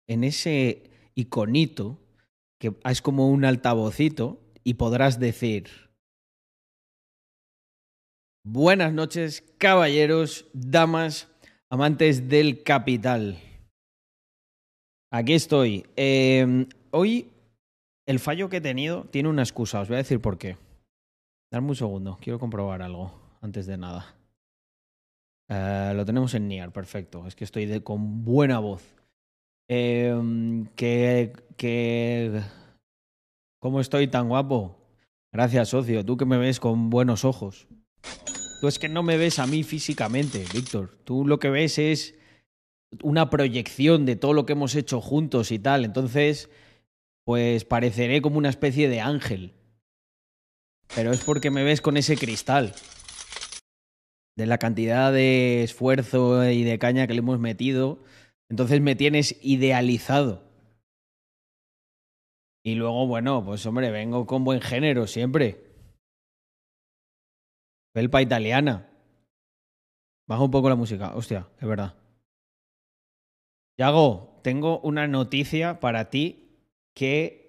en ese iconito que es como un altavocito y podrás decir: buenas noches, caballeros, damas, amantes del capital. Aquí estoy. Hoy el fallo que he tenido tiene una excusa. Os voy a decir por qué. Dame un segundo. Quiero comprobar algo antes de nada. Lo tenemos en Niar, perfecto. Es que estoy con buena voz. Que... ¿Cómo estoy tan guapo? Gracias, socio. Tú que me ves con buenos ojos. Tú es que no me ves a mí físicamente, Víctor. Tú lo que ves es una proyección de todo lo que hemos hecho juntos y tal. Entonces, pues pareceré como una especie de ángel. Pero es porque me ves con ese cristal. De la cantidad de esfuerzo y de caña que le hemos metido. Entonces me tienes idealizado. Y luego, bueno, pues hombre, vengo con buen género siempre. Felpa italiana. Baja un poco la música. Hostia, es verdad. Yago, tengo una noticia para ti que...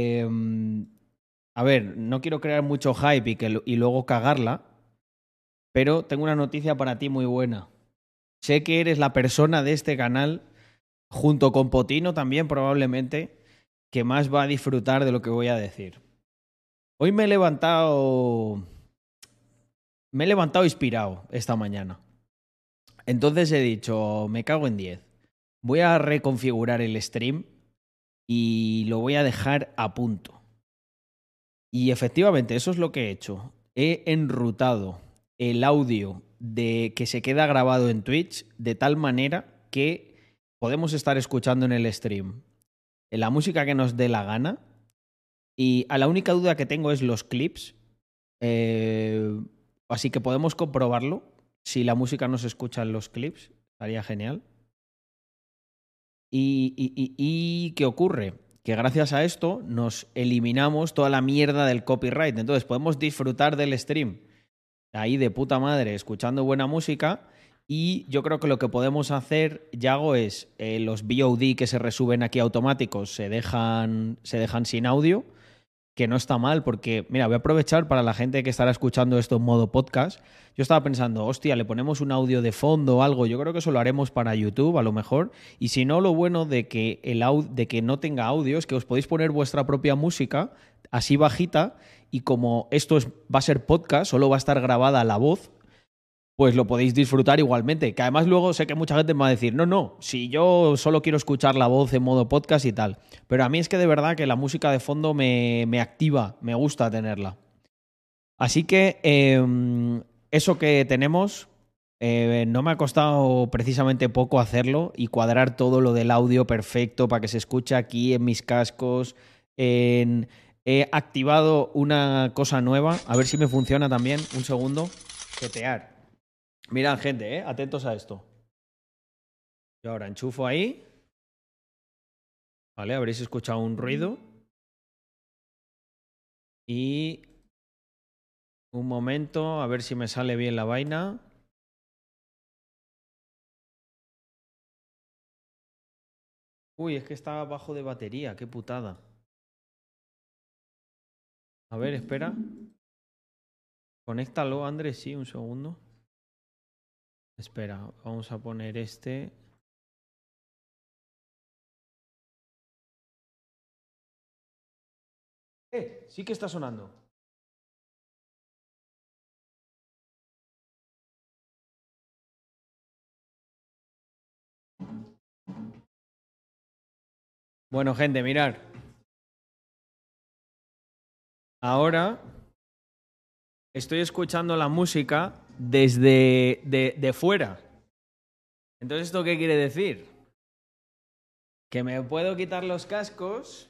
a ver, no quiero crear mucho hype y luego cagarla, pero tengo una noticia para ti muy buena. Sé que eres la persona de este canal, junto con Potino también probablemente, que más va a disfrutar de lo que voy a decir. Hoy me he levantado... Me he levantado inspirado esta mañana. Entonces he dicho, me cago en 10. Voy a reconfigurar el stream y lo voy a dejar a punto. Y efectivamente, eso es lo que he hecho. He enrutado el audio de que se queda grabado en Twitch de tal manera que podemos estar escuchando en el stream la música que nos dé la gana. Y a la única duda que tengo es los clips. Eh, Así que podemos comprobarlo. Si la música no se escucha en los clips, estaría genial. ¿Y qué ocurre? Que gracias a esto nos eliminamos toda la mierda del copyright. Entonces podemos disfrutar del stream ahí de puta madre, escuchando buena música. Y yo creo que lo que podemos hacer, Yago, es los VOD que se resuben aquí automáticos se dejan sin audio, que no está mal, porque, mira, voy a aprovechar para la gente que estará escuchando esto en modo podcast. Yo estaba pensando, hostia, le ponemos un audio de fondo o algo. Yo creo que eso lo haremos para YouTube, a lo mejor. Y si no, lo bueno de que, de que no tenga audio es que os podéis poner vuestra propia música así bajita. Y como esto va a ser podcast, solo va a estar grabada la voz, pues lo podéis disfrutar igualmente. Que además luego sé que mucha gente me va a decir, no, no, si yo solo quiero escuchar la voz en modo podcast y tal. Pero a mí es que de verdad que la música de fondo me activa, me gusta tenerla. Así que eso que tenemos, no me ha costado precisamente poco hacerlo y cuadrar todo lo del audio perfecto para que se escuche aquí en mis cascos. He activado una cosa nueva, a ver si me funciona también. Un segundo. Setear. Mirad, gente, atentos a esto. Yo ahora enchufo ahí. Vale, habréis escuchado un ruido. Y un momento, a ver si me sale bien la vaina. Uy, es que está bajo de batería, qué putada. A ver, espera. Conéctalo, Andrés, sí, un segundo. Espera, vamos a poner este. Sí que está sonando. Bueno, gente, mirar. Ahora estoy escuchando la música desde de fuera. Entonces, ¿esto qué quiere decir? Que me puedo quitar los cascos.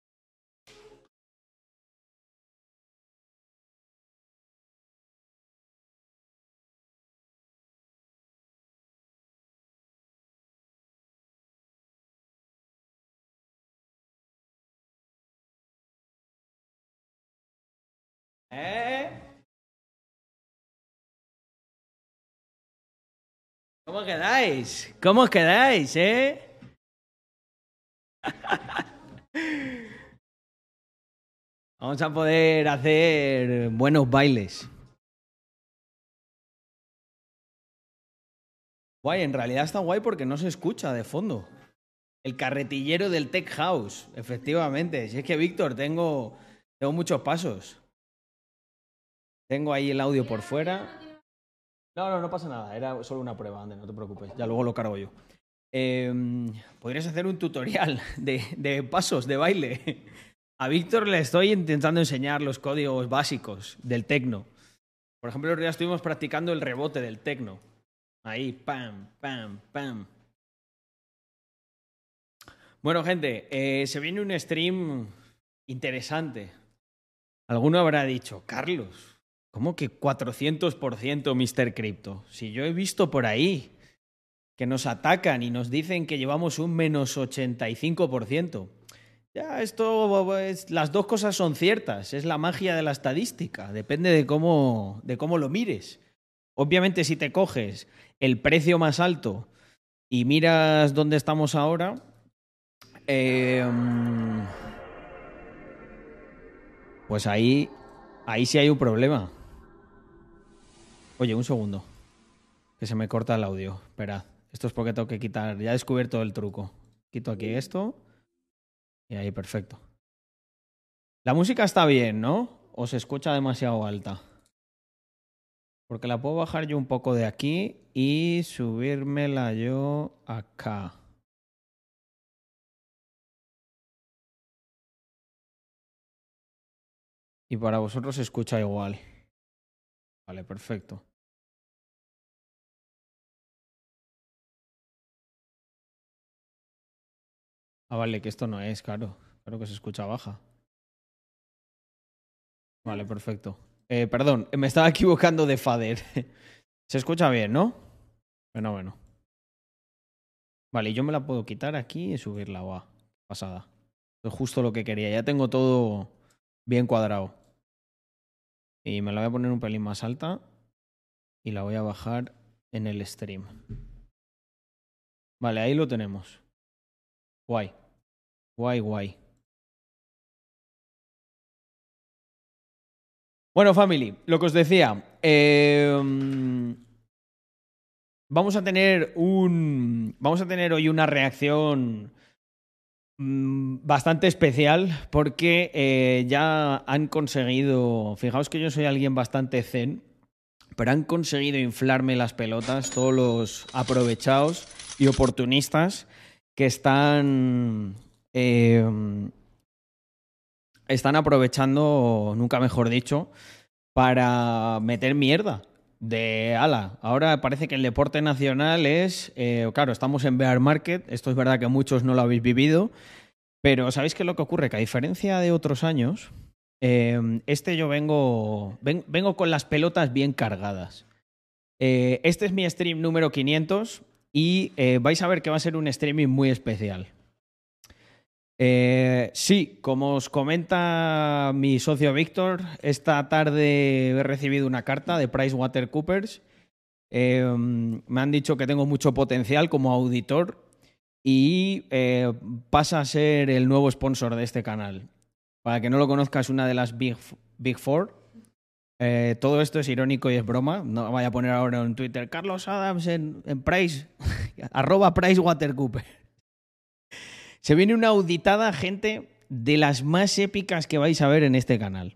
¿Eh? ¿Cómo quedáis? ¿Cómo quedáis, Vamos a poder hacer buenos bailes. Guay, en realidad está guay porque no se escucha de fondo. El carretillero del Tech House, efectivamente. Si es que, Víctor, tengo muchos pasos. Tengo ahí el audio por fuera. No pasa nada. Era solo una prueba, Ander, no te preocupes. Ya luego lo cargo yo. Podrías hacer un tutorial de pasos de baile. A Víctor le estoy intentando enseñar los códigos básicos del tecno. Por ejemplo, el otro día estuvimos practicando el rebote del tecno. Ahí, pam, pam, pam. Bueno, gente, se viene un stream interesante. Alguno habrá dicho, Carlos, ¿cómo que 400% Mr. Crypto? Si yo he visto por ahí que nos atacan y nos dicen que llevamos un menos 85%. Ya, las dos cosas son ciertas. Es la magia de la estadística. Depende de cómo lo mires. Obviamente, si te coges el precio más alto y miras dónde estamos ahora, pues ahí sí hay un problema. Oye, un segundo, que se me corta el audio. Esperad, esto es porque tengo que quitar. Ya he descubierto el truco. Quito aquí esto y ahí, perfecto. La música está bien, ¿no? ¿O se escucha demasiado alta? Porque la puedo bajar yo un poco de aquí y subírmela yo acá. Y para vosotros se escucha igual. Vale, perfecto. Ah, vale, que esto no es, claro. Claro que se escucha baja. Vale, perfecto. Perdón, me estaba equivocando de fader. Se escucha bien, ¿no? Bueno. Vale, yo me la puedo quitar aquí y subirla. Va, pasada. Es justo lo que quería. Ya tengo todo bien cuadrado. Y me la voy a poner un pelín más alta. Y la voy a bajar en el stream. Vale, ahí lo tenemos. Guay. Guay. Bueno, family, lo que os decía. Vamos a tener hoy una reacción bastante especial porque ya han conseguido, fijaos que yo soy alguien bastante zen, pero han conseguido inflarme las pelotas todos los aprovechados y oportunistas que están aprovechando, nunca mejor dicho, para meter mierda. De ala, ahora parece que el deporte nacional es, claro, estamos en bear market, esto es verdad que muchos no lo habéis vivido, pero ¿sabéis qué es lo que ocurre? Que a diferencia de otros años, yo vengo con las pelotas bien cargadas. Este es mi stream número 500 y vais a ver que va a ser un streaming muy especial. Sí, como os comenta mi socio Víctor, esta tarde he recibido una carta de PricewaterhouseCoopers. Me han dicho que tengo mucho potencial como auditor y pasa a ser el nuevo sponsor de este canal. Para que no lo conozca, es una de las Big Four. Todo esto es irónico y es broma. No vaya a poner ahora en Twitter Carlos Adams en Price, @PricewaterhouseCoopers. Se viene una auditada, gente, de las más épicas que vais a ver en este canal.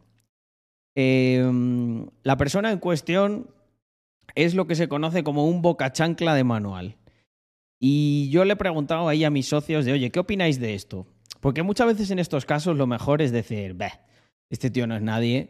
La persona en cuestión es lo que se conoce como un bocachancla de manual. Y yo le he preguntado ahí a mis socios de, oye, ¿qué opináis de esto? Porque muchas veces en estos casos lo mejor es decir, este tío no es nadie,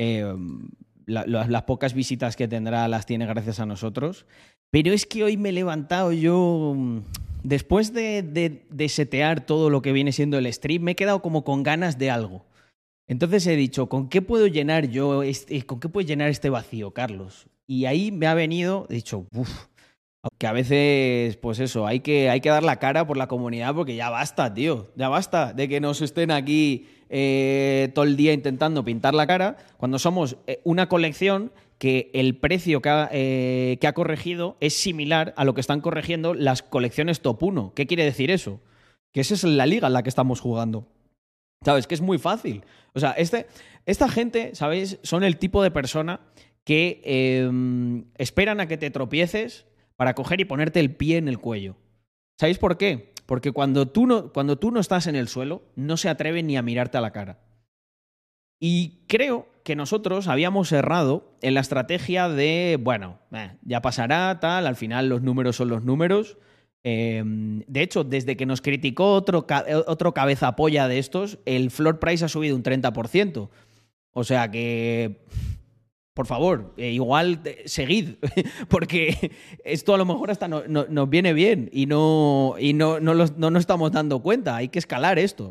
las pocas visitas que tendrá las tiene gracias a nosotros. Pero es que hoy me he levantado yo, después de setear todo lo que viene siendo el stream, me he quedado como con ganas de algo. Entonces he dicho, ¿con qué puedo llenar con qué puedo llenar este vacío, Carlos? Y ahí me ha venido, he dicho, que a veces, pues eso, hay que dar la cara por la comunidad porque ya basta, tío. Ya basta de que nos estén aquí todo el día intentando pintar la cara cuando somos una colección que el precio que ha corregido es similar a lo que están corrigiendo las colecciones top 1. ¿Qué quiere decir eso? Que esa es la liga en la que estamos jugando. ¿Sabes? Que es muy fácil. O sea, esta gente, ¿sabéis? Son el tipo de persona que esperan a que te tropieces para coger y ponerte el pie en el cuello. ¿Sabéis por qué? Porque cuando tú no estás en el suelo, no se atreven ni a mirarte a la cara. Y creo que nosotros habíamos errado en la estrategia de, bueno, ya pasará, tal, al final los números son los números. De hecho, desde que nos criticó otro cabeza polla de estos, el floor price ha subido un 30%. O sea que, por favor, igual seguid, porque esto a lo mejor hasta nos viene bien y no nos estamos dando cuenta. Hay que escalar esto.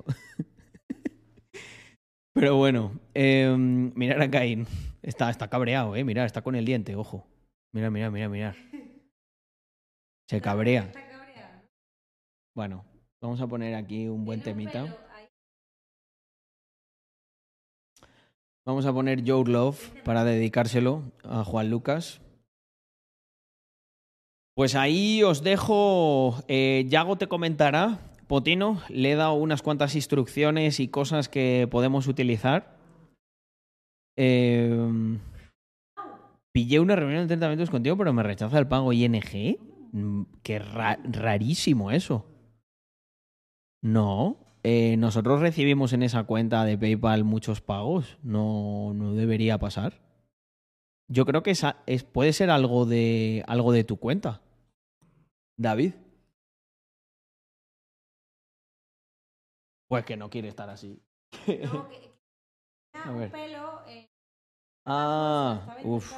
Pero bueno, mirar a Caín. Está cabreado, Mirad, está con el diente, ojo. Mira. Se cabrea. Bueno, vamos a poner aquí un buen temita. Vamos a poner Joe Love para dedicárselo a Juan Lucas. Pues ahí os dejo. Yago te comentará. Potino, le he dado unas cuantas instrucciones y cosas que podemos utilizar. Pillé una reunión de 30 minutos contigo, pero me rechaza el pago ING. Qué rarísimo eso. No. Nosotros recibimos en esa cuenta de PayPal muchos pagos. No debería pasar. Yo creo que puede ser algo de tu cuenta. David. Pues que no quiere estar así. No, A ver. un pelo. Uff.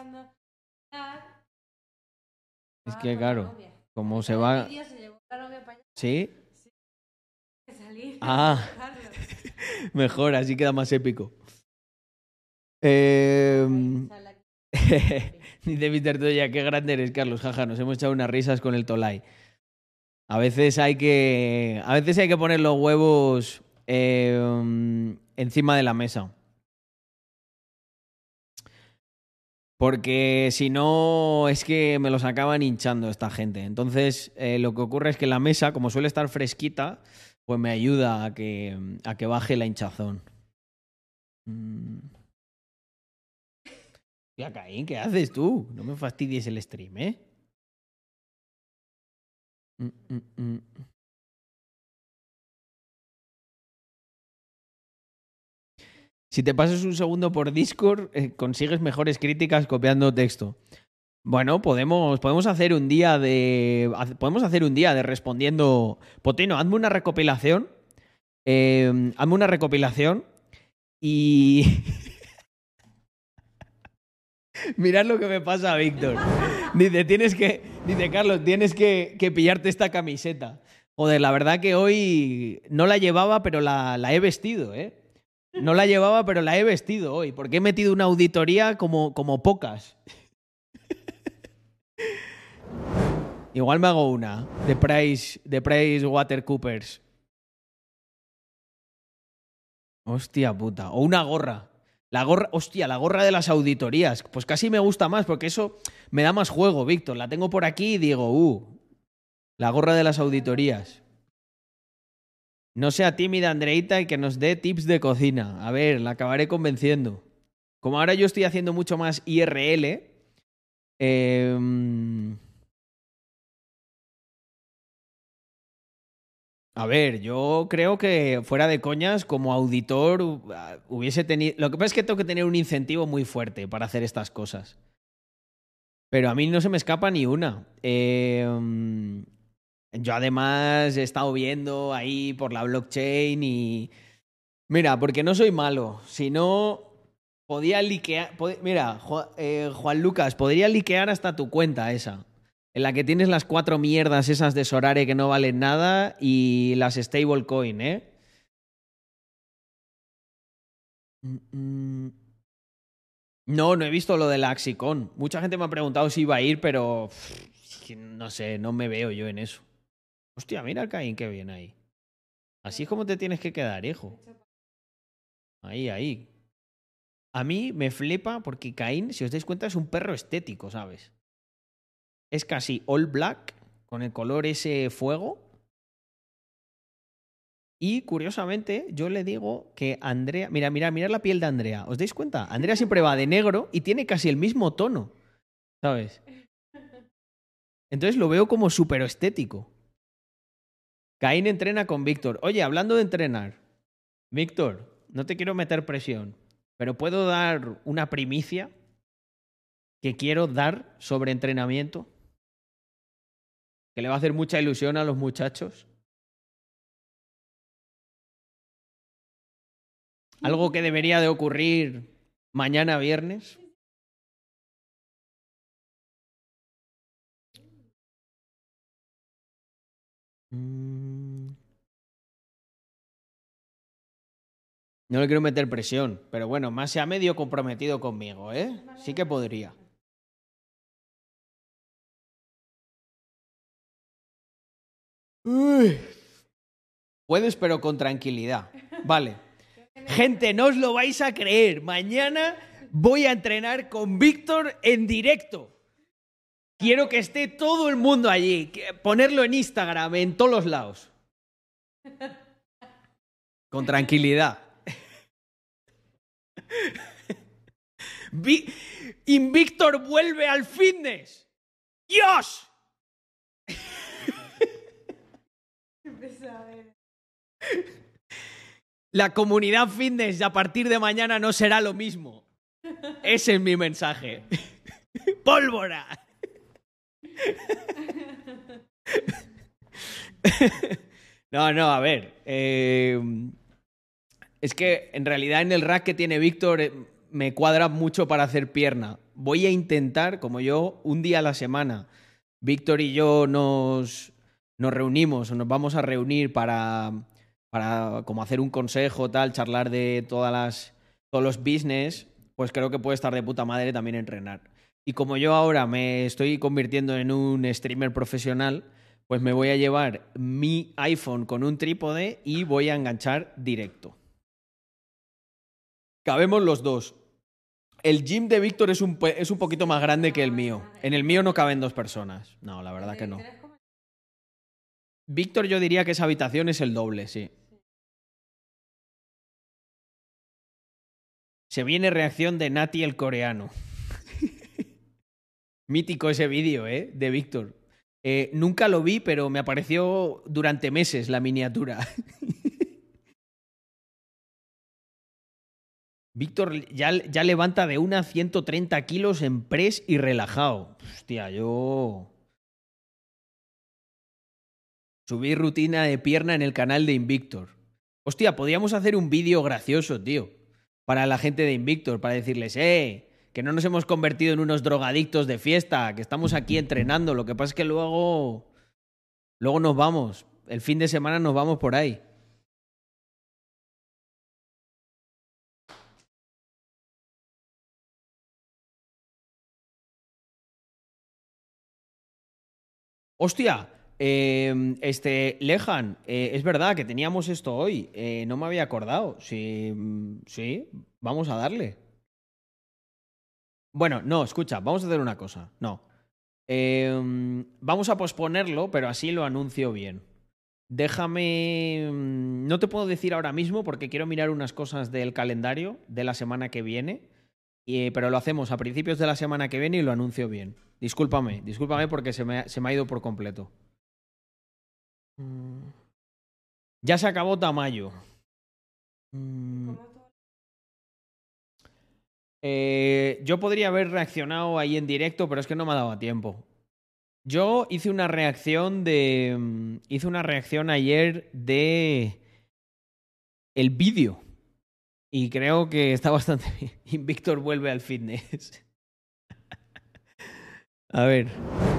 Es que claro, como se va. Se llevó la novia para allá. ¿Sí? Sí. Salir. Ah. Mejor, así queda más épico. Dice Mr. Toya, qué grande eres, Carlos. Jaja, nos hemos echado unas risas con el Tolai. A veces hay que poner los huevos encima de la mesa. Porque si no, es que me los acaban hinchando esta gente. Entonces, lo que ocurre es que la mesa, como suele estar fresquita, pues me ayuda a que baje la hinchazón. Tía, Caín, ¿qué haces tú? No me fastidies el stream, ¿eh? Si te pasas un segundo por Discord, consigues mejores críticas copiando texto. Bueno, podemos hacer un día de. Podemos hacer un día de respondiendo. Potino, hazme una recopilación. Hazme una recopilación. Y. Mirad lo que me pasa a Víctor. Dice, Carlos, tienes que pillarte esta camiseta. Joder, la verdad que hoy no la llevaba, pero la he vestido, ¿eh? No la llevaba, pero la he vestido hoy, porque he metido una auditoría como pocas. Igual me hago una de Price Watercoopers. Hostia puta. O una gorra. La gorra de las auditorías. Pues casi me gusta más, porque eso me da más juego, Víctor. La tengo por aquí y digo, la gorra de las auditorías. No sea tímida, Andreita, y que nos dé tips de cocina. A ver, la acabaré convenciendo. Como ahora yo estoy haciendo mucho más IRL, a ver, yo creo que fuera de coñas, como auditor, hubiese tenido. Lo que pasa es que tengo que tener un incentivo muy fuerte para hacer estas cosas. Pero a mí no se me escapa ni una. Yo además he estado viendo ahí por la blockchain y. Mira, porque no soy malo. Si no, podía liquear. Mira, Juan Lucas, podría liquear hasta tu cuenta esa. En la que tienes las 4 mierdas esas de Sorare que no valen nada y las stablecoin, ¿eh? No he visto lo de la Axicon. Mucha gente me ha preguntado si iba a ir, pero no sé, no me veo yo en eso. Hostia, mira Caín, qué bien ahí. Así es como te tienes que quedar, hijo. Ahí. A mí me flipa porque Caín, si os dais cuenta, es un perro estético, ¿sabes? Es casi all black, con el color ese fuego. Y curiosamente, yo le digo que Andrea. Mira, mira, mira la piel de Andrea. ¿Os dais cuenta? Andrea siempre va de negro y tiene casi el mismo tono. ¿Sabes? Entonces lo veo como súper estético. Caín entrena con Víctor. Oye, hablando de entrenar, Víctor, no te quiero meter presión, pero ¿puedo dar una primicia que quiero dar sobre entrenamiento? Que le va a hacer mucha ilusión a los muchachos. Algo que debería de ocurrir mañana viernes. No le quiero meter presión, pero bueno, más se ha medio comprometido conmigo, ¿eh? Sí que podría. Uy. Puedes, pero con tranquilidad. Vale. Gente, no os lo vais a creer. Mañana voy a entrenar con Víctor en directo. Quiero que esté todo el mundo allí. Ponerlo en Instagram, en todos los lados. Con tranquilidad. Invictor vuelve al fitness. ¡Dios! La comunidad fitness a partir de mañana no será lo mismo. Ese es mi mensaje. ¡Pólvora! No, a ver. Es que en realidad en el rack que tiene Víctor me cuadra mucho para hacer pierna. Voy a intentar, como yo, un día a la semana, Víctor y yo nos reunimos o nos vamos a reunir para como hacer un consejo, tal, charlar de todos los business, pues creo que puede estar de puta madre también entrenar. Y como yo ahora me estoy convirtiendo en un streamer profesional, pues me voy a llevar mi iPhone con un trípode y voy a enganchar directo. Cabemos los dos. El gym de Víctor es un poquito más grande que el mío. En el mío no caben 2 personas. No, la verdad que no. Víctor, yo diría que esa habitación es el doble, sí. Se viene reacción de Nati el coreano. Mítico ese vídeo, de Víctor. Nunca lo vi, pero me apareció durante meses la miniatura. Víctor ya levanta de 1 a 130 kilos en press y relajado. Hostia, yo... Subí rutina de pierna en el canal de Invictor. Hostia, podríamos hacer un vídeo gracioso, tío. Para la gente de Invictor, para decirles, que no nos hemos convertido en unos drogadictos de fiesta, que estamos aquí entrenando. Lo que pasa es que luego nos vamos. El fin de semana nos vamos por ahí. Hostia, Lejan, es verdad que teníamos esto hoy. No me había acordado. Sí, sí, vamos a darle. Bueno, no, escucha, vamos a hacer una cosa. No. Vamos a posponerlo, pero así lo anuncio bien. Déjame... No te puedo decir ahora mismo porque quiero mirar unas cosas del calendario de la semana que viene, pero lo hacemos a principios de la semana que viene y lo anuncio bien. Discúlpame porque se me ha ido por completo. Ya se acabó Tamayo. Yo podría haber reaccionado ahí en directo, pero es que no me ha dado tiempo. Yo hice una reacción ayer de el vídeo y creo que está bastante bien. Y Víctor vuelve al fitness. A ver.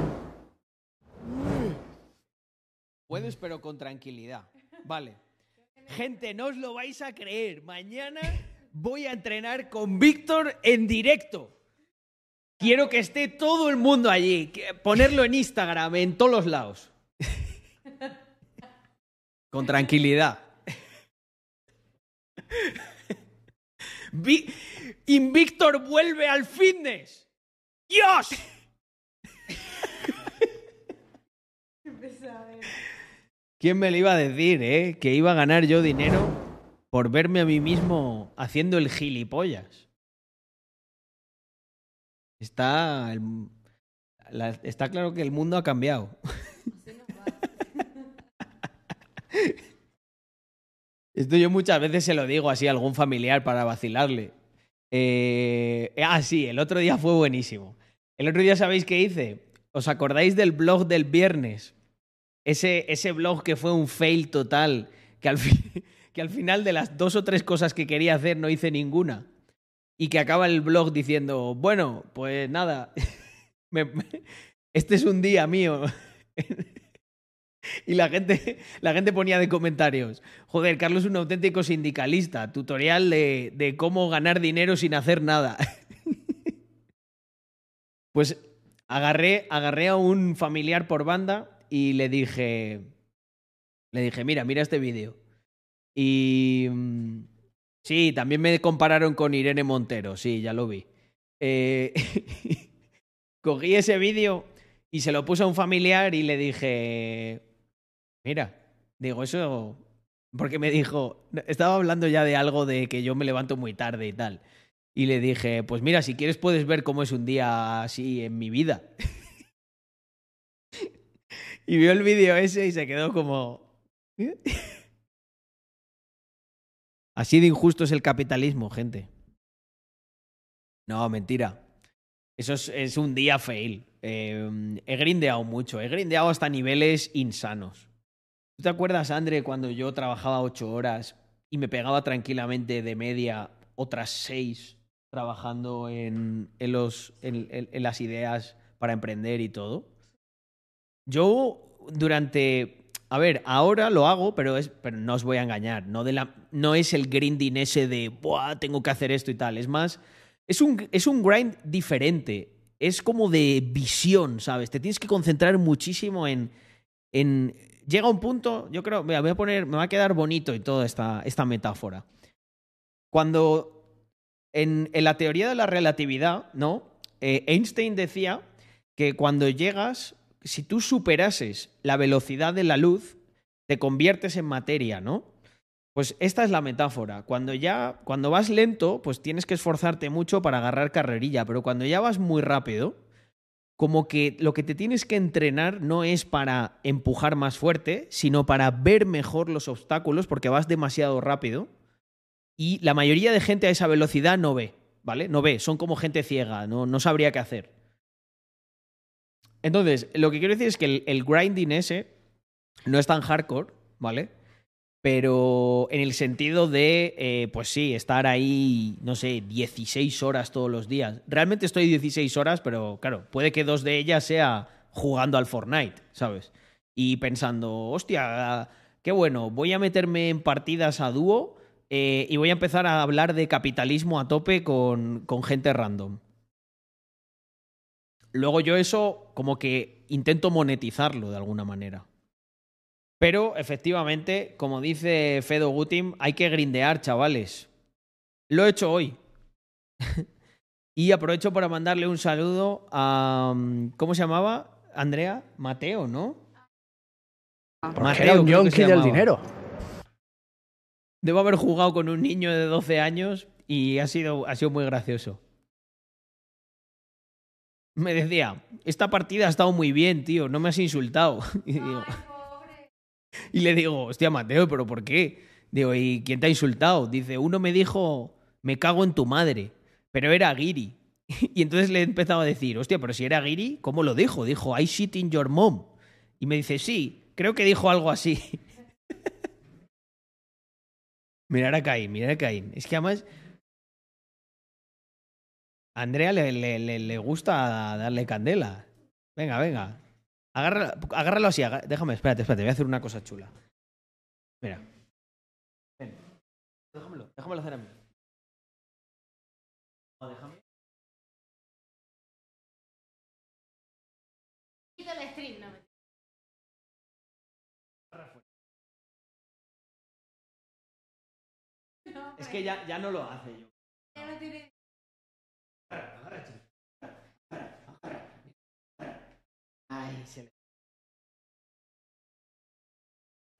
Puedes, pero con tranquilidad. Vale. Gente, no os lo vais a creer. Mañana voy a entrenar con Víctor en directo. Quiero que esté todo el mundo allí. Ponerlo en Instagram, en todos los lados. Con tranquilidad. Invictor vuelve al fitness. ¡Dios! ¿Quién me lo iba a decir, que iba a ganar yo dinero por verme a mí mismo haciendo el gilipollas? Está, está claro que el mundo ha cambiado. Así nos va. Esto yo muchas veces se lo digo así a algún familiar para vacilarle. Sí, el otro día fue buenísimo. El otro día, ¿sabéis qué hice? ¿Os acordáis del blog del viernes? Ese blog que fue un fail total, que al final de las 2 o 3 cosas que quería hacer no hice ninguna. Y que acaba el blog diciendo, bueno, pues nada, este es un día mío. Y la gente ponía de comentarios, joder, Carlos es un auténtico sindicalista, tutorial de cómo ganar dinero sin hacer nada. Pues agarré a un familiar por banda y le dije, mira este vídeo. Y sí, también me compararon con Irene Montero, sí, ya lo vi. Cogí ese vídeo y se lo puse a un familiar y le dije, mira, digo, eso, porque me dijo, estaba hablando ya de algo de que yo me levanto muy tarde y tal. Y le dije, pues mira, si quieres puedes ver cómo es un día así en mi vida. Y vio el vídeo ese y se quedó como... Así de injusto es el capitalismo, gente. No, mentira. Eso es un día fail. He grindeado mucho. He grindeado hasta niveles insanos. ¿Tú te acuerdas, André, cuando yo trabajaba 8 horas y me pegaba tranquilamente de media otras 6 trabajando en las ideas para emprender y todo? Yo durante... A ver, ahora lo hago, pero no os voy a engañar. No es el grinding ese de, buah, tengo que hacer esto y tal. Es más, es un grind diferente. Es como de visión, ¿sabes? Te tienes que concentrar muchísimo en... Llega un punto, yo creo, me va a quedar bonito y toda esta metáfora. Cuando en la teoría de la relatividad, ¿no? Einstein decía que cuando llegas, si tú superases la velocidad de la luz, te conviertes en materia, ¿no? Pues esta es la metáfora. Cuando vas lento, pues tienes que esforzarte mucho para agarrar carrerilla, pero cuando ya vas muy rápido, como que lo que te tienes que entrenar no es para empujar más fuerte, sino para ver mejor los obstáculos porque vas demasiado rápido. Y la mayoría de gente a esa velocidad no ve, ¿vale? No ve, son como gente ciega, no sabría qué hacer. Entonces, lo que quiero decir es que el grinding ese no es tan hardcore, ¿vale? Pero en el sentido de, pues sí, estar ahí, no sé, 16 horas todos los días. Realmente estoy 16 horas, pero claro, puede que 2 de ellas sea jugando al Fortnite, ¿sabes? Y pensando, hostia, qué bueno, voy a meterme en partidas a dúo y voy a empezar a hablar de capitalismo a tope con gente random. Luego yo eso como que intento monetizarlo de alguna manera. Pero efectivamente, como dice Fedo Gutim, hay que grindear, chavales. Lo he hecho hoy. Y aprovecho para mandarle un saludo a... ¿Cómo se llamaba? Andrea, Mateo, ¿no? Porque Mateo, era un creo que se yonki del llamaba. dinero. Debo haber jugado con un niño de 12 años y ha sido muy gracioso. Me decía, esta partida ha estado muy bien, tío, no me has insultado. Ay, pobre. Y le digo, hostia, Mateo, ¿pero por qué? Digo, ¿y quién te ha insultado? Dice, uno me dijo, me cago en tu madre, pero era Giri. Y entonces le he empezado a decir, hostia, pero si era Giri, ¿cómo lo dijo? Dijo, I shit in your mom. Y me dice, sí, creo que dijo algo así. Mirar a Caín, mirar a Caín. Es que además a Andrea le gusta darle candela. Venga, venga. Agárralo así. Déjame, espérate, voy a hacer una cosa chula. Mira. Ven. Déjamelo hacer a mí. No, déjame. Quita el stream, no me... No, Es que ya no lo hace yo. ya no tiene... Ay, se le...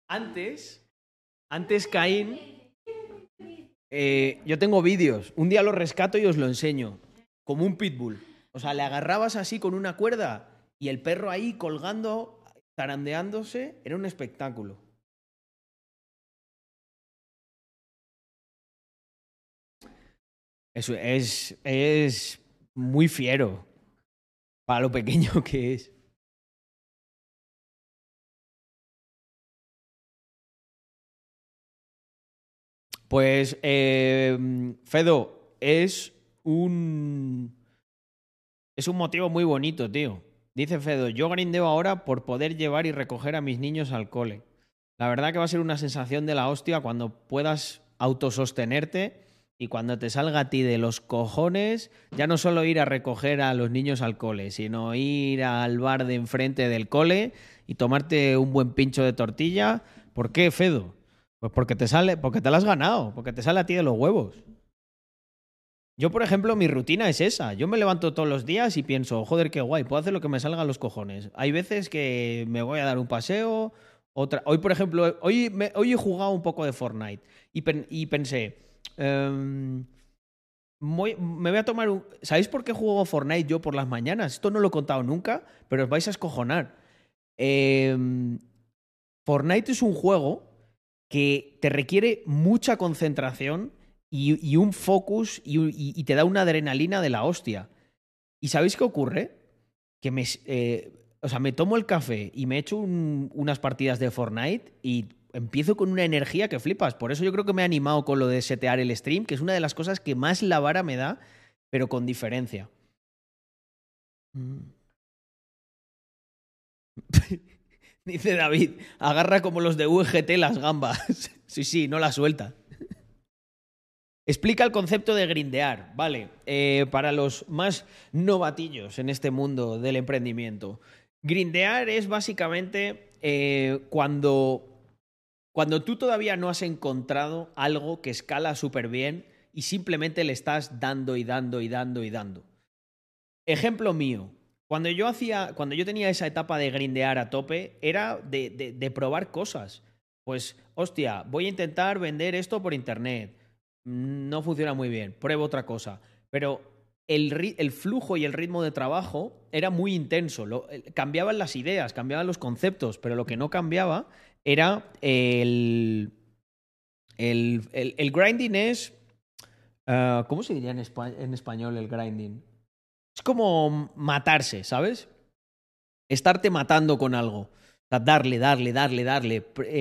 Antes Caín... yo tengo vídeos. Un día lo rescato y os lo enseño. Como un pitbull. O sea, le agarrabas así con una cuerda y el perro ahí colgando, zarandeándose. Era un espectáculo. Eso es muy fiero para lo pequeño que es. Pues, Fedo, es un motivo muy bonito, tío. Dice Fedo, yo grindeo ahora por poder llevar y recoger a mis niños al cole. La verdad que va a ser una sensación de la hostia cuando puedas autosostenerte y cuando te salga a ti de los cojones, ya no solo ir a recoger a los niños al cole, sino ir al bar de enfrente del cole y tomarte un buen pincho de tortilla. ¿Por qué, Fedo? Pues porque te la has ganado, porque te sale a ti de los huevos. Yo, por ejemplo, mi rutina es esa. Yo me levanto todos los días y pienso, joder, qué guay, puedo hacer lo que me salga a los cojones. Hay veces que me voy a dar un paseo, hoy, por ejemplo, hoy he jugado un poco de Fortnite y pensé, me voy a tomar un... ¿Sabéis por qué juego Fortnite yo por las mañanas? Esto no lo he contado nunca, pero os vais a escojonar. Fortnite es un juego que te requiere mucha concentración y un focus y te da una adrenalina de la hostia. ¿Y sabéis qué ocurre? Que me tomo el café y me echo unas partidas de Fortnite y empiezo con una energía que flipas. Por eso yo creo que me he animado con lo de setear el stream, que es una de las cosas que más la vara me da, pero con diferencia. Dice David, agarra como los de UGT las gambas. Sí, no las suelta. Explica el concepto de grindear, ¿vale? Para los más novatillos en este mundo del emprendimiento. Grindear es básicamente cuando tú todavía no has encontrado algo que escala súper bien y simplemente le estás dando y dando y dando y dando. Ejemplo mío. Cuando yo tenía esa etapa de grindear a tope, era de probar cosas. Pues, hostia, voy a intentar vender esto por internet. No funciona muy bien, pruebo otra cosa. Pero el flujo y el ritmo de trabajo era muy intenso. Cambiaban las ideas, cambiaban los conceptos, pero lo que no cambiaba era el grinding es... ¿cómo se diría en español el grinding? Es como matarse, ¿sabes? Estarte matando con algo. O sea, darle.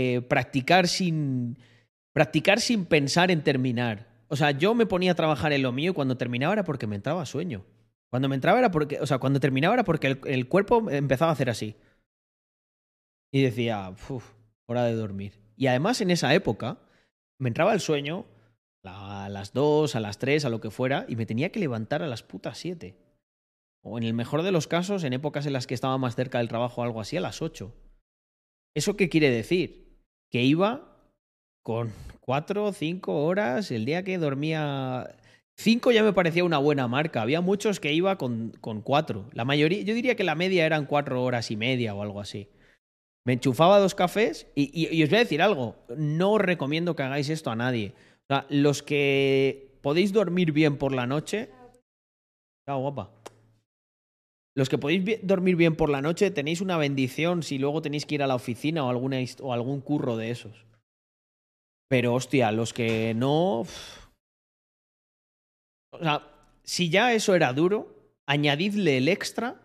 Practicar sin pensar en terminar. O sea, yo me ponía a trabajar en lo mío y cuando terminaba era porque me entraba sueño. Cuando terminaba era porque el cuerpo empezaba a hacer así. Y decía, hora de dormir. Y además en esa época me entraba el sueño a las 2, a las 3, a lo que fuera, y me tenía que levantar a las putas 7. O en el mejor de los casos, en épocas en las que estaba más cerca del trabajo o algo así, a las 8. ¿Eso qué quiere decir? Que iba con 4 o 5 horas el día que dormía... 5 ya me parecía una buena marca. Había muchos que iba con 4. La mayoría, yo diría que la media eran 4 horas y media o algo así. Me enchufaba 2 cafés y os voy a decir algo. No os recomiendo que hagáis esto a nadie. O sea, los que podéis dormir bien por la noche... Chao, guapa. Los que podéis dormir bien por la noche tenéis una bendición si luego tenéis que ir a la oficina o algún curro de esos. Pero hostia, los que no... O sea, si ya eso era duro, añadidle el extra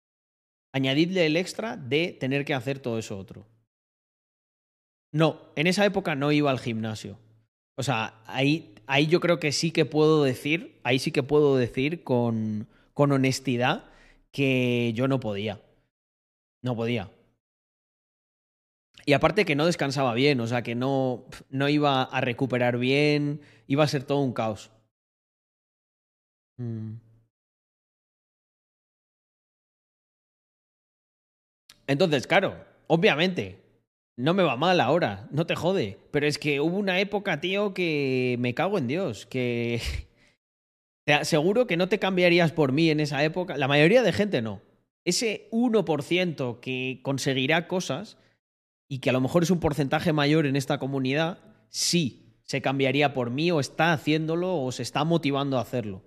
de tener que hacer todo eso otro. No, en esa época no iba al gimnasio. O sea, ahí yo creo que sí que puedo decir, con honestidad que yo no podía. No podía. Y aparte que no descansaba bien, o sea, que no iba a recuperar bien, iba a ser todo un caos. Entonces, claro, obviamente, no me va mal ahora, no te jode, pero es que hubo una época, tío, que me cago en Dios, que te aseguro que no te cambiarías por mí en esa época. La mayoría de gente no. Ese 1% que conseguirá cosas y que a lo mejor es un porcentaje mayor en esta comunidad, sí se cambiaría por mí o está haciéndolo o se está motivando a hacerlo.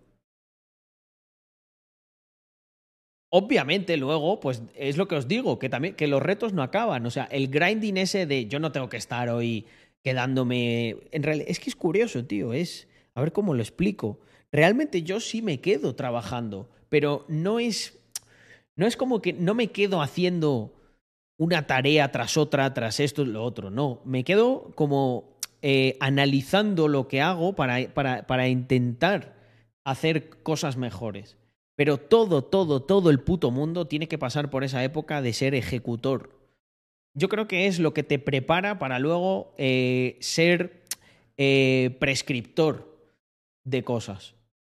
Obviamente luego, pues es lo que os digo, que también que los retos no acaban. O sea, el grinding ese de yo no tengo que estar hoy quedándome. En realidad, es que es curioso, tío. A ver cómo lo explico. Realmente yo sí me quedo trabajando, pero no es como que no me quedo haciendo una tarea tras otra, tras esto y lo otro. No, me quedo como analizando lo que hago para intentar hacer cosas mejores. Pero todo el puto mundo tiene que pasar por esa época de ser ejecutor. Yo creo que es lo que te prepara para luego ser prescriptor de cosas.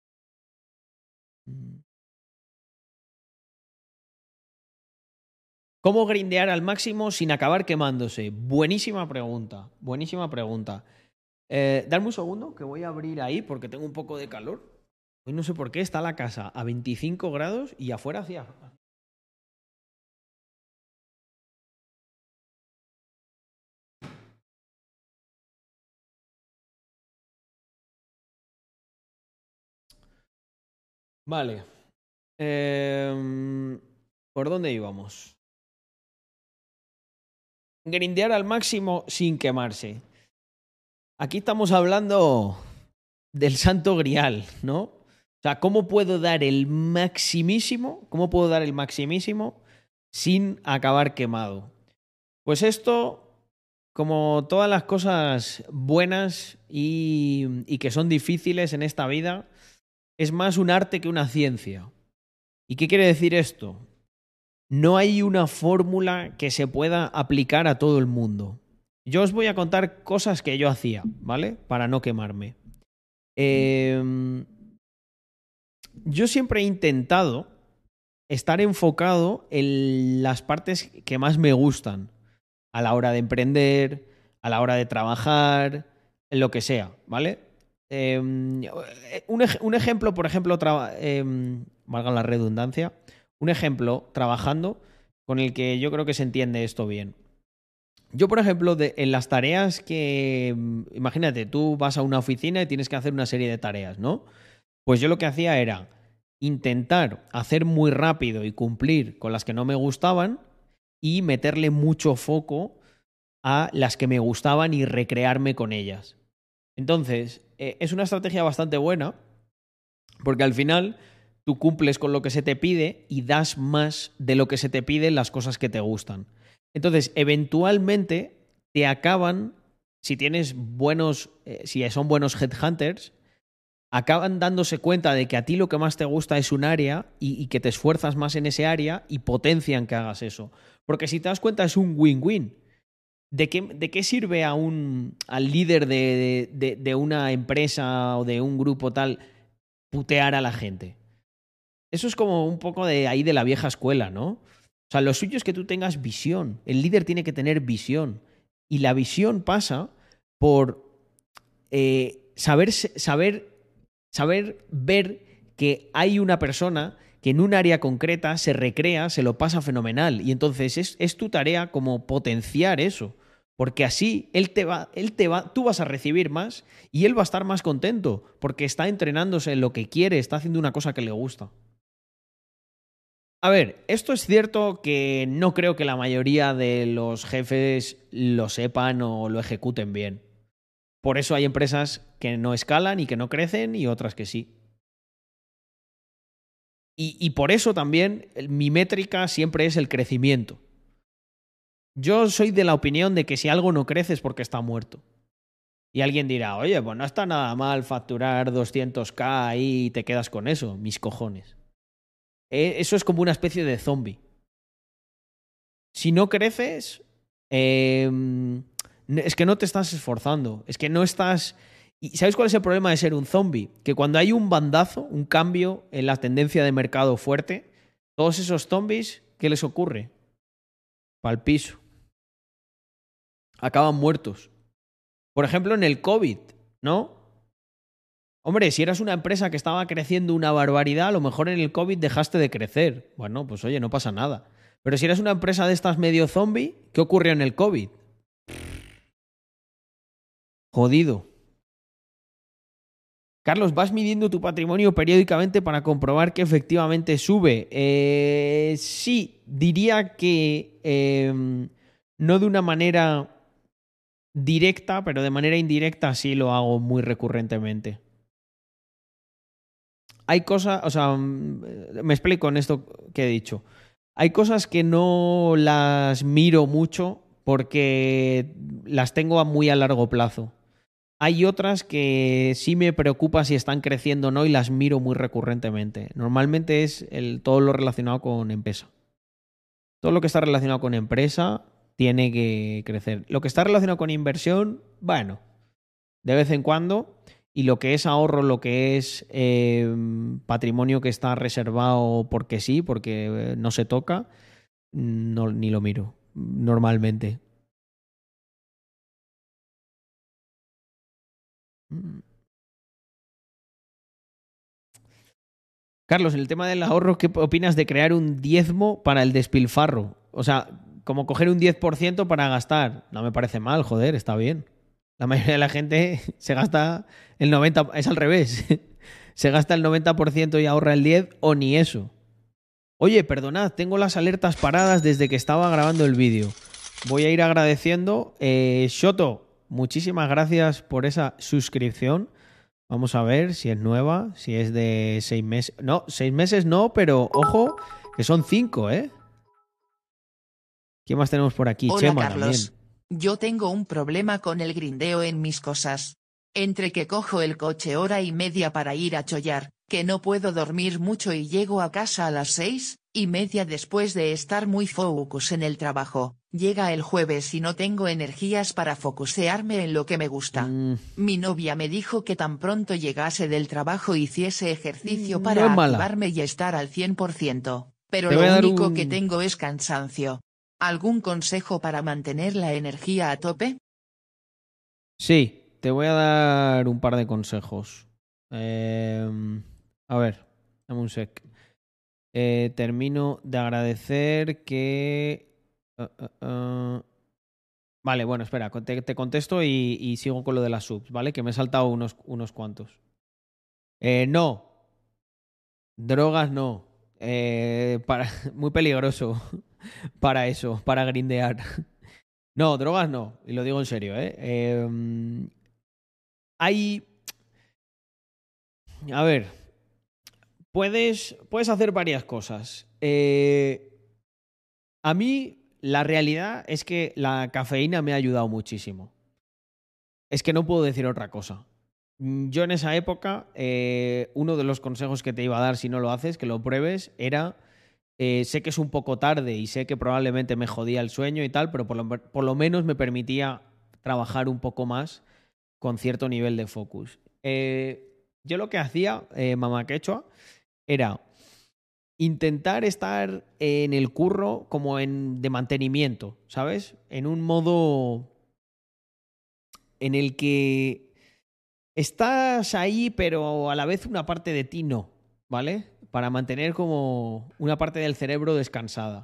¿Cómo grindear al máximo sin acabar quemándose? Buenísima pregunta, buenísima pregunta. Dame un segundo que voy a abrir ahí porque tengo un poco de calor. Hoy no sé por qué está la casa a 25 grados y afuera hacía... Vale. ¿Por dónde íbamos? Grindear al máximo sin quemarse. Aquí estamos hablando del santo grial, ¿no? O sea, ¿cómo puedo dar el maximísimo? ¿Cómo puedo dar el maximísimo sin acabar quemado? Pues esto, como todas las cosas buenas y que son difíciles en esta vida, es más un arte que una ciencia. ¿Y qué quiere decir esto? No hay una fórmula que se pueda aplicar a todo el mundo. Yo os voy a contar cosas que yo hacía, ¿vale? Para no quemarme. Yo siempre he intentado estar enfocado en las partes que más me gustan a la hora de emprender, a la hora de trabajar, en lo que sea, ¿vale? Un ejemplo, por ejemplo, valga la redundancia, un ejemplo trabajando con el que yo creo que se entiende esto bien. Yo, por ejemplo, en las tareas que... Imagínate, tú vas a una oficina y tienes que hacer una serie de tareas, ¿no? Pues yo lo que hacía era intentar hacer muy rápido y cumplir con las que no me gustaban y meterle mucho foco a las que me gustaban y recrearme con ellas. Entonces, es una estrategia bastante buena porque al final tú cumples con lo que se te pide y das más de lo que se te pide en las cosas que te gustan. Entonces, eventualmente te acaban, si tienes buenos, si son buenos headhunters, acaban dándose cuenta de que a ti lo que más te gusta es un área y que te esfuerzas más en ese área y potencian que hagas eso. Porque si te das cuenta es un win-win. ¿De qué sirve al líder de una empresa o de un grupo tal putear a la gente? Eso es como un poco de ahí de la vieja escuela, ¿no? O sea, lo suyo es que tú tengas visión. El líder tiene que tener visión. Y la visión pasa por saber ver que hay una persona que en un área concreta se recrea, se lo pasa fenomenal. Y entonces es tu tarea como potenciar eso. Porque así tú vas a recibir más y él va a estar más contento porque está entrenándose en lo que quiere, está haciendo una cosa que le gusta. A ver, esto es cierto que no creo que la mayoría de los jefes lo sepan o lo ejecuten bien. Por eso hay empresas que no escalan y que no crecen y otras que sí. Y por eso también mi métrica siempre es el crecimiento. Yo soy de la opinión de que si algo no crece es porque está muerto. Y alguien dirá, oye, pues no está nada mal facturar 200.000 ahí y te quedas con eso, mis cojones. Eso es como una especie de zombie. Si no creces, es que no te estás esforzando, es que no estás... ¿Y sabes cuál es el problema de ser un zombie? Que cuando hay un bandazo, un cambio en la tendencia de mercado fuerte, todos esos zombies, ¿qué les ocurre? Pa'l piso. Acaban muertos. Por ejemplo, en el COVID, ¿no? Hombre, si eras una empresa que estaba creciendo una barbaridad, a lo mejor en el COVID dejaste de crecer. Bueno, pues oye, no pasa nada. Pero si eres una empresa de estas medio zombie, ¿qué ocurrió en el COVID? Jodido. Carlos, ¿vas midiendo tu patrimonio periódicamente para comprobar que efectivamente sube? Sí, diría que no de una manera directa, pero de manera indirecta sí lo hago muy recurrentemente. Hay cosas, o sea, me explico en esto que he dicho. Hay cosas que no las miro mucho porque las tengo a muy a largo plazo. Hay otras que sí me preocupa si están creciendo o no y las miro muy recurrentemente. Normalmente es todo lo relacionado con empresa. Todo lo que está relacionado con empresa tiene que crecer. Lo que está relacionado con inversión, bueno, de vez en cuando. Y lo que es ahorro, lo que es patrimonio que está reservado porque sí, porque no se toca, no, ni lo miro normalmente. Carlos, en el tema del ahorro, ¿qué opinas de crear un diezmo para el despilfarro? O sea, como coger un 10% para gastar. No me parece mal, joder, está bien. La mayoría de la gente se gasta el 90%, es al revés. Se gasta el 90% y ahorra el 10% o ni eso. Oye, perdonad, tengo las alertas paradas desde que estaba grabando el vídeo. Voy a ir agradeciendo. Shoto, muchísimas gracias por esa suscripción. Vamos a ver si es nueva, si es de 6 meses. No, 6 meses no, pero ojo, que son 5, ¿eh? ¿Quién más tenemos por aquí? Hola Chema Carlos. también. Yo tengo un problema con el grindeo en mis cosas. Entre que cojo el coche hora y media para ir a chollar, que no puedo dormir mucho y llego a casa a las 6:30 después de estar muy focus en el trabajo, llega el jueves y no tengo energías para focusearme en lo que me gusta. Mi novia me dijo que tan pronto llegase del trabajo hiciese ejercicio No para es mala. activarme y estar al 100%, pero Te voy a lo dar único que un- tengo es cansancio. ¿Algún consejo para mantener la energía a tope? Sí, te voy a dar un par de consejos. A ver, dame un sec. Termino de agradecer que... Vale, bueno, espera, te contesto y sigo con lo de las subs, ¿vale? Que me he saltado unos cuantos. No, drogas no. Muy peligroso para eso, para grindear. No, drogas no, y lo digo en serio, ¿eh? Hay... A ver, puedes hacer varias cosas. A mí la realidad es que la cafeína me ha ayudado muchísimo. Es que no puedo decir otra cosa. Yo en esa época, uno de los consejos que te iba a dar si no lo haces, que lo pruebes, era, sé que es un poco tarde y sé que probablemente me jodía el sueño y tal, pero por lo menos me permitía trabajar un poco más con cierto nivel de focus. Yo lo que hacía, mamá quechua, era intentar estar en el curro como de mantenimiento, ¿sabes? En un modo en el que estás ahí, pero a la vez una parte de ti no, ¿vale? Para mantener como una parte del cerebro descansada.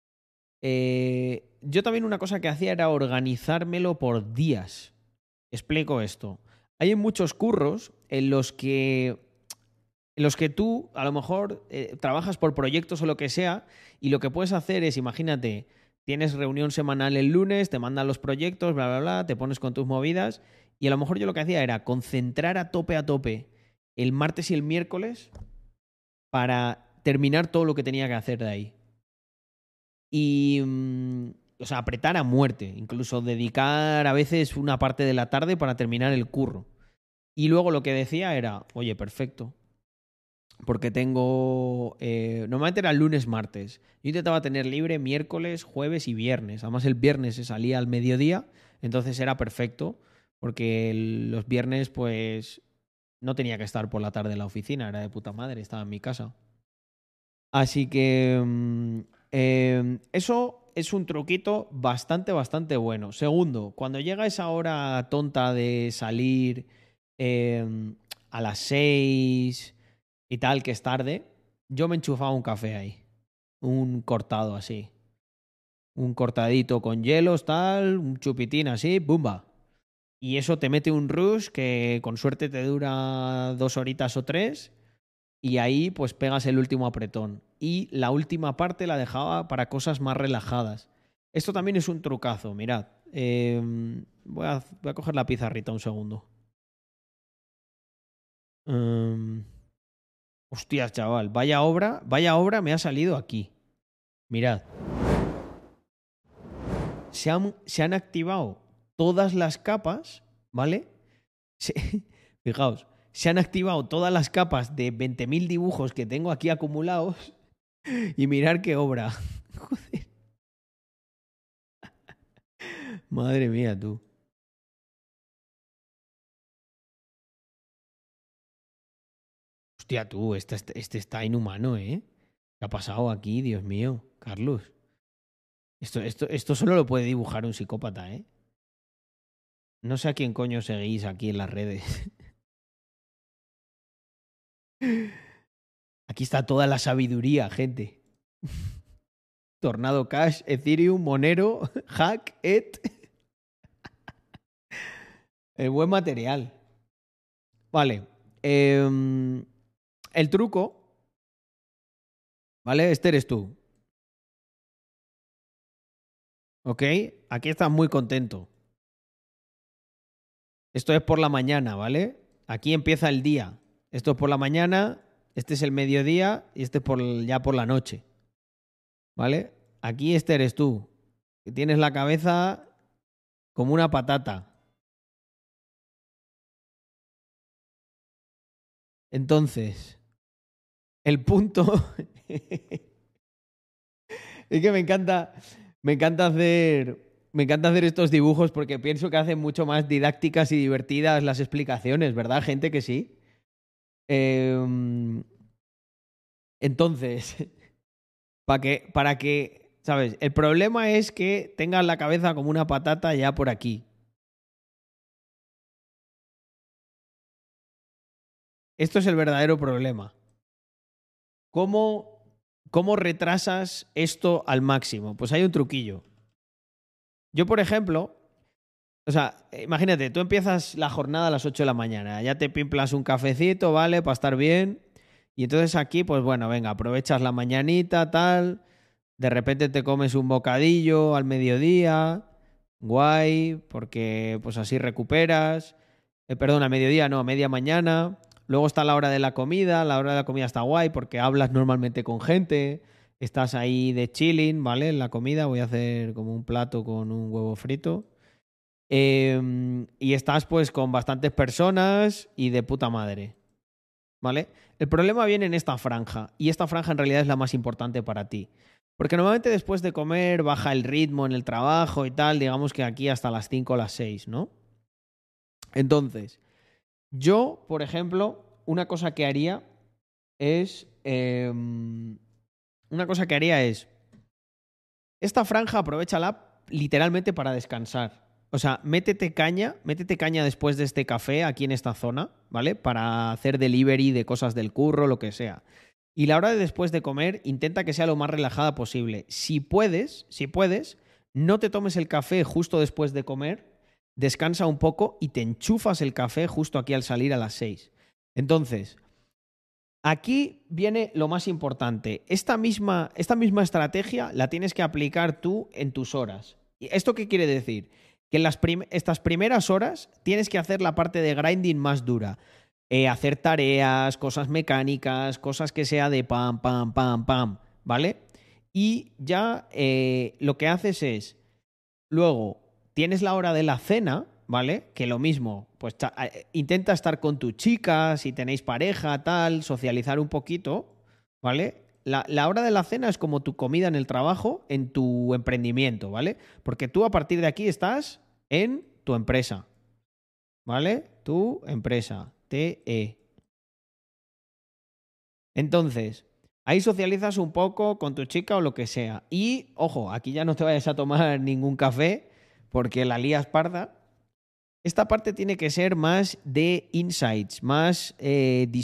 Yo también una cosa que hacía era organizármelo por días. Explico esto. Hay muchos curros en los que tú a lo mejor trabajas por proyectos o lo que sea y lo que puedes hacer es, imagínate, tienes reunión semanal el lunes, te mandan los proyectos, bla, bla, bla, te pones con tus movidas y a lo mejor yo lo que hacía era concentrar a tope el martes y el miércoles para terminar todo lo que tenía que hacer de ahí. Y, o sea, apretar a muerte, incluso dedicar a veces una parte de la tarde para terminar el curro. Y luego lo que decía era, oye, perfecto, porque tengo... normalmente era lunes, martes. Yo intentaba tener libre miércoles, jueves y viernes. Además el viernes se salía al mediodía, entonces era perfecto, porque los viernes pues no tenía que estar por la tarde en la oficina, era de puta madre, estaba en mi casa. Así que eso es un truquito bastante bueno. Segundo, cuando llega esa hora tonta de salir a las 6 y tal, que es tarde, yo me enchufaba un café ahí, un cortado así. Un cortadito con hielos, tal, un chupitín así, ¡bumba! Y eso te mete un rush que con suerte te dura 2 horitas o 3 y ahí pues pegas el último apretón. Y la última parte la dejaba para cosas más relajadas. Esto también es un trucazo, mirad. Voy a coger la pizarrita un segundo. Hostias, chaval, vaya obra me ha salido aquí. Mirad. Se han activado todas las capas, ¿vale? Fijaos, se han activado todas las capas de 20.000 dibujos que tengo aquí acumulados y mirar qué obra. Joder. Madre mía, tú. Hostia, tú, este está inhumano, ¿eh? ¿Qué ha pasado aquí, Dios mío? Carlos. Esto solo lo puede dibujar un psicópata, ¿eh? No sé a quién coño seguís aquí en las redes. Aquí está toda la sabiduría, gente. Tornado Cash, Ethereum, Monero, Hack, El buen material. Vale. El truco. ¿Vale? Este eres tú. ¿Ok? Aquí estás muy contento. Esto es por la mañana, ¿vale? Aquí empieza el día. Esto es por la mañana, este es el mediodía y este es ya por la noche. ¿Vale? Aquí este eres tú, que tienes la cabeza como una patata. Entonces, el punto es que me encanta hacer estos dibujos porque pienso que hacen mucho más didácticas y divertidas las explicaciones, ¿verdad? Gente que sí. Entonces, para que, ¿sabes? El problema es que tengas la cabeza como una patata ya por aquí. Esto es el verdadero problema. ¿Cómo retrasas esto al máximo? Pues hay un truquillo. Yo, por ejemplo, o sea, imagínate, tú empiezas la jornada a las 8 de la mañana, ya te pimplas un cafecito, ¿vale? Para estar bien. Y entonces aquí, pues bueno, venga, aprovechas la mañanita, tal. De repente te comes un bocadillo al mediodía. Guay, porque pues así recuperas. Perdón, a mediodía no, a media mañana. Luego está la hora de la comida. La hora de la comida está guay porque hablas normalmente con gente. Estás ahí de chilling, ¿vale? En la comida voy a hacer como un plato con un huevo frito. Y estás pues con bastantes personas y de puta madre. ¿Vale? El problema viene en esta franja. Y esta franja en realidad es la más importante para ti. Porque normalmente después de comer baja el ritmo en el trabajo y tal. Digamos que aquí hasta las 5 o las 6, ¿no? Entonces, yo, por ejemplo, una cosa que haría es... esta franja aprovechala literalmente para descansar. O sea, métete caña después de este café aquí en esta zona, ¿vale? Para hacer delivery de cosas del curro, lo que sea. Y la hora de después de comer, intenta que sea lo más relajada posible. Si puedes, no te tomes el café justo después de comer, descansa un poco y te enchufas el café justo aquí al salir a las 6. Entonces, aquí viene lo más importante. Esta misma estrategia la tienes que aplicar tú en tus horas. ¿Esto qué quiere decir? Que en estas primeras horas tienes que hacer la parte de grinding más dura. Hacer tareas, cosas mecánicas, cosas que sea de pam, pam, pam, pam, ¿vale? Y ya lo que haces es, luego tienes la hora de la cena, ¿vale? Que lo mismo, pues intenta estar con tu chica, si tenéis pareja, tal, socializar un poquito, ¿vale? La hora de la cena es como tu comida en el trabajo, en tu emprendimiento, ¿vale? Porque tú a partir de aquí estás en tu empresa, ¿vale? Tu empresa, TE. Entonces, ahí socializas un poco con tu chica o lo que sea. Y, ojo, aquí ya no te vayas a tomar ningún café porque la lías parda. Esta parte tiene que ser más de insights, más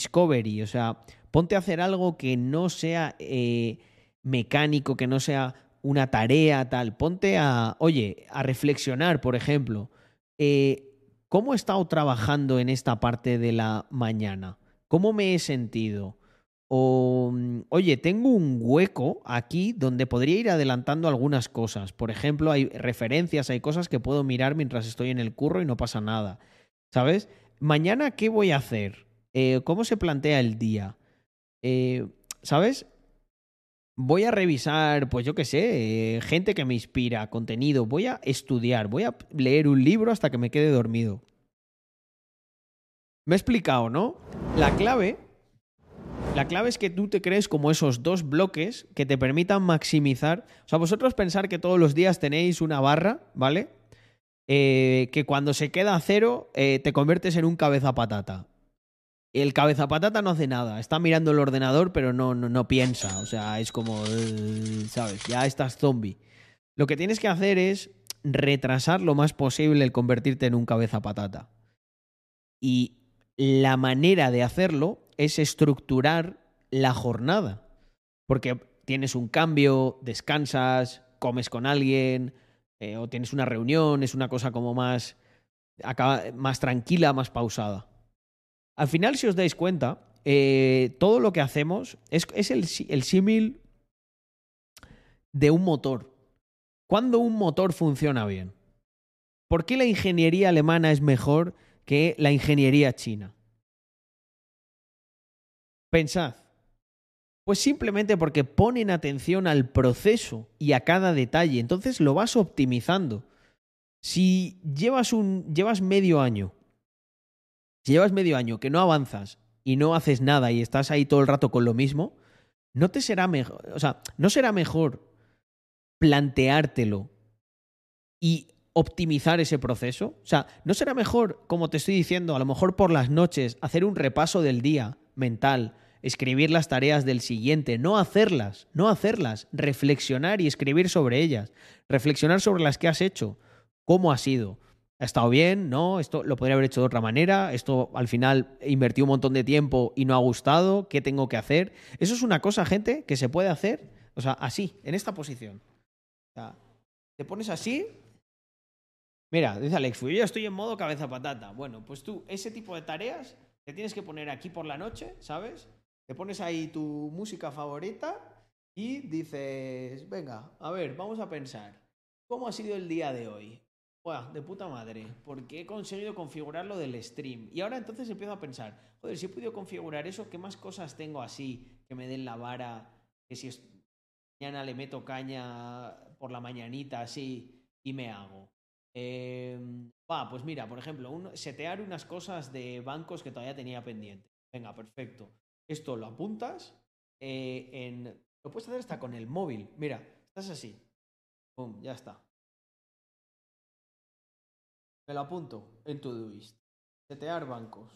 discovery. O sea, ponte a hacer algo que no sea mecánico, que no sea una tarea, tal. Ponte oye, a reflexionar, por ejemplo. ¿Cómo he estado trabajando en esta parte de la mañana? ¿Cómo me he sentido? O, oye, tengo un hueco aquí donde podría ir adelantando algunas cosas. Por ejemplo, hay referencias, hay cosas que puedo mirar mientras estoy en el curro y no pasa nada. ¿Sabes? Mañana, ¿qué voy a hacer? ¿Cómo se plantea el día? ¿Sabes? Voy a revisar, pues yo qué sé, gente que me inspira, contenido. Voy a estudiar, voy a leer un libro hasta que me quede dormido. Me he explicado, ¿no? La clave es que tú te crees como esos dos bloques que te permitan maximizar. O sea, vosotros pensar que todos los días tenéis una barra, ¿vale? Que cuando se queda a cero te conviertes en un cabeza patata. El cabeza patata no hace nada, está mirando el ordenador pero no piensa, o sea, es como, ¿sabes? Ya estás zombie. Lo que tienes que hacer es retrasar lo más posible el convertirte en un cabeza patata. Y la manera de hacerlo es estructurar la jornada, porque tienes un cambio, descansas, comes con alguien, o tienes una reunión, es una cosa como más tranquila, más pausada. Al final, si os dais cuenta, todo lo que hacemos es el símil de un motor. ¿Cuándo un motor funciona bien? ¿Por qué la ingeniería alemana es mejor que la ingeniería china? Pensad. Pues simplemente porque ponen atención al proceso y a cada detalle. Entonces lo vas optimizando. Si llevas medio año que no avanzas y no haces nada y estás ahí todo el rato con lo mismo, no te será mejor, o sea, no será mejor planteártelo y optimizar ese proceso. O sea, no será mejor, como te estoy diciendo, a lo mejor por las noches hacer un repaso del día mental, escribir las tareas del siguiente, no hacerlas, reflexionar y escribir sobre ellas, reflexionar sobre las que has hecho, cómo ha sido. ¿Ha estado bien? ¿No? ¿Esto lo podría haber hecho de otra manera? ¿Esto al final invertí un montón de tiempo y no ha gustado? ¿Qué tengo que hacer? Eso es una cosa, gente, que se puede hacer, o sea, así, en esta posición. O sea, te pones así. Mira, dice Alex, yo ya estoy en modo cabeza patata. Bueno, pues tú, ese tipo de tareas te tienes que poner aquí por la noche, ¿sabes? Te pones ahí tu música favorita y dices, venga, a ver, vamos a pensar. ¿Cómo ha sido el día de hoy? Buah, de puta madre, porque he conseguido configurar lo del stream. Y ahora entonces empiezo a pensar, joder, si he podido configurar eso, ¿qué más cosas tengo así que me den la vara? Que si mañana le meto caña por la mañanita así y me hago. Pues mira, por ejemplo, setear unas cosas de bancos que todavía tenía pendiente. Venga, perfecto. Esto lo apuntas lo puedes hacer hasta con el móvil. Mira, estás así. Pum, ya está. Me lo apunto en Todoist. Setear bancos.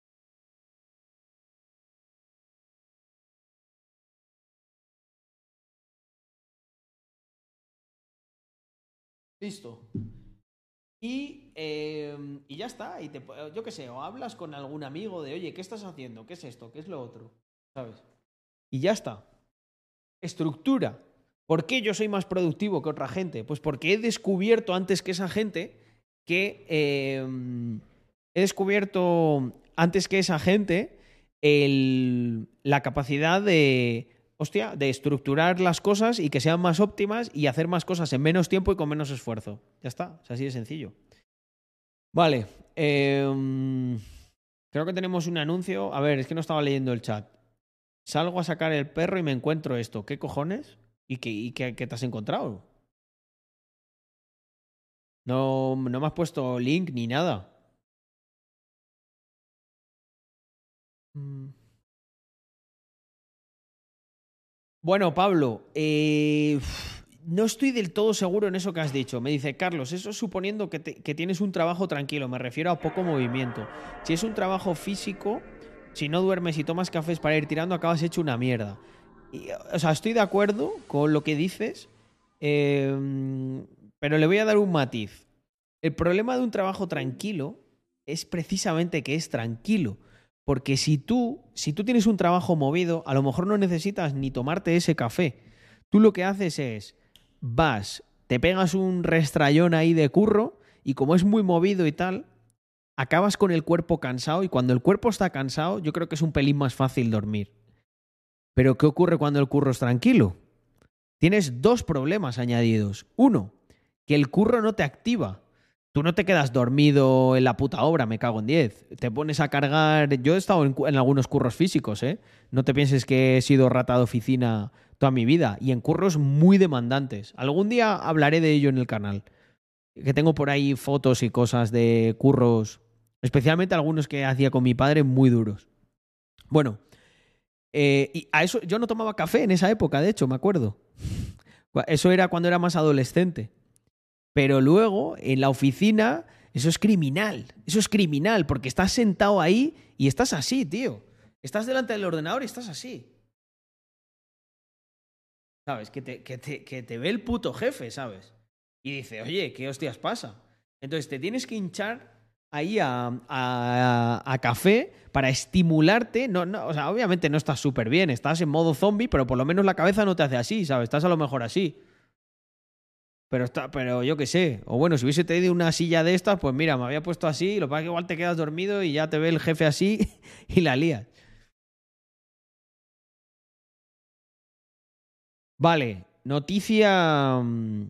Listo. Y ya está. Yo qué sé, o hablas con algún amigo de, oye, ¿qué estás haciendo? ¿Qué es esto? ¿Qué es lo otro? ¿Sabes? Y ya está. Estructura. ¿Por qué yo soy más productivo que otra gente? Pues porque he descubierto antes que esa gente la capacidad de estructurar las cosas y que sean más óptimas y hacer más cosas en menos tiempo y con menos esfuerzo. Ya está, es así de sencillo. Vale. Creo que tenemos un anuncio. A ver, es que no estaba leyendo el chat. Salgo a sacar el perro y me encuentro esto. ¿Qué cojones? ¿Y qué te has encontrado? No me has puesto link ni nada. Bueno, Pablo, no estoy del todo seguro en eso que has dicho. Me dice, Carlos, eso suponiendo que tienes un trabajo tranquilo, me refiero a poco movimiento. Si es un trabajo físico, si no duermes y tomas cafés para ir tirando, acabas hecho una mierda. O sea, estoy de acuerdo con lo que dices, pero le voy a dar un matiz. El problema de un trabajo tranquilo es precisamente que es tranquilo. Porque si tú tienes un trabajo movido, a lo mejor no necesitas ni tomarte ese café. Tú lo que haces es vas, te pegas un restrayón ahí de curro y como es muy movido y tal, acabas con el cuerpo cansado y cuando el cuerpo está cansado yo creo que es un pelín más fácil dormir. Pero ¿qué ocurre cuando el curro es tranquilo? Tienes dos problemas añadidos. Uno, que el curro no te activa. Tú no te quedas dormido en la puta obra, me cago en 10. Te pones a cargar... Yo he estado en algunos curros físicos, ¿eh? No te pienses que he sido rata de oficina toda mi vida. Y en curros muy demandantes. Algún día hablaré de ello en el canal. Que tengo por ahí fotos y cosas de curros, especialmente algunos que hacía con mi padre, muy duros. Bueno, y a eso yo no tomaba café en esa época, de hecho, me acuerdo. Eso era cuando era más adolescente. Pero luego, en la oficina, eso es criminal. Eso es criminal, porque estás sentado ahí y estás así, tío. Estás delante del ordenador y estás así. ¿Sabes? Que te ve el puto jefe, ¿sabes? Y dice, oye, ¿qué hostias pasa? Entonces te tienes que hinchar ahí a café para estimularte. No, o sea, obviamente no estás súper bien, estás en modo zombie, pero por lo menos la cabeza no te hace así, ¿sabes? Estás a lo mejor así. Pero yo qué sé. O bueno, si hubiese tenido una silla de estas, pues mira, me había puesto así, lo que pasa es que igual te quedas dormido y ya te ve el jefe así y la lías. Vale, noticia.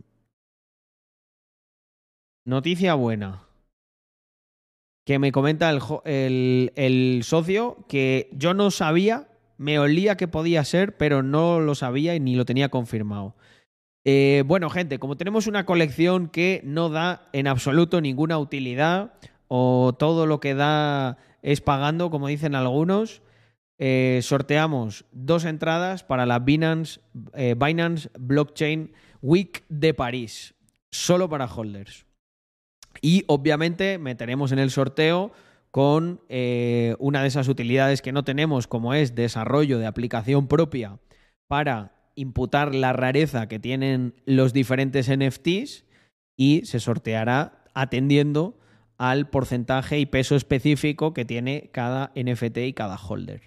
Noticia buena. Que me comenta el socio que yo no sabía, me olía que podía ser, pero no lo sabía y ni lo tenía confirmado. Bueno, gente, como tenemos una colección que no da en absoluto ninguna utilidad o todo lo que da es pagando, como dicen algunos, sorteamos 2 entradas para la Binance Blockchain Week de París, solo para holders. Y obviamente meteremos en el sorteo con una de esas utilidades que no tenemos, como es desarrollo de aplicación propia para imputar la rareza que tienen los diferentes NFTs y se sorteará atendiendo al porcentaje y peso específico que tiene cada NFT y cada holder.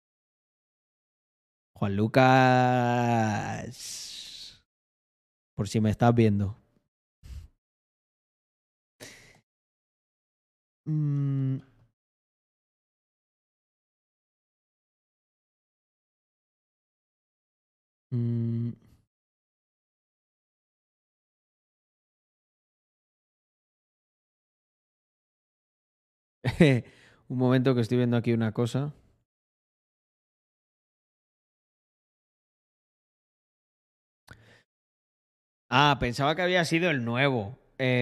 Juan Lucas, por si me estás viendo. Mm. Mm. Un momento que estoy viendo aquí una cosa. Ah, pensaba que había sido el nuevo.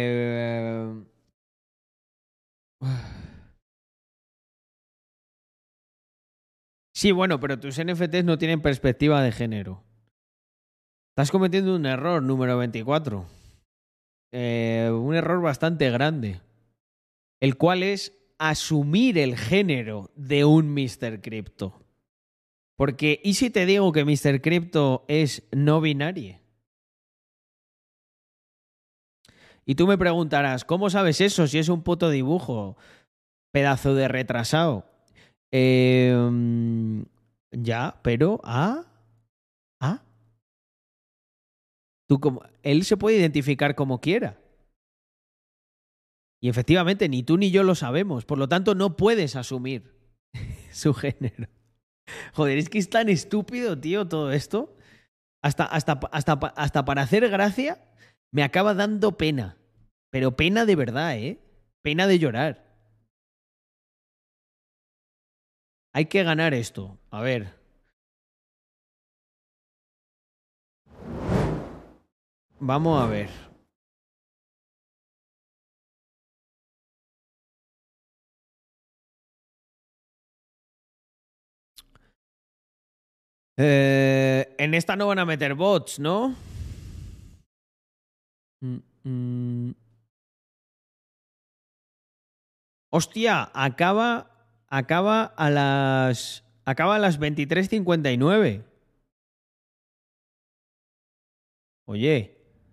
Sí, bueno, pero tus NFTs no tienen perspectiva de género. Estás cometiendo un error, número 24. Un error bastante grande. El cual es asumir el género de un Mr. Crypto. Porque, ¿y si te digo que Mr. Crypto es no binario? Y tú me preguntarás, ¿cómo sabes eso si es un puto dibujo? Pedazo de retrasado. Ya, pero... Ah. Él se puede identificar como quiera. Y efectivamente, ni tú ni yo lo sabemos. Por lo tanto, no puedes asumir su género. Joder, es que es tan estúpido, tío, todo esto. Hasta para hacer gracia me acaba dando pena. Pero pena de verdad, ¿eh? Pena de llorar. Hay que ganar esto. A ver. Vamos a ver. En esta no van a meter bots, ¿no? Mm, mm. Hostia, acaba a las 23:59. Oye,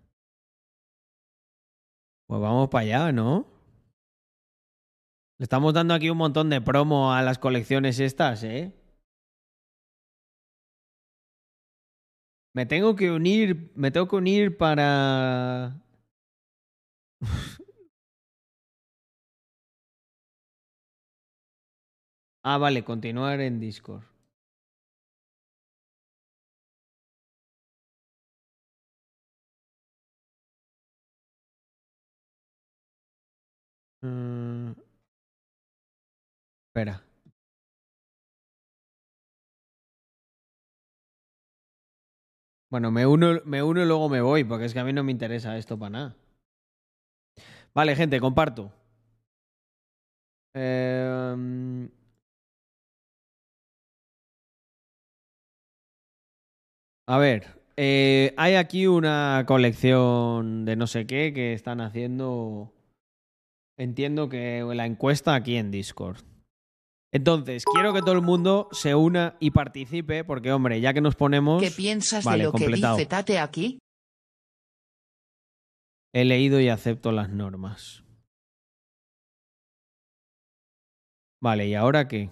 pues vamos para allá, ¿no? Le estamos dando aquí un montón de promo a las colecciones estas, ¿eh? Me tengo que unir para... Ah, vale, continuar en Discord. Espera. Bueno, me uno y luego me voy, porque es que a mí no me interesa esto para nada. Vale, gente, comparto. A ver, hay aquí una colección de no sé qué que están haciendo. Entiendo que la encuesta aquí en Discord. Entonces, quiero que todo el mundo se una y participe, porque, hombre, ya que nos ponemos... ¿Qué piensas Vale, de lo completado. que dice Tate aquí? He leído y acepto las normas. Vale, ¿y ahora qué?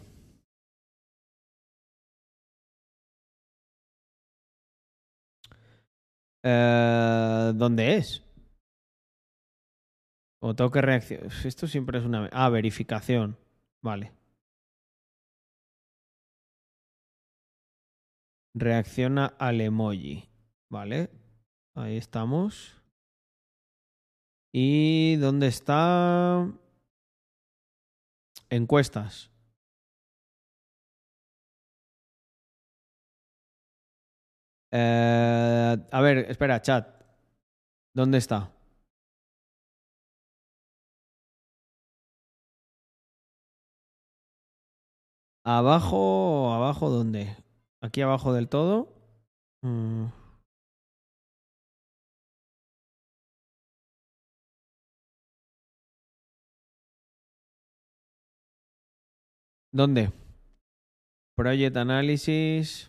¿Dónde es? O tengo que reaccionar. Esto siempre es una... Ah, verificación. Vale. Reacciona al emoji. Vale. Ahí estamos. ¿Y dónde está? Encuestas. A ver, espera, chat. ¿Dónde está? ¿Abajo? ¿Abajo dónde? ¿Aquí abajo del todo? Mm. ¿Dónde? Project Analysis,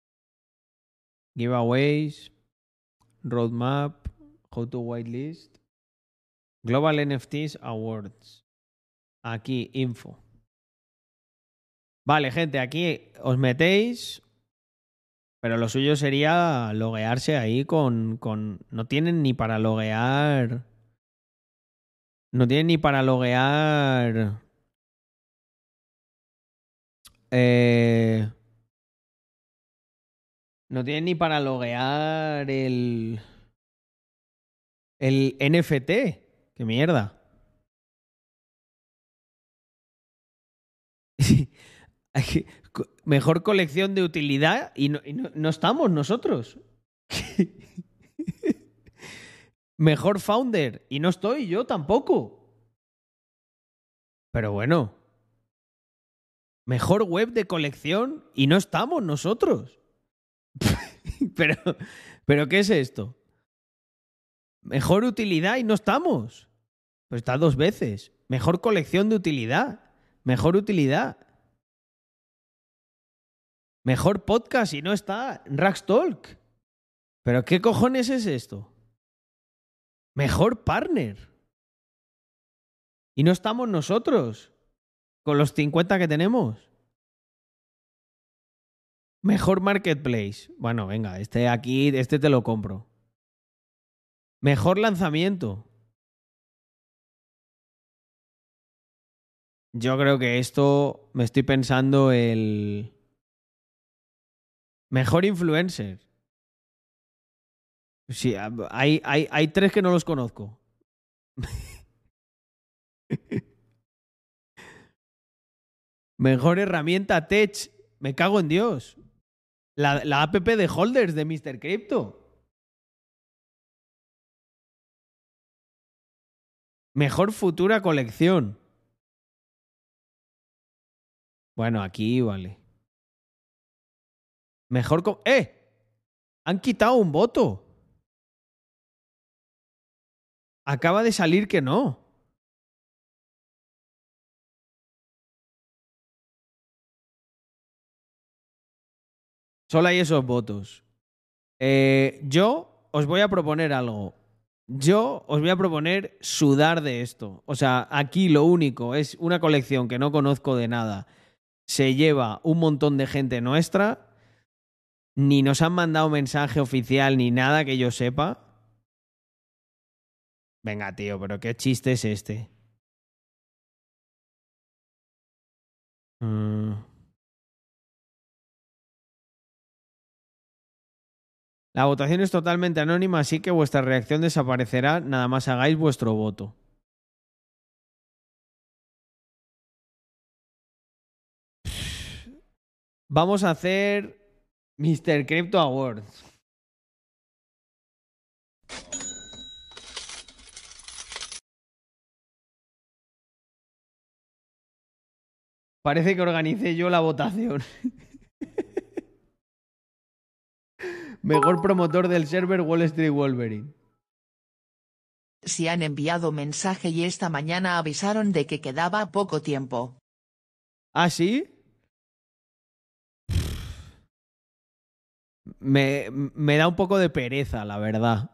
Giveaways, Roadmap, How to Whitelist, Global NFTs Awards. Aquí, info. Vale, gente, aquí os metéis, pero lo suyo sería loguearse ahí con... No tienen ni para loguear... No tienen ni para loguear... No tienen ni para loguear el NFT. ¡Qué mierda! Mejor colección de utilidad y no estamos nosotros. Mejor founder y no estoy yo tampoco. Pero bueno. Mejor web de colección y no estamos nosotros. pero ¿qué es esto? Mejor utilidad y no estamos. Pues está dos veces. Mejor colección de utilidad. Mejor utilidad. Mejor podcast y no está Rax Talk. ¿Pero qué cojones es esto? Mejor partner. Y no estamos nosotros. Con los 50 que tenemos. Mejor marketplace. Bueno, venga, este te lo compro. Mejor lanzamiento. Yo creo que esto me estoy pensando el... Mejor influencer. Sí, hay tres que no los conozco. Mejor herramienta Tech. Me cago en Dios. La app de holders de Mr. Crypto. Mejor futura colección. Bueno, aquí vale. Mejor... Han quitado un voto. Acaba de salir que no. Solo hay esos votos. Yo os voy a proponer algo. Yo os voy a proponer sudar de esto. O sea, aquí lo único es una colección que no conozco de nada. Se lleva un montón de gente nuestra. Ni nos han mandado mensaje oficial ni nada que yo sepa. Venga, tío, pero ¿qué chiste es este? La votación es totalmente anónima, así que vuestra reacción desaparecerá nada más hagáis vuestro voto. Vamos a hacer Mr. Crypto Awards. Parece que organicé yo la votación. Mejor promotor del server Wall Street Wolverine. Si han enviado mensaje y esta mañana avisaron de que quedaba poco tiempo. ¿Ah, sí? Me da un poco de pereza, la verdad.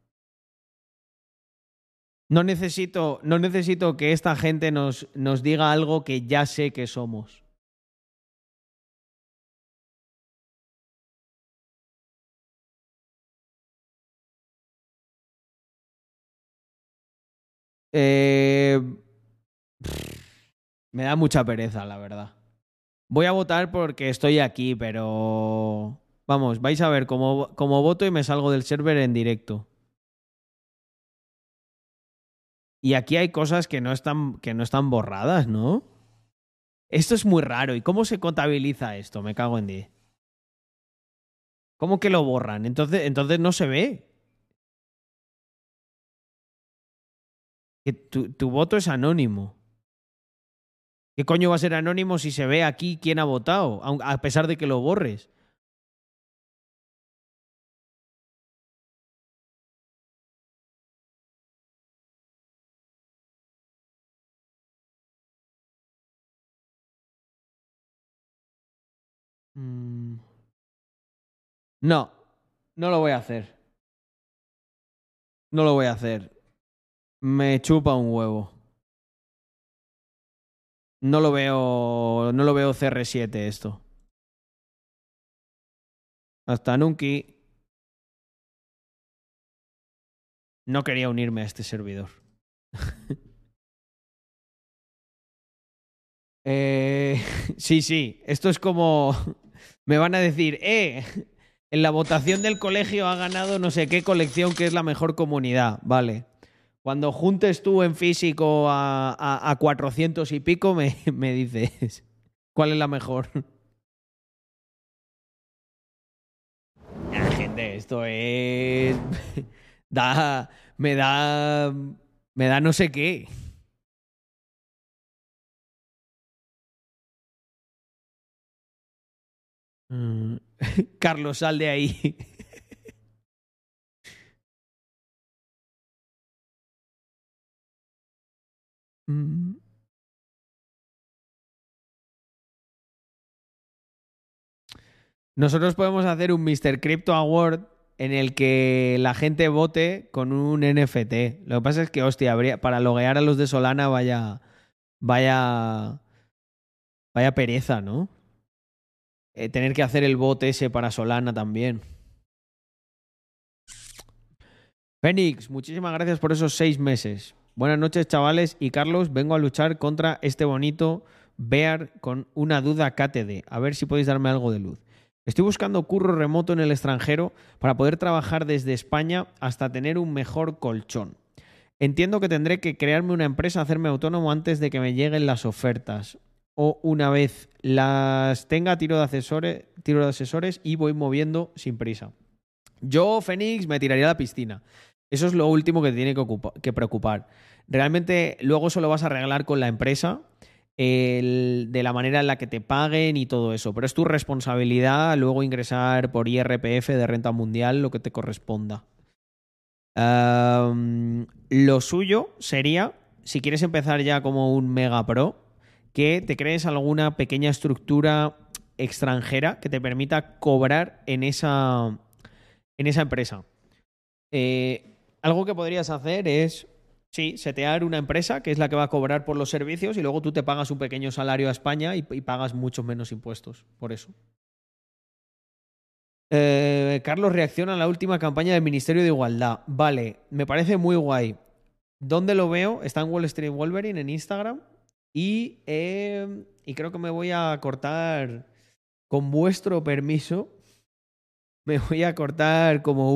No necesito que esta gente nos diga algo que ya sé que somos. Me da mucha pereza, la verdad. Voy a votar porque estoy aquí, pero... Vamos, vais a ver cómo voto y me salgo del server en directo. Y aquí hay cosas que no están borradas, ¿no? Esto es muy raro. ¿Y cómo se contabiliza esto? Me cago en 10. ¿Cómo que lo borran? Entonces no se ve. Que tu voto es anónimo. ¿Qué coño va a ser anónimo si se ve aquí quién ha votado? A pesar de que lo borres. No, no lo voy a hacer. No lo voy a hacer. Me chupa un huevo. No lo veo CR7 esto. Hasta nunca. No quería unirme a este servidor. Sí. Esto es como... Me van a decir, en la votación del colegio ha ganado no sé qué colección que es la mejor comunidad. Vale. Cuando juntes tú en físico a 400 y pico, me dices cuál es la mejor. Gente, esto es... Me da no sé qué. Carlos, sal de ahí. Nosotros podemos hacer un Mr. Crypto Award en el que la gente vote con un NFT. Lo que pasa es que, hostia, para loguear a los de Solana vaya pereza, ¿no? Tener que hacer el bot ese para Solana también. Fénix, muchísimas gracias por esos 6 meses. Buenas noches, chavales. Y Carlos, vengo a luchar contra este bonito Bear con una duda KTD. A ver si podéis darme algo de luz. Estoy buscando curro remoto en el extranjero para poder trabajar desde España hasta tener un mejor colchón. Entiendo que tendré que crearme una empresa, hacerme autónomo antes de que me lleguen las ofertas. O una vez las tenga, tiro de asesores y voy moviendo sin prisa. Yo, Fénix, me tiraría a la piscina. Eso es lo último que te tiene que preocupar. Realmente luego eso lo vas a arreglar con la empresa, de la manera en la que te paguen y todo eso. Pero es tu responsabilidad luego ingresar por IRPF de renta mundial lo que te corresponda. Lo suyo sería, si quieres empezar ya como un mega pro, que te crees alguna pequeña estructura extranjera que te permita cobrar en esa empresa. Algo que podrías hacer es, sí, setear una empresa que es la que va a cobrar por los servicios y luego tú te pagas un pequeño salario a España y pagas muchos menos impuestos por eso. Carlos reacciona a la última campaña del Ministerio de Igualdad. Vale, me parece muy guay. ¿Dónde lo veo? Está en Wall Street Wolverine en Instagram. Y creo que me voy a cortar, con vuestro permiso, me voy a cortar como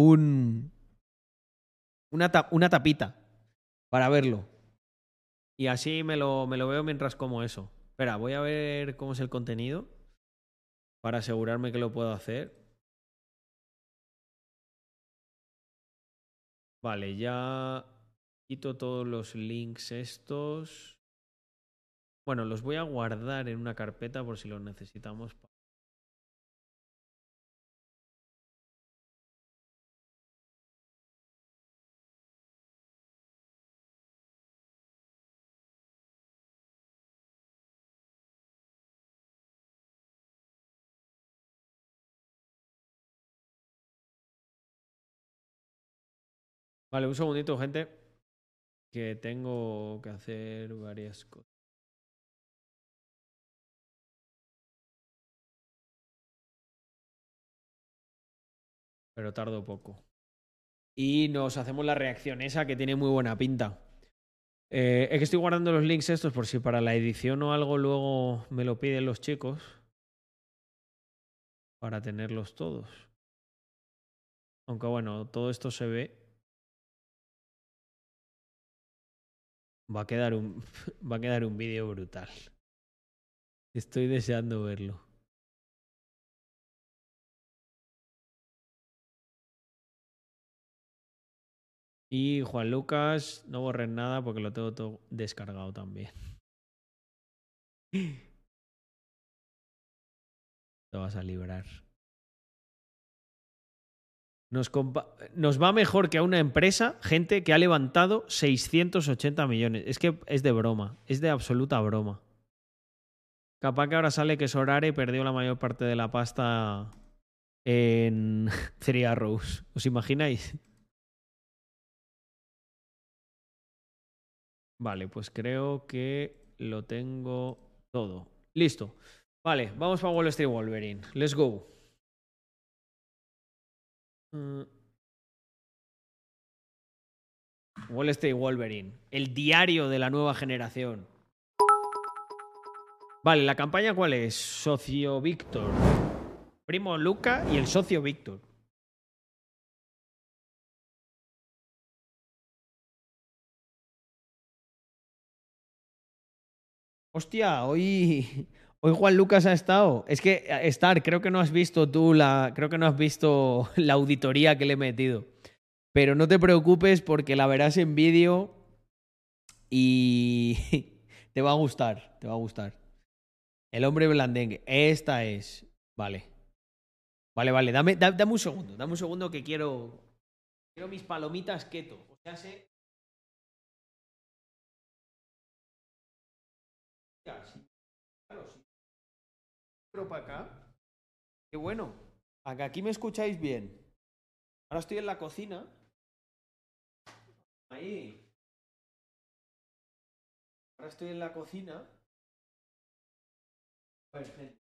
una tapita para verlo. Y así me lo veo mientras como eso. Espera, voy a ver cómo es el contenido para asegurarme que lo puedo hacer. Vale, ya quito todos los links estos. Bueno, los voy a guardar en una carpeta por si los necesitamos. Vale, un segundito, gente, que tengo que hacer varias cosas. Pero tardo poco. Y nos hacemos la reacción esa que tiene muy buena pinta. Es que estoy guardando los links estos por si para la edición o algo luego me lo piden los chicos. Para tenerlos todos. Aunque bueno, todo esto se ve. Va a quedar va a quedar un vídeo brutal. Estoy deseando verlo. Y Juan Lucas, no borres nada porque lo tengo todo descargado también. Te vas a librar. Nos va mejor que a una empresa, gente que ha levantado 680 millones. Es que es de broma, es de absoluta broma. Capaz que ahora sale que Sorare perdió la mayor parte de la pasta en Three Arrows. ¿Os imagináis? Vale, pues creo que lo tengo todo. Listo. Vale, vamos para Wall Street Wolverine. Let's go. Wall Street Wolverine. El diario de la nueva generación. Vale, ¿la campaña cuál es? Socio Víctor. Primo Luca y el socio Víctor. Hostia, hoy Juan Lucas ha estado. Es que, Star, creo que no has visto creo que no has visto la auditoría que le he metido. Pero no te preocupes porque la verás en vídeo y te va a gustar, te va a gustar. El hombre blandengue. Esta es. Vale. Vale, dame un segundo que quiero mis palomitas keto. O sea, claro, sí. Pero para acá. Qué bueno. Aquí me escucháis bien. Ahora estoy en la cocina. Ahí. Ahora estoy en la cocina. Perfecto.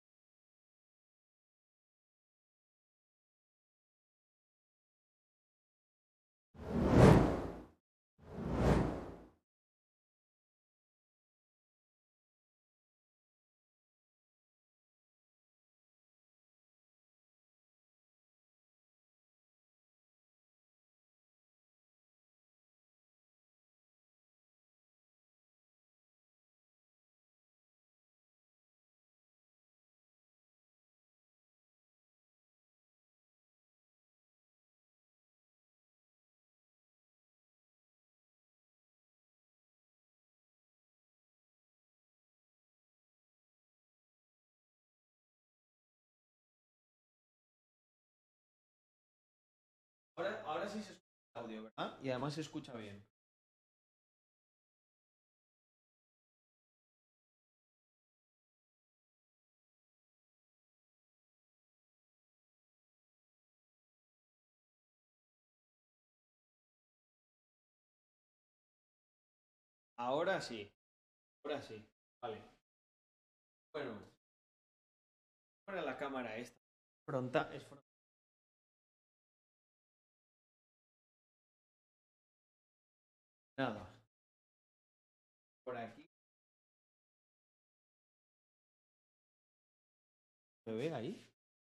Ahora sí se escucha el audio, ¿verdad? Y además se escucha bien. Ahora sí. Ahora sí. Vale. Bueno. Para la cámara esta. Es frontal. Nada. Por aquí. ¿Se ve ahí?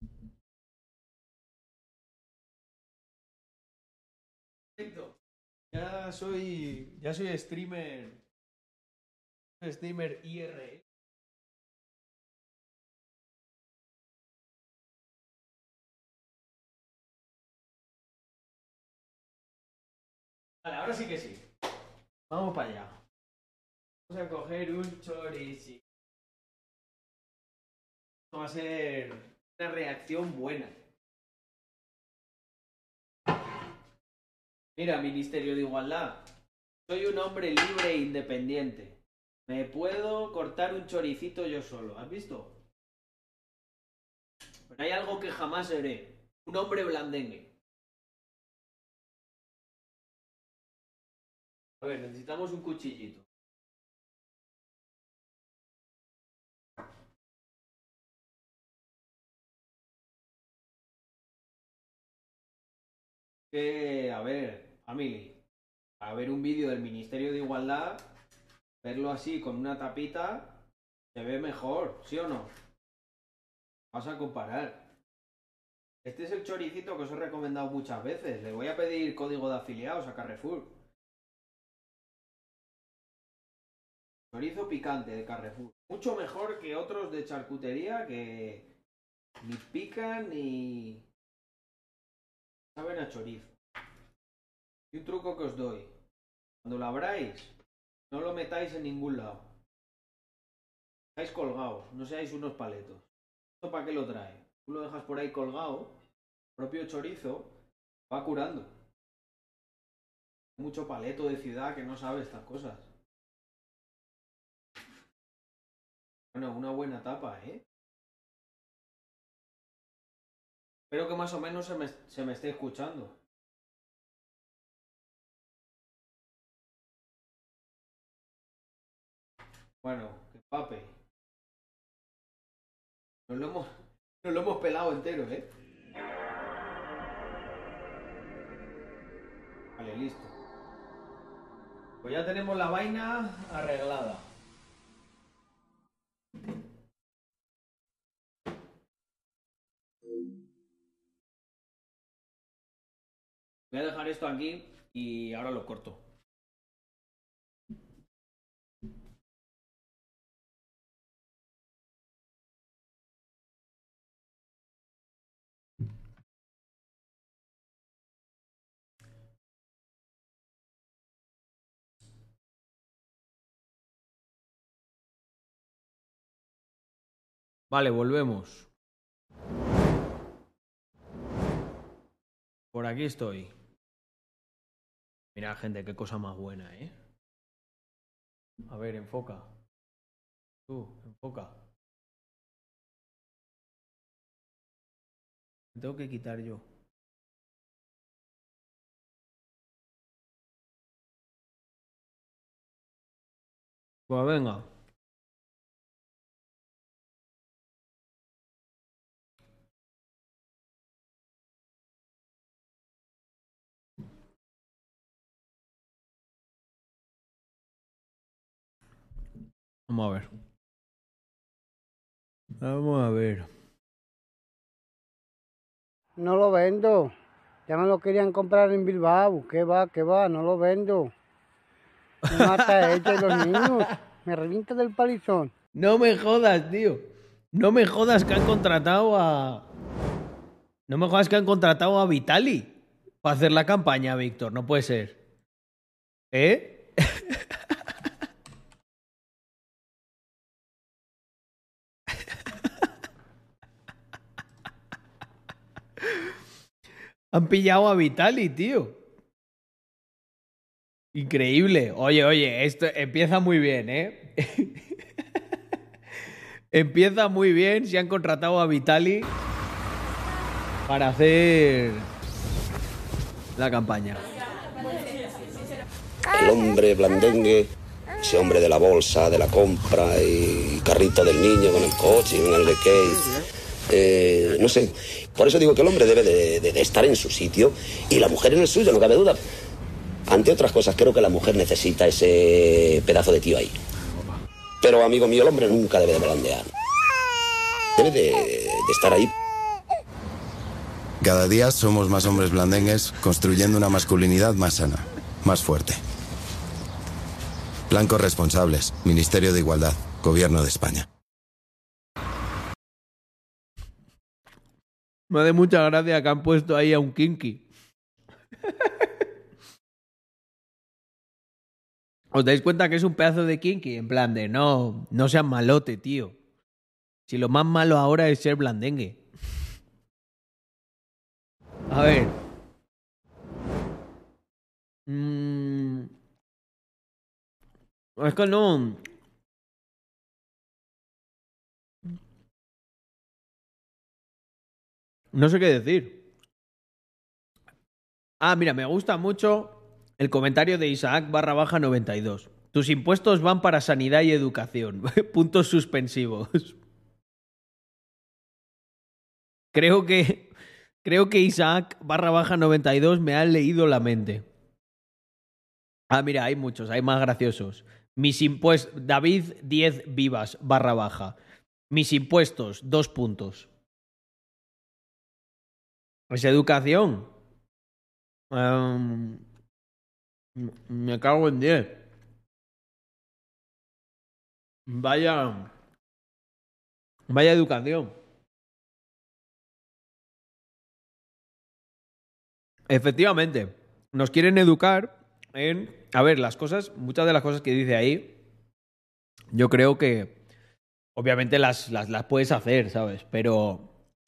Perfecto. Ya soy streamer. Streamer IRL. Vale, ahora sí que sí. Vamos para allá. Vamos a coger un chorizo. Esto va a ser una reacción buena. Mira, Ministerio de Igualdad. Soy un hombre libre e independiente. Me puedo cortar un choricito yo solo. ¿Has visto? Pero hay algo que jamás seré. Un hombre blandengue. A ver, necesitamos un cuchillito. A ver, family, para ver un vídeo del Ministerio de Igualdad, verlo así con una tapita, se ve mejor, ¿sí o no? Vas a comparar. Este es el choricito que os he recomendado muchas veces. Le voy a pedir código de afiliados a Carrefour. Chorizo picante de Carrefour. Mucho mejor que otros de charcutería que ni pican ni saben a chorizo. Y un truco que os doy. Cuando lo abráis, no lo metáis en ningún lado. Estáis colgados, no seáis unos paletos. ¿Esto para qué lo trae? Tú lo dejas por ahí colgado, el propio chorizo va curando. Hay mucho paleto de ciudad que no sabe estas cosas. Bueno, una buena tapa, ¿eh? Espero que más o menos se me esté escuchando. Bueno, que pape. Nos lo hemos pelado entero, ¿eh? Vale, listo. Pues ya tenemos la vaina arreglada. Voy a dejar esto aquí y ahora lo corto. Vale, volvemos. Por aquí estoy. Mira, gente, qué cosa más buena, ¿eh? A ver, enfoca. Tú, enfoca. Me tengo que quitar yo. Pues venga. Vamos a ver. Vamos a ver. No lo vendo. Ya me lo querían comprar en Bilbao. ¿Qué va? No lo vendo. Me mata a ella y los niños. Me revienta del palizón. No me jodas, tío. No me jodas que han contratado a... No me jodas que han contratado a Vitali para hacer la campaña, Víctor. No puede ser. ¿Eh? Han pillado a Vitali, tío. Increíble. Oye, esto empieza muy bien, ¿eh? Empieza muy bien si han contratado a Vitali para hacer la campaña. El hombre blandengue, ese hombre de la bolsa, de la compra y carrito del niño con el coche y con el de Kate. No sé, por eso digo que el hombre debe de estar en su sitio y la mujer en el suyo, no cabe duda. Ante otras cosas, creo que la mujer necesita ese pedazo de tío ahí. Pero, amigo mío, el hombre nunca debe de blandear. Debe de estar ahí. Cada día somos más hombres blandengues construyendo una masculinidad más sana, más fuerte. Blancos responsables, Ministerio de Igualdad, Gobierno de España. Me hace mucha gracia que han puesto ahí a un kinky. ¿Os dais cuenta que es un pedazo de kinky? En plan de, no seas malote, tío. Si lo más malo ahora es ser blandengue. A ver. Es que no... No sé qué decir. Ah, mira, me gusta mucho el comentario de Isaac_92. Tus impuestos van para sanidad y educación. Puntos suspensivos. Creo que Isaac_92 me ha leído la mente. Ah, mira, hay muchos, hay más graciosos. Mis impuestos... David 10 vivas _. Mis impuestos, 2 puntos. ¿Es educación? Me cago en 10. Vaya educación. Efectivamente, nos quieren educar en... A ver, muchas de las cosas que dice ahí, yo creo que obviamente las puedes hacer, ¿sabes? Pero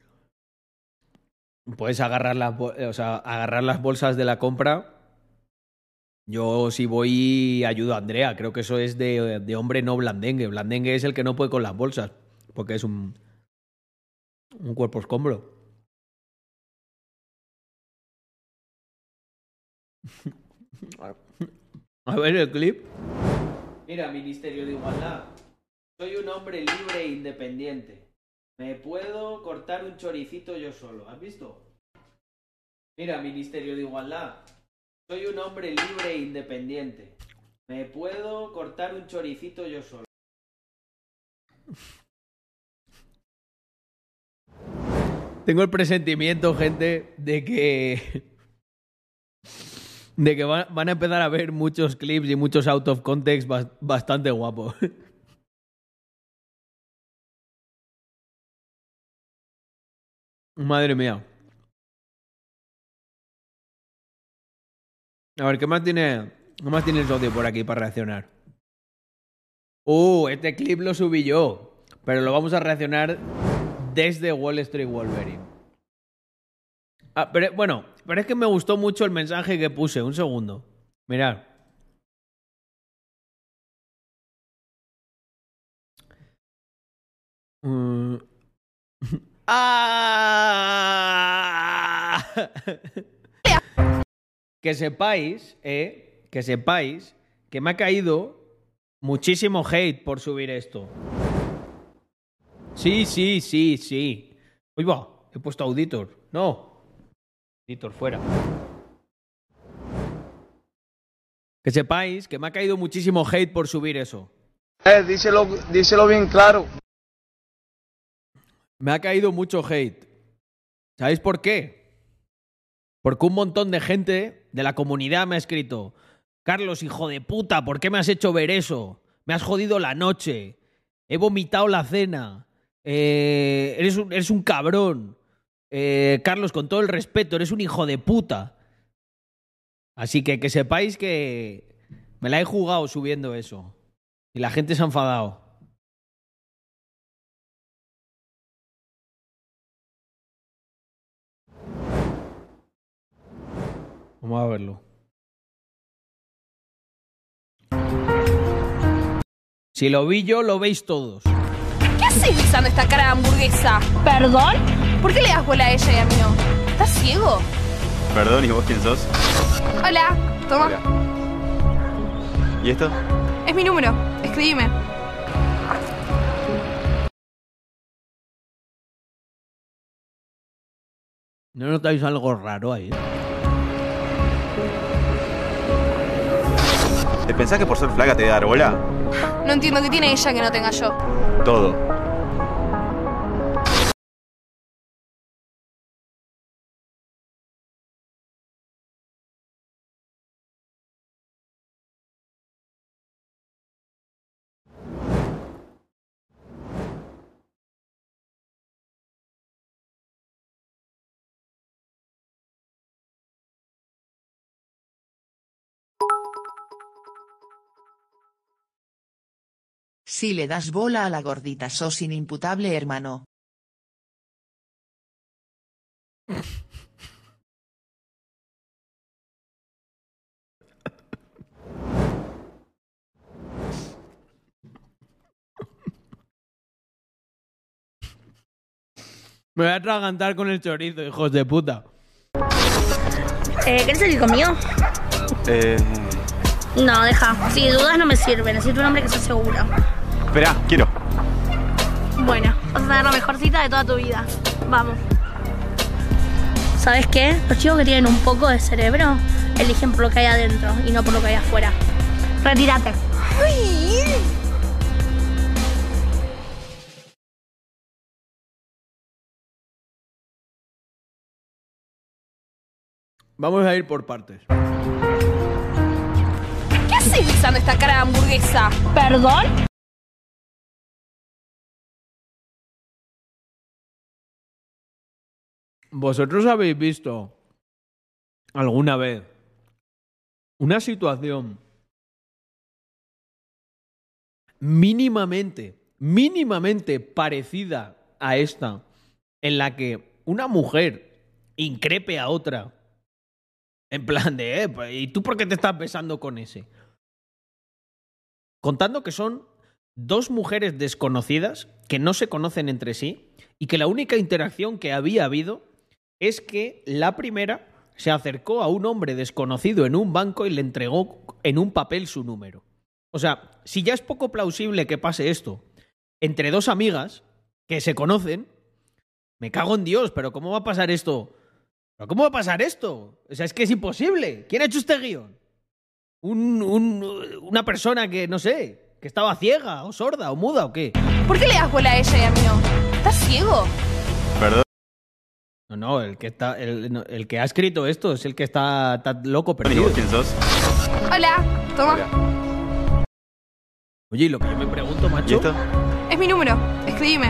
puedes agarrar agarrar las bolsas de la compra. Yo si voy ayudo a Andrea, creo que eso es de hombre no blandengue. Blandengue es el que no puede con las bolsas, porque es un cuerpo escombro. A ver el clip. Mira, Ministerio de Igualdad. Soy un hombre libre e independiente. Me puedo cortar un choricito yo solo. ¿Has visto? Mira, Ministerio de Igualdad. Soy un hombre libre e independiente. Me puedo cortar un choricito yo solo. Tengo el presentimiento, gente, de que van a empezar a ver muchos clips y muchos out of context bastante guapos. Madre mía. A ver, ¿qué más tiene el socio por aquí para reaccionar? Este clip lo subí yo, pero lo vamos a reaccionar desde Wall Street Wolverine. Pero es que me gustó mucho el mensaje que puse. Un segundo. Mirad. Que sepáis que me ha caído muchísimo hate por subir esto. Sí. Uy, va, he puesto auditor. No. Auditor fuera. Que sepáis que me ha caído muchísimo hate por subir eso. Díselo bien claro. Me ha caído mucho hate. ¿Sabéis por qué? Porque un montón de gente de la comunidad me ha escrito: Carlos, hijo de puta, ¿por qué me has hecho ver eso? Me has jodido la noche. He vomitado la cena. Eres un cabrón. Carlos, con todo el respeto, eres un hijo de puta. Así que sepáis que me la he jugado subiendo eso. Y la gente se ha enfadado. Vamos a verlo. Si lo vi yo, lo veis todos. ¿Qué haces besando esta cara de hamburguesa? ¿Perdón? ¿Por qué le das bola a ella y a mí no? ¿Estás ciego? Perdón, ¿y vos quién sos? Hola, toma. Hola. ¿Y esto? Es mi número, escríbeme. ¿No notáis algo raro ahí? ¿Te pensás que por ser flaca te voy a dar bola? No entiendo qué tiene ella que no tenga yo. Todo. Si le das bola a la gordita sos inimputable, hermano. Me voy a atragantar con el chorizo, hijos de puta. ¿Quieres salir conmigo? No, deja. Si dudas no me sirve. Necesito un hombre que sea seguro. Esperá, quiero. Bueno, vas a tener la mejor cita de toda tu vida. Vamos. ¿Sabes qué? Los chicos que tienen un poco de cerebro eligen por lo que hay adentro y no por lo que hay afuera. Retírate. Vamos a ir por partes. ¿Qué haces besando esta cara de hamburguesa? ¿Perdón? ¿Vosotros habéis visto alguna vez una situación mínimamente parecida a esta en la que una mujer increpe a otra en plan de, ¿y tú por qué te estás besando con ese? Contando que son dos mujeres desconocidas que no se conocen entre sí y que la única interacción que había habido es que la primera se acercó a un hombre desconocido en un banco y le entregó en un papel su número. O sea, si ya es poco plausible que pase esto entre dos amigas que se conocen, me cago en Dios, pero ¿cómo va a pasar esto? ¿Pero cómo va a pasar esto? O sea, es que es imposible. ¿Quién ha hecho este guión? Una persona que, no sé, que estaba ciega o sorda o muda o qué. ¿Por qué le das bola a ella y a mí no? ¿Estás ciego? Perdón. No, el que ha escrito esto es el que está loco ¿Y perdido. vos quién sos? Hola, toma. Hola. Oye, y lo que yo me pregunto, ¿Y macho, esto? Es mi número. Escribime.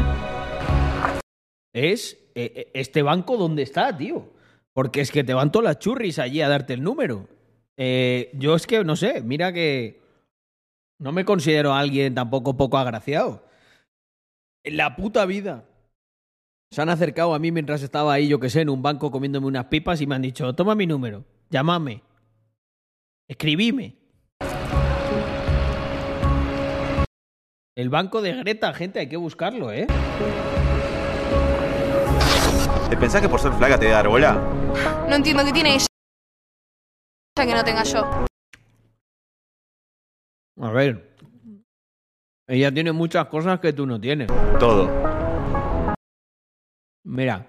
es este banco dónde está, tío. Porque es que te van todas las churris allí a darte el número. Yo es que, no sé, mira que no me considero alguien tampoco poco agraciado. En la puta vida se han acercado a mí mientras estaba ahí, yo que sé, en un banco comiéndome unas pipas y me han dicho, toma mi número, llámame, escribime. El banco de Greta, gente, hay que buscarlo, ¿eh? ¿Te pensás que por ser flaca te voy a dar bola? No entiendo qué tiene ella que no tenga yo. A ver, ella tiene muchas cosas que tú no tienes. Todo. Mira,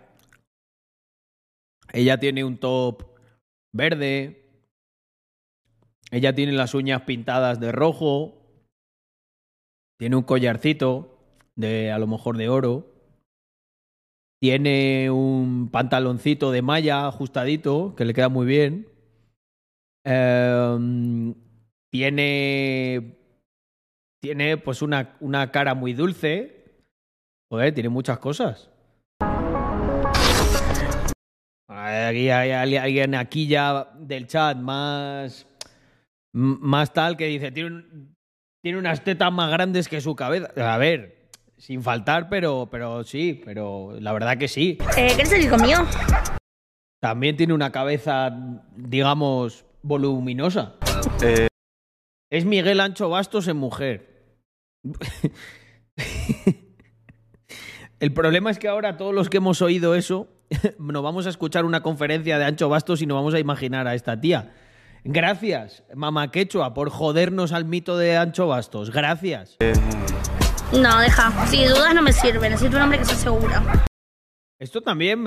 ella tiene un top verde, ella tiene las uñas pintadas de rojo, tiene un collarcito de a lo mejor de oro, tiene un pantaloncito de malla ajustadito que le queda muy bien, tiene pues una cara muy dulce, joder, tiene muchas cosas. Aquí hay alguien aquí ya del chat más tal que dice tiene unas tetas más grandes que su cabeza. A ver, sin faltar, pero sí, pero la verdad que sí. ¿Quieres salir conmigo? También tiene una cabeza, digamos, voluminosa. Es Miguel Ancho Bastos en mujer. El problema es que ahora todos los que hemos oído eso nos vamos a escuchar una conferencia de Ancho Bastos y nos vamos a imaginar a esta tía. Gracias, Mama Quechua, por jodernos al mito de Ancho Bastos. Gracias. No, deja. Si dudas no me sirve. Necesito un hombre que sea seguro. Esto también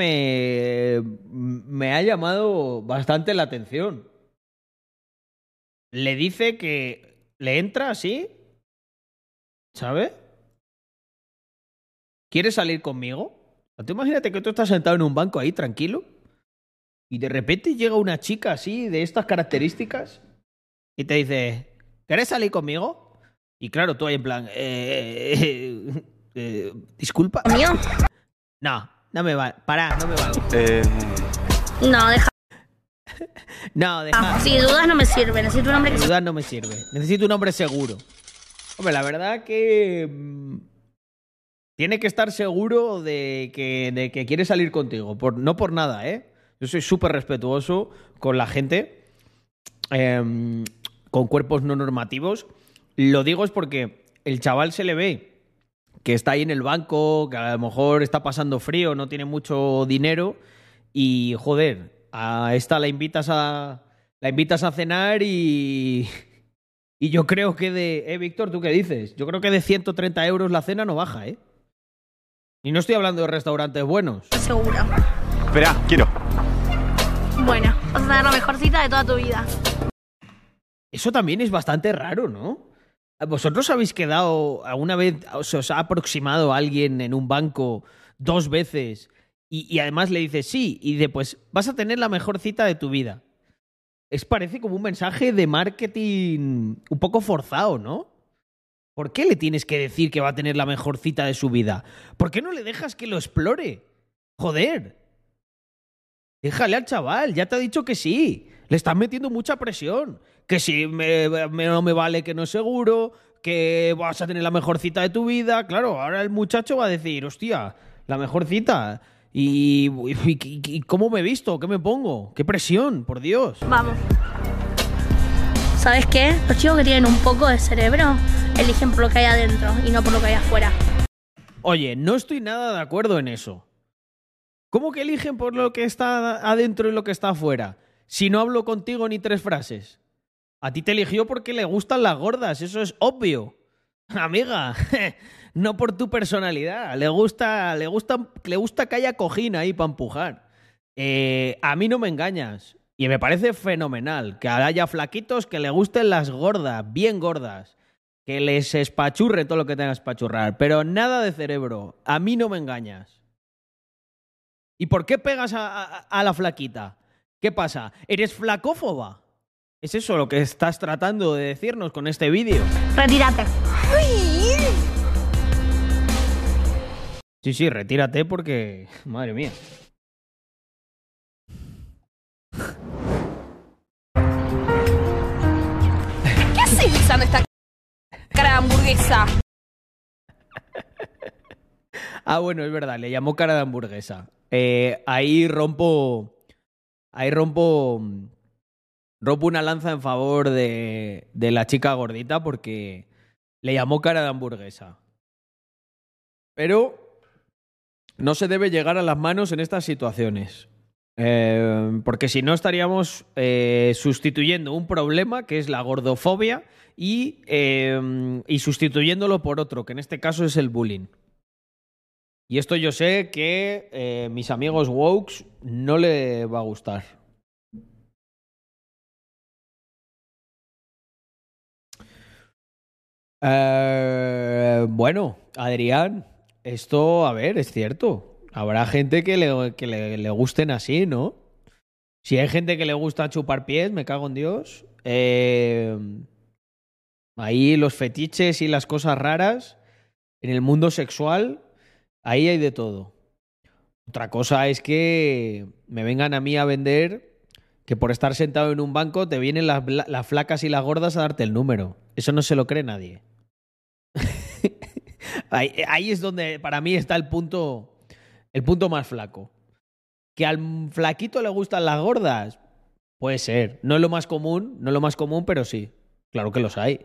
me ha llamado bastante la atención. Le dice que le entra así, ¿sabes? ¿Quieres salir conmigo? Tú imagínate que tú estás sentado en un banco ahí, tranquilo, y de repente llega una chica así, de estas características, y te dice, ¿quieres salir conmigo? Y claro, tú ahí en plan, disculpa. ¿Mío? No me vale. Pará, no me vale. No, deja. No, deja. Si dudas no me sirve. Necesito un hombre que se... Dudas no me sirve. Necesito un hombre seguro. Hombre, la verdad que... tiene que estar seguro de que quiere salir contigo. No por nada, ¿eh? Yo soy súper respetuoso con la gente con cuerpos no normativos. Lo digo es porque el chaval se le ve que está ahí en el banco, que a lo mejor está pasando frío, no tiene mucho dinero y, joder, a esta la invitas a cenar y yo creo que Víctor, ¿tú qué dices? Yo creo que de 130 euros la cena no baja, ¿eh? Y no estoy hablando de restaurantes buenos. Seguro. Espera, quiero. Bueno, vas a tener la mejor cita de toda tu vida. Eso también es bastante raro, ¿no? ¿Vosotros habéis quedado alguna vez, se os ha aproximado alguien en un banco 2 veces y además le dices sí y después vas a tener la mejor cita de tu vida? Parece como un mensaje de marketing un poco forzado, ¿no? ¿Por qué le tienes que decir que va a tener la mejor cita de su vida? ¿Por qué no le dejas que lo explore? Joder. Déjale al chaval, ya te ha dicho que sí. Le estás metiendo mucha presión. Que si no me vale, que no es seguro, que vas a tener la mejor cita de tu vida. Claro, ahora el muchacho va a decir, hostia, la mejor cita. ¿Y cómo me he visto? ¿Qué me pongo? ¡Qué presión, por Dios! Vamos. ¿Sabes qué? Los chicos que tienen un poco de cerebro eligen por lo que hay adentro y no por lo que hay afuera. Oye, no estoy nada de acuerdo en eso. ¿Cómo que eligen por lo que está adentro y lo que está afuera? Si no hablo contigo ni 3 frases. A ti te eligió porque le gustan las gordas, eso es obvio. Amiga, no por tu personalidad. Le gusta que haya cojín ahí para empujar. A mí no me engañas. Y me parece fenomenal que haya flaquitos que le gusten las gordas, bien gordas. Que les espachurre todo lo que tengas que espachurrar. Pero nada de cerebro. A mí no me engañas. ¿Y por qué pegas a la flaquita? ¿Qué pasa? ¿Eres flacófoba? ¿Es eso lo que estás tratando de decirnos con este vídeo? Retírate. Sí, retírate porque... Madre mía. ¿Qué haces besando esta cara de hamburguesa? Bueno, es verdad, le llamó cara de hamburguesa. Ahí rompo una lanza en favor de la chica gordita porque le llamó cara de hamburguesa. Pero no se debe llegar a las manos en estas situaciones. Porque si no estaríamos sustituyendo un problema que es la gordofobia y sustituyéndolo por otro, que en este caso es el bullying. Y esto yo sé que mis amigos wokes no le va a gustar. Bueno, Adrián, esto, a ver, es cierto. Habrá gente que le gusten así, ¿no? Si hay gente que le gusta chupar pies, me cago en Dios. Ahí los fetiches y las cosas raras en el mundo sexual, ahí hay de todo. Otra cosa es que me vengan a mí a vender que por estar sentado en un banco te vienen las flacas y las gordas a darte el número. Eso no se lo cree nadie. Ahí es donde para mí está el punto más flaco. ¿Que al flaquito le gustan las gordas? Puede ser. No es lo más común, pero sí. Claro que los hay.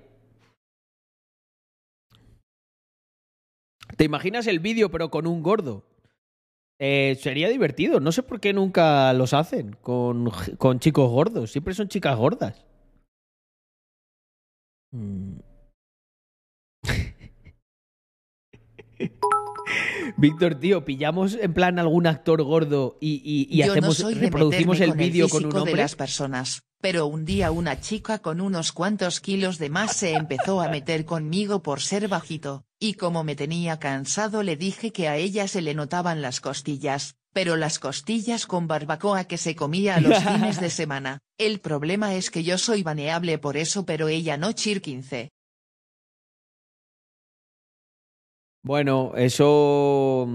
¿Te imaginas el vídeo pero con un gordo? Sería divertido. No sé por qué nunca los hacen con chicos gordos. Siempre son chicas gordas. Víctor, tío, pillamos en plan algún actor gordo y Yo hacemos, no soy de reproducimos meterme el con vídeo con físico un hombre. de las personas, pero un día una chica con unos cuantos kilos de más se empezó a meter conmigo por ser bajito, y como me tenía cansado le dije que a ella se le notaban las costillas, pero las costillas con barbacoa que se comía a los fines de semana. El problema es que yo soy baneable por eso, pero ella no, Chir 15. Bueno, eso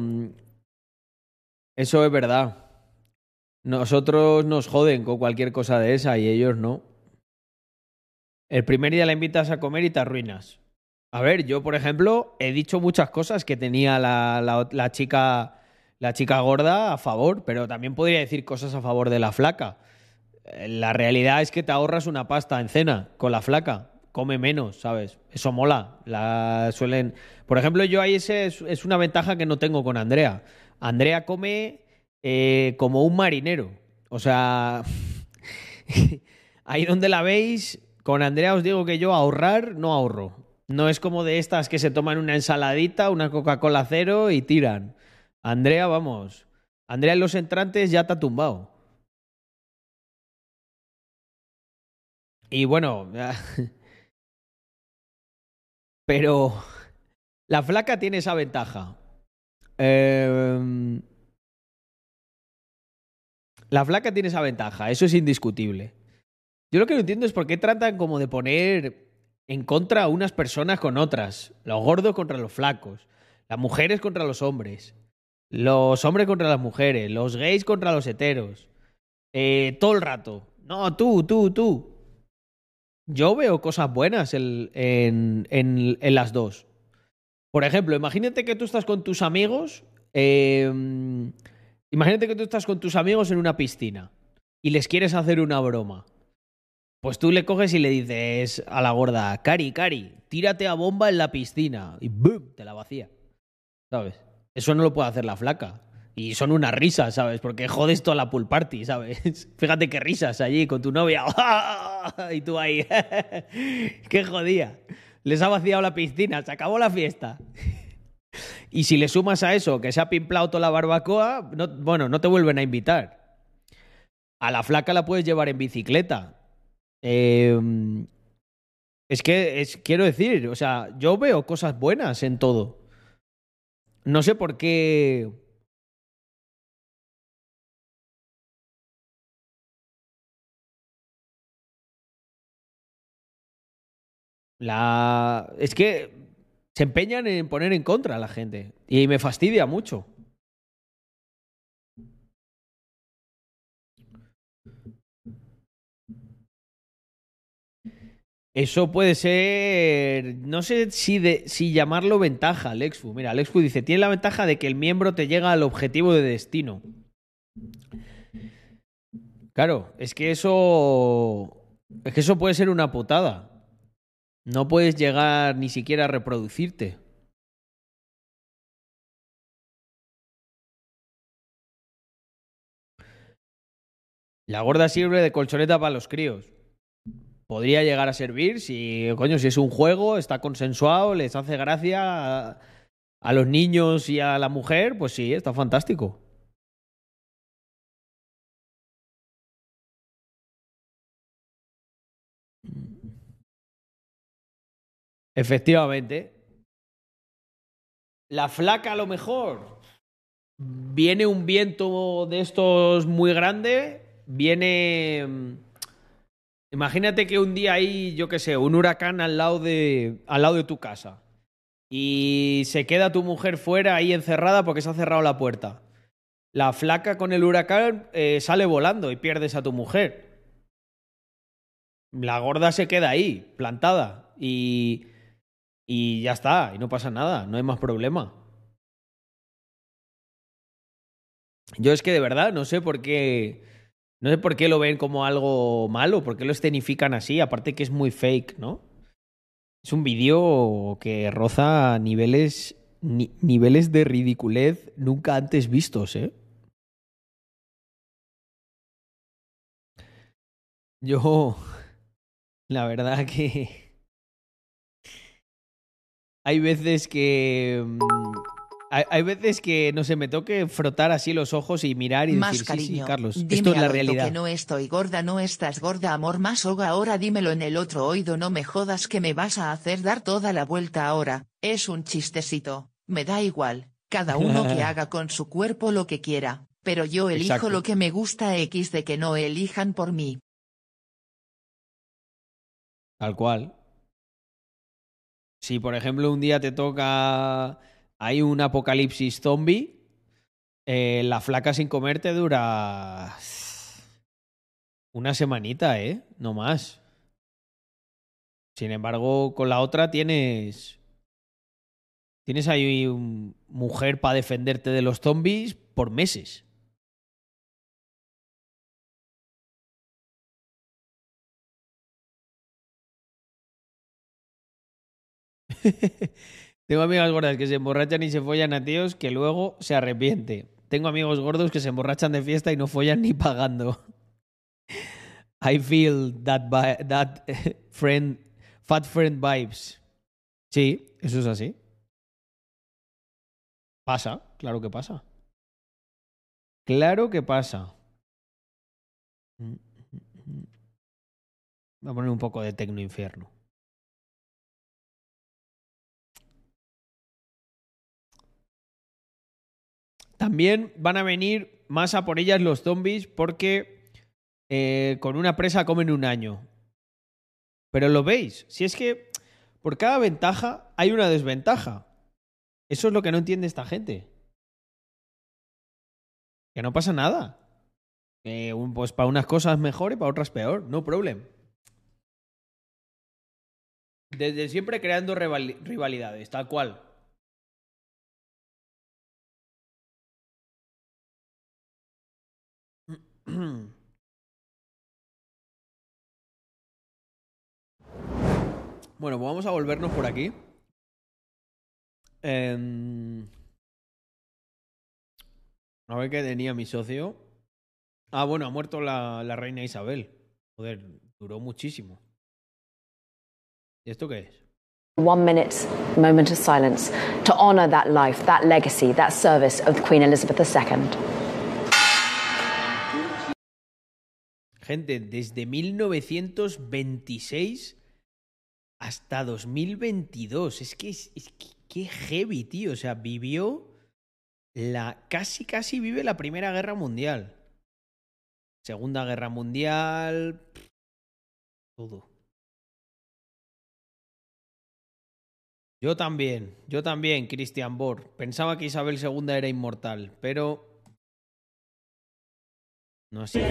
es verdad. Nosotros nos joden con cualquier cosa de esa y ellos no. El primer día la invitas a comer y te arruinas. A ver, yo, por ejemplo, he dicho muchas cosas que tenía la chica gorda a favor, pero también podría decir cosas a favor de la flaca. La realidad es que te ahorras una pasta en cena con la flaca. Come menos, ¿sabes? Eso mola. Por ejemplo, yo ahí es una ventaja que no tengo con Andrea. Andrea come como un marinero. O sea, ahí donde la veis, con Andrea os digo que yo ahorrar no ahorro. No es como de estas que se toman una ensaladita, una Coca-Cola cero y tiran. Andrea, vamos. Andrea en los entrantes ya te ha tumbado. Y bueno, pero la flaca tiene esa ventaja. La flaca tiene esa ventaja, eso es indiscutible. Yo lo que no entiendo es por qué tratan como de poner en contra a unas personas con otras. Los gordos contra los flacos, las mujeres contra los hombres contra las mujeres, los gays contra los heteros. Todo el rato. No, tú. Yo veo cosas buenas en las dos. Por ejemplo, imagínate que tú estás con tus amigos. Imagínate que tú estás con tus amigos en una piscina y les quieres hacer una broma. Pues tú le coges y le dices a la gorda, Cari, tírate a bomba en la piscina. Y ¡boom! Te la vacía. ¿Sabes? Eso no lo puede hacer la flaca. Y son unas risas, ¿sabes? Porque jodes toda la pool party, ¿sabes? Fíjate qué risas allí con tu novia. Y tú ahí. ¡Qué jodía! Les ha vaciado la piscina, se acabó la fiesta. Y si le sumas a eso que se ha pimplado toda la barbacoa, no te vuelven a invitar. A la flaca la puedes llevar en bicicleta. Quiero decir, o sea, yo veo cosas buenas en todo. No sé por qué. Es que se empeñan en poner en contra a la gente. Y me fastidia mucho. Eso puede ser. No sé si llamarlo ventaja, Lexfu. Mira, Lexfu dice: tiene la ventaja de que el miembro te llega al objetivo de destino. Claro, es que eso puede ser una putada. No puedes llegar ni siquiera a reproducirte. La gorda sirve de colchoneta para los críos. Podría llegar a servir si es un juego, está consensuado, les hace gracia a los niños y a la mujer, pues sí, está fantástico. Efectivamente. La flaca a lo mejor. Viene un viento de estos muy grande, imagínate que un día hay, yo qué sé, un huracán al lado de tu casa y se queda tu mujer fuera ahí encerrada porque se ha cerrado la puerta. La flaca con el huracán sale volando y pierdes a tu mujer. La gorda se queda ahí, plantada, y ya está, y no pasa nada, no hay más problema. Yo es que de verdad no sé por qué lo ven como algo malo, por qué lo escenifican así, aparte que es muy fake, ¿no? Es un vídeo que roza niveles de ridiculez nunca antes vistos, ¿eh? Yo, la verdad que hay veces que Hay veces que, no sé, me toque frotar así los ojos y mirar y Más decir, sí, cariño, Carlos, dime esto es la al oído realidad. que no estoy gorda, no estás gorda, amor, más hoga, ahora dímelo en el otro oído, no me jodas que me vas a hacer dar toda la vuelta ahora, es un chistecito, me da igual, cada uno que haga con su cuerpo lo que quiera, pero yo elijo Exacto. lo que me gusta x de que no elijan por mí. Tal cual. Si, por ejemplo, un día te toca... Hay un apocalipsis zombie, la flaca sin comer te dura... una semanita, ¿eh? No más. Sin embargo, con la otra tienes ahí mujer para defenderte de los zombies por meses. Tengo amigas gordas que se emborrachan y se follan a tíos que luego se arrepiente. Tengo amigos gordos que se emborrachan de fiesta y no follan ni pagando. I feel that fat friend vibes. Sí, eso es así. Pasa, claro que pasa. Claro que pasa. Voy a poner un poco de Tecno Infierno. También van a venir más a por ellas los zombies porque con una presa comen un año. Pero lo veis, si es que por cada ventaja hay una desventaja. Eso es lo que no entiende esta gente. Que no pasa nada. Pues para unas cosas mejor y para otras peor. No problem. Desde siempre creando rivalidades, tal cual. Bueno, pues vamos a volvernos por aquí. A ver qué tenía mi socio. Ah, bueno, ha muerto la reina Isabel. Joder, duró muchísimo. ¿Y esto qué es? 1 minute moment of silence to honor that life, that legacy, that service of Queen Elizabeth II. Gente, desde 1926 hasta 2022. Es que qué heavy, tío. O sea, vivió casi vive la Primera Guerra Mundial. Segunda Guerra Mundial. Todo. Yo también, Christian Borg. Pensaba que Isabel II era inmortal, pero... No sé.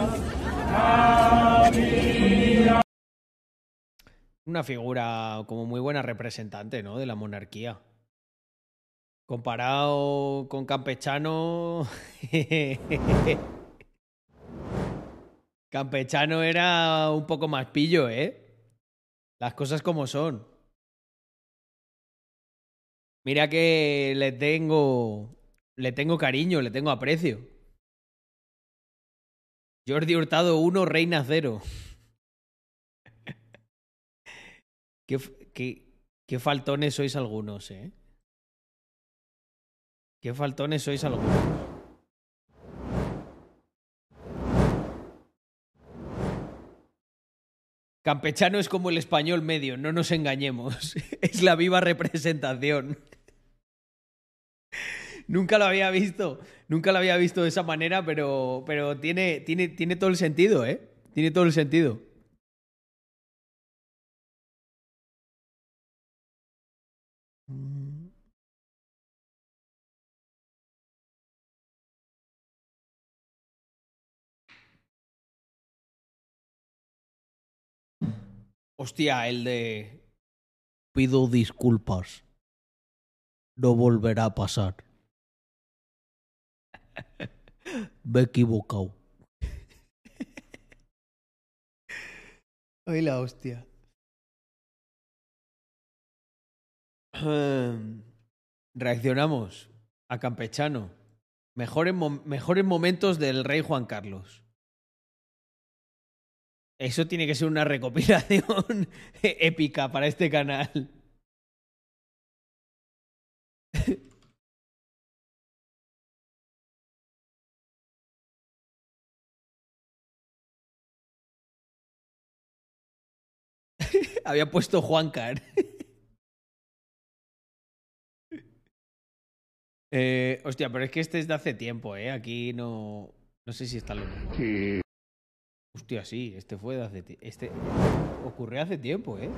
Una figura como muy buena representante, ¿no? De la monarquía. Comparado con Campechano... Campechano era un poco más pillo, ¿eh? Las cosas como son. Mira que le tengo cariño, le tengo aprecio. Jordi Hurtado 1, Reina 0. Qué faltones sois algunos, ¿eh? Qué faltones sois algunos. Campechano es como el español medio, no nos engañemos. Es la viva representación. Nunca lo había visto de esa manera, pero tiene todo el sentido, ¿eh? Tiene todo el sentido. Hostia, el de... Pido disculpas. No volverá a pasar. Me he equivocado. Ay, la hostia. Reaccionamos a Campechano. Mejores momentos del rey Juan Carlos. Eso tiene que ser una recopilación épica para este canal. Había puesto Juancar. Hostia, pero es que este es de hace tiempo, ¿eh? Aquí no... No sé si está lo mismo. Sí. Hostia, sí, este fue de hace tiempo. Este ocurrió hace tiempo, ¿eh?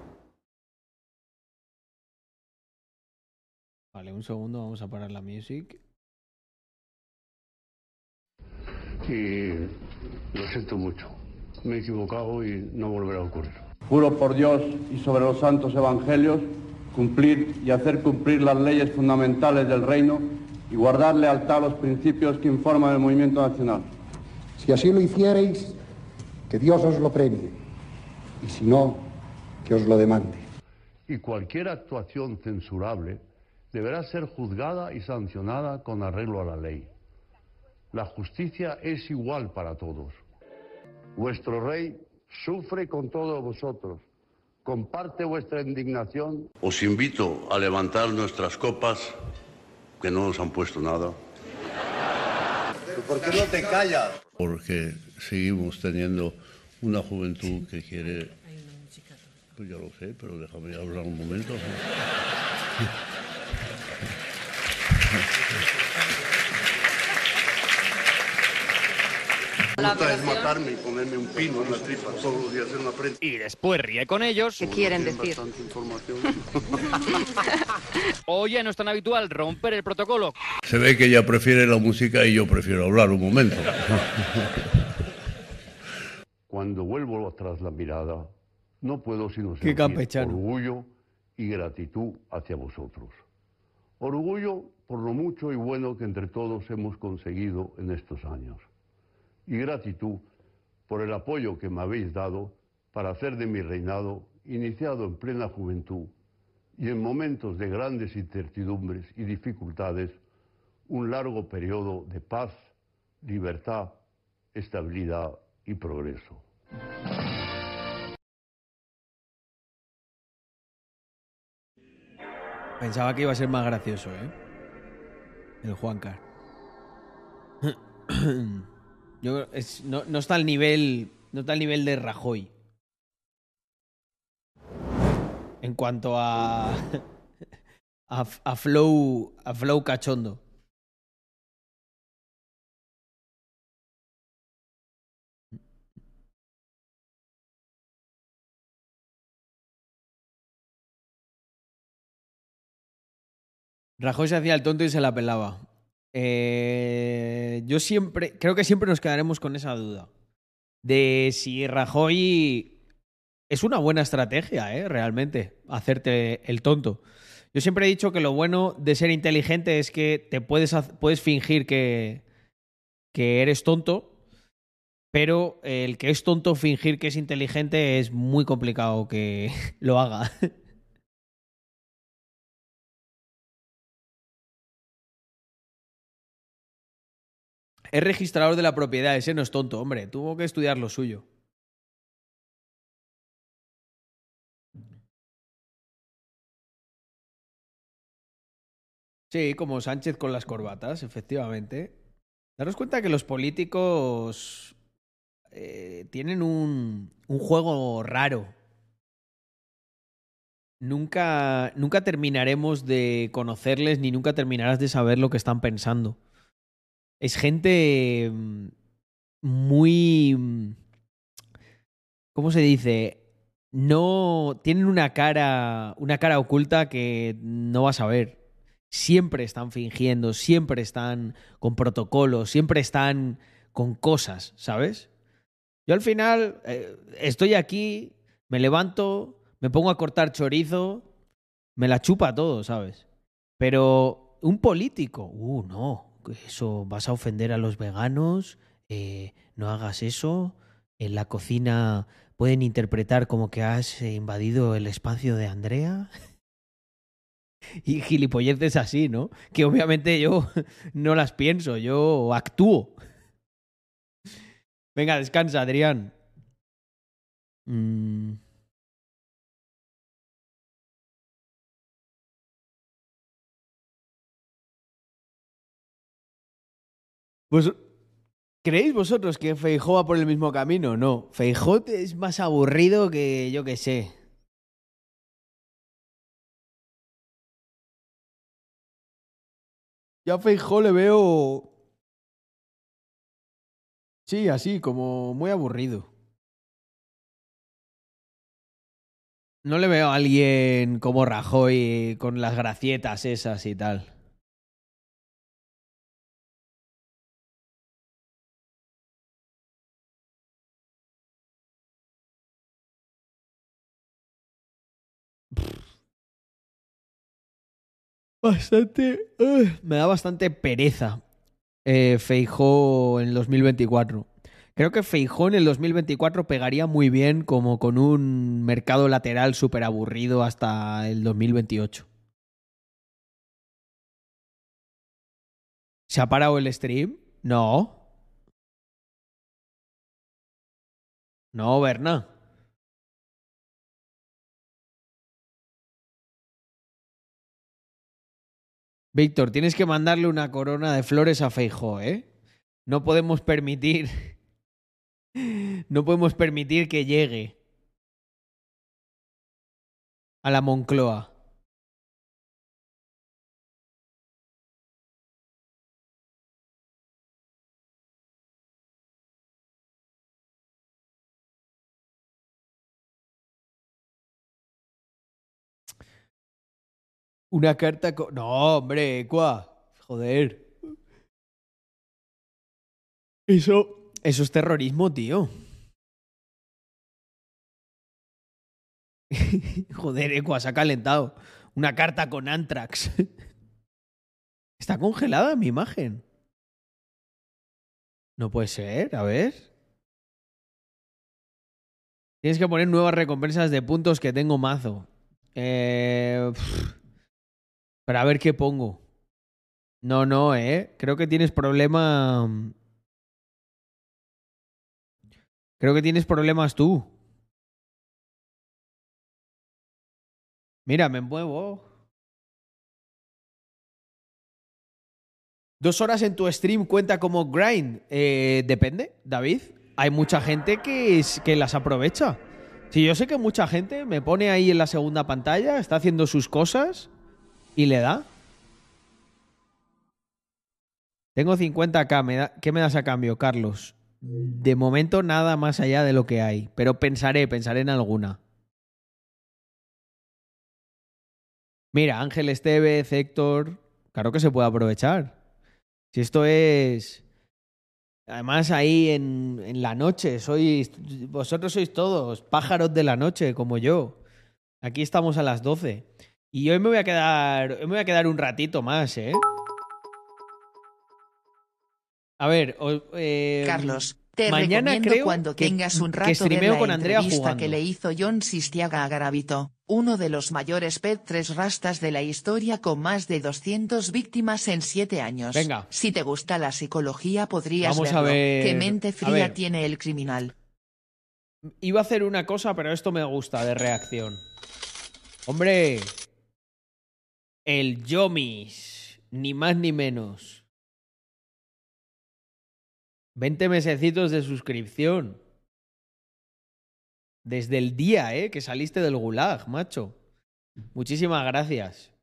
Vale, un segundo, vamos a parar la music. Y lo siento mucho. Me he equivocado y no volverá a ocurrir. Juro por Dios y sobre los santos evangelios cumplir y hacer cumplir las leyes fundamentales del reino y guardar lealtad a los principios que informan el movimiento nacional. Si así lo hicierais, que Dios os lo premie, y si no, que os lo demande. Y cualquier actuación censurable deberá ser juzgada y sancionada con arreglo a la ley. La justicia es igual para todos. Vuestro rey sufre con todos vosotros. Comparte vuestra indignación. Os invito a levantar nuestras copas, que no nos han puesto nada. ¿Por qué no te callas? Porque seguimos teniendo una juventud que quiere... Pues ya lo sé, pero déjame hablar un momento. Puta es matarme y ponerme un pino en la tripa todos los días en la prensa. Y después ríe con ellos. ¿Qué quieren decir? Bastante información. Hoy ya no es tan habitual romper el protocolo. Se ve que ella prefiere la música y yo prefiero hablar un momento. Cuando vuelvo atrás la mirada, no puedo sino sentir orgullo y gratitud hacia vosotros. Orgullo por lo mucho y bueno que entre todos hemos conseguido en estos años. Y gratitud por el apoyo que me habéis dado para hacer de mi reinado, iniciado en plena juventud y en momentos de grandes incertidumbres y dificultades, un largo periodo de paz, libertad, estabilidad y progreso. Pensaba que iba a ser más gracioso, ¿eh? El Juancar. No está al nivel. No está al nivel de Rajoy. En cuanto a flow cachondo. Rajoy se hacía el tonto y se la pelaba. Yo creo que siempre nos quedaremos con esa duda de si Rajoy es una buena estrategia, realmente, hacerte el tonto. Yo siempre he dicho que lo bueno de ser inteligente es que te puedes fingir que eres tonto, pero el que es tonto fingir que es inteligente es muy complicado que lo haga. Es registrador de la propiedad, ese no es tonto, hombre. Tuvo que estudiar lo suyo. Sí, como Sánchez con las corbatas, efectivamente. Daros cuenta que los políticos tienen un juego raro. Nunca terminaremos de conocerles ni nunca terminarás de saber lo que están pensando. Es gente muy... ¿Cómo se dice? No... Tienen una cara oculta que no vas a ver. Siempre están fingiendo, siempre están con protocolos, siempre están con cosas, ¿sabes? Yo al final estoy aquí, me levanto, me pongo a cortar chorizo, me la chupa todo, ¿sabes? Pero un político, no... Eso, vas a ofender a los veganos, no hagas eso. En la cocina pueden interpretar como que has invadido el espacio de Andrea. Y gilipolleces así, ¿no? Que obviamente yo no las pienso, yo actúo. Venga, descansa, Adrián. Pues, ¿creéis vosotros que Feijóo va por el mismo camino? No. Feijóo es más aburrido que yo que sé. Ya a Feijóo le veo... Sí, así, como muy aburrido. No le veo a alguien como Rajoy con las gracietas esas y tal. Me da bastante pereza Feijóo en el 2024. Creo que Feijóo en el 2024 pegaría muy bien como con un mercado lateral súper aburrido hasta el 2028. ¿Se ha parado el stream? No. No, Berna. Víctor, tienes que mandarle una corona de flores a Feijóo, ¿eh? No podemos permitir... No podemos permitir que llegue a la Moncloa. Una carta con... No, hombre, Ecua. Joder. Eso es terrorismo, tío. Joder, Ecua, se ha calentado. Una carta con Antrax. Está congelada mi imagen. No puede ser, a ver. Tienes que poner nuevas recompensas de puntos que tengo mazo. Para ver qué pongo. No, creo que tienes problema... Creo que tienes problemas tú. Mira, me muevo. 2 horas en tu stream cuenta como grind. Depende, David. Hay mucha gente que las aprovecha. Sí, yo sé que mucha gente me pone ahí en la segunda pantalla, está haciendo sus cosas y le da. Tengo 50k. ¿Qué me das a cambio, Carlos? De momento nada más allá de lo que hay. Pero pensaré en alguna. Mira, Ángel Estevez, Héctor... Claro que se puede aprovechar. Si esto es... Además ahí en la noche, vosotros sois todos pájaros de la noche, como yo. Aquí estamos a las 12. Y hoy me voy a quedar un ratito más, ¿eh? A ver, Carlos, te mañana recomiendo creo cuando tengas un rato que streameo ver la con Andrea entrevista jugando. que le hizo John Sistiaga a Garavito, uno de los mayores PET 3 rastas de la historia con más de 200 víctimas en 7 años. Venga. Si te gusta la psicología podrías Vamos verlo. a ver. ¿Qué mente A fría ver. tiene el criminal? Iba a hacer una cosa, pero esto me gusta de reacción. Hombre, el Yomis, ni más ni menos. 20 mesecitos de suscripción. Desde el día, que saliste del gulag, macho. Muchísimas gracias.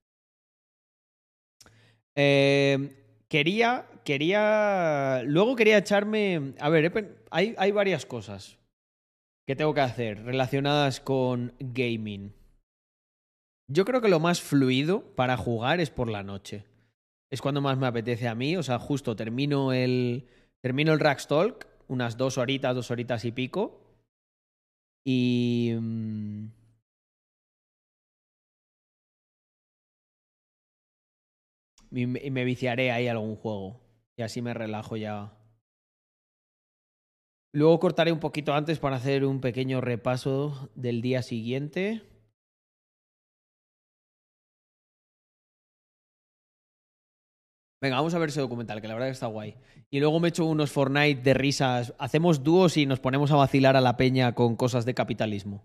Luego quería echarme... A ver, hay varias cosas que tengo que hacer relacionadas con gaming. Yo creo que lo más fluido para jugar es por la noche. Es cuando más me apetece a mí. O sea, justo termino el Ragstalk, unas 2 horitas y pico. Y me viciaré ahí algún juego. Y así me relajo ya. Luego cortaré un poquito antes para hacer un pequeño repaso del día siguiente. Venga, vamos a ver ese documental, que la verdad que está guay. Y luego me echo unos Fortnite de risas. Hacemos dúos y nos ponemos a vacilar a la peña con cosas de capitalismo.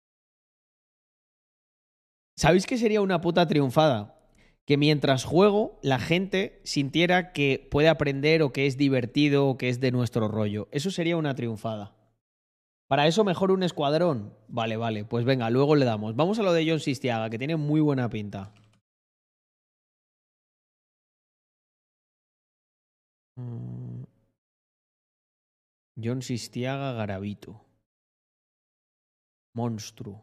¿Sabéis qué sería una puta triunfada? Que mientras juego, la gente sintiera que puede aprender o que es divertido o que es de nuestro rollo. Eso sería una triunfada. Para eso mejor un escuadrón. Vale, pues venga, luego le damos. Vamos a lo de John Sistiaga, que tiene muy buena pinta. John Sistiaga Garavito. Monstruo.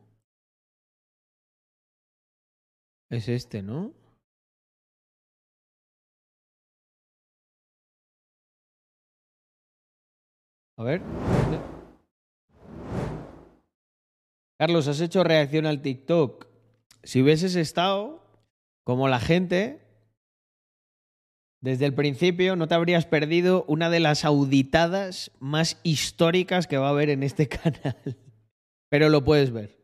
Es este, ¿no? A ver. Carlos, has hecho reacción al TikTok. Si hubieses estado como la gente, desde el principio no te habrías perdido una de las auditadas más históricas que va a haber en este canal. Pero lo puedes ver.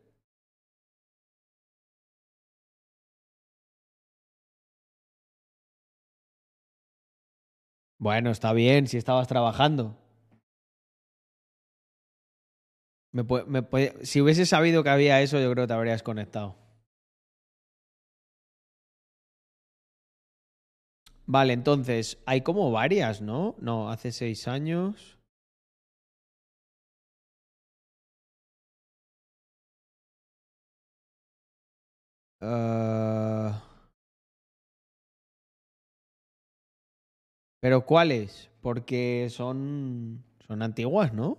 Bueno, está bien si estabas trabajando. Si hubiese sabido que había eso, yo creo que te habrías conectado. Vale, entonces, hay como varias, ¿no? No, hace 6 años. ¿Pero cuáles? Porque son antiguas, ¿no?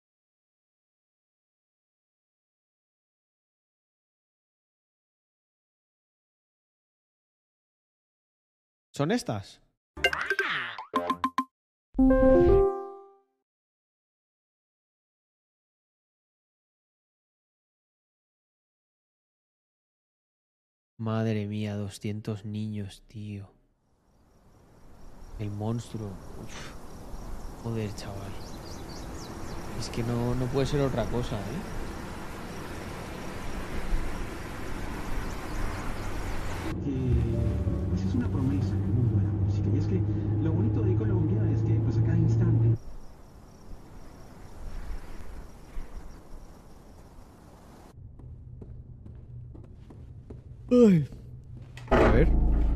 ¿Son estas? Madre mía, 200 niños, tío. El monstruo. Uf. Joder, chaval. Es que no puede ser otra cosa, ¿eh? Pues es una promesa en el mundo de la música. Y es que lo bonito de Colombia es que pues a cada instante... Uy. A ver.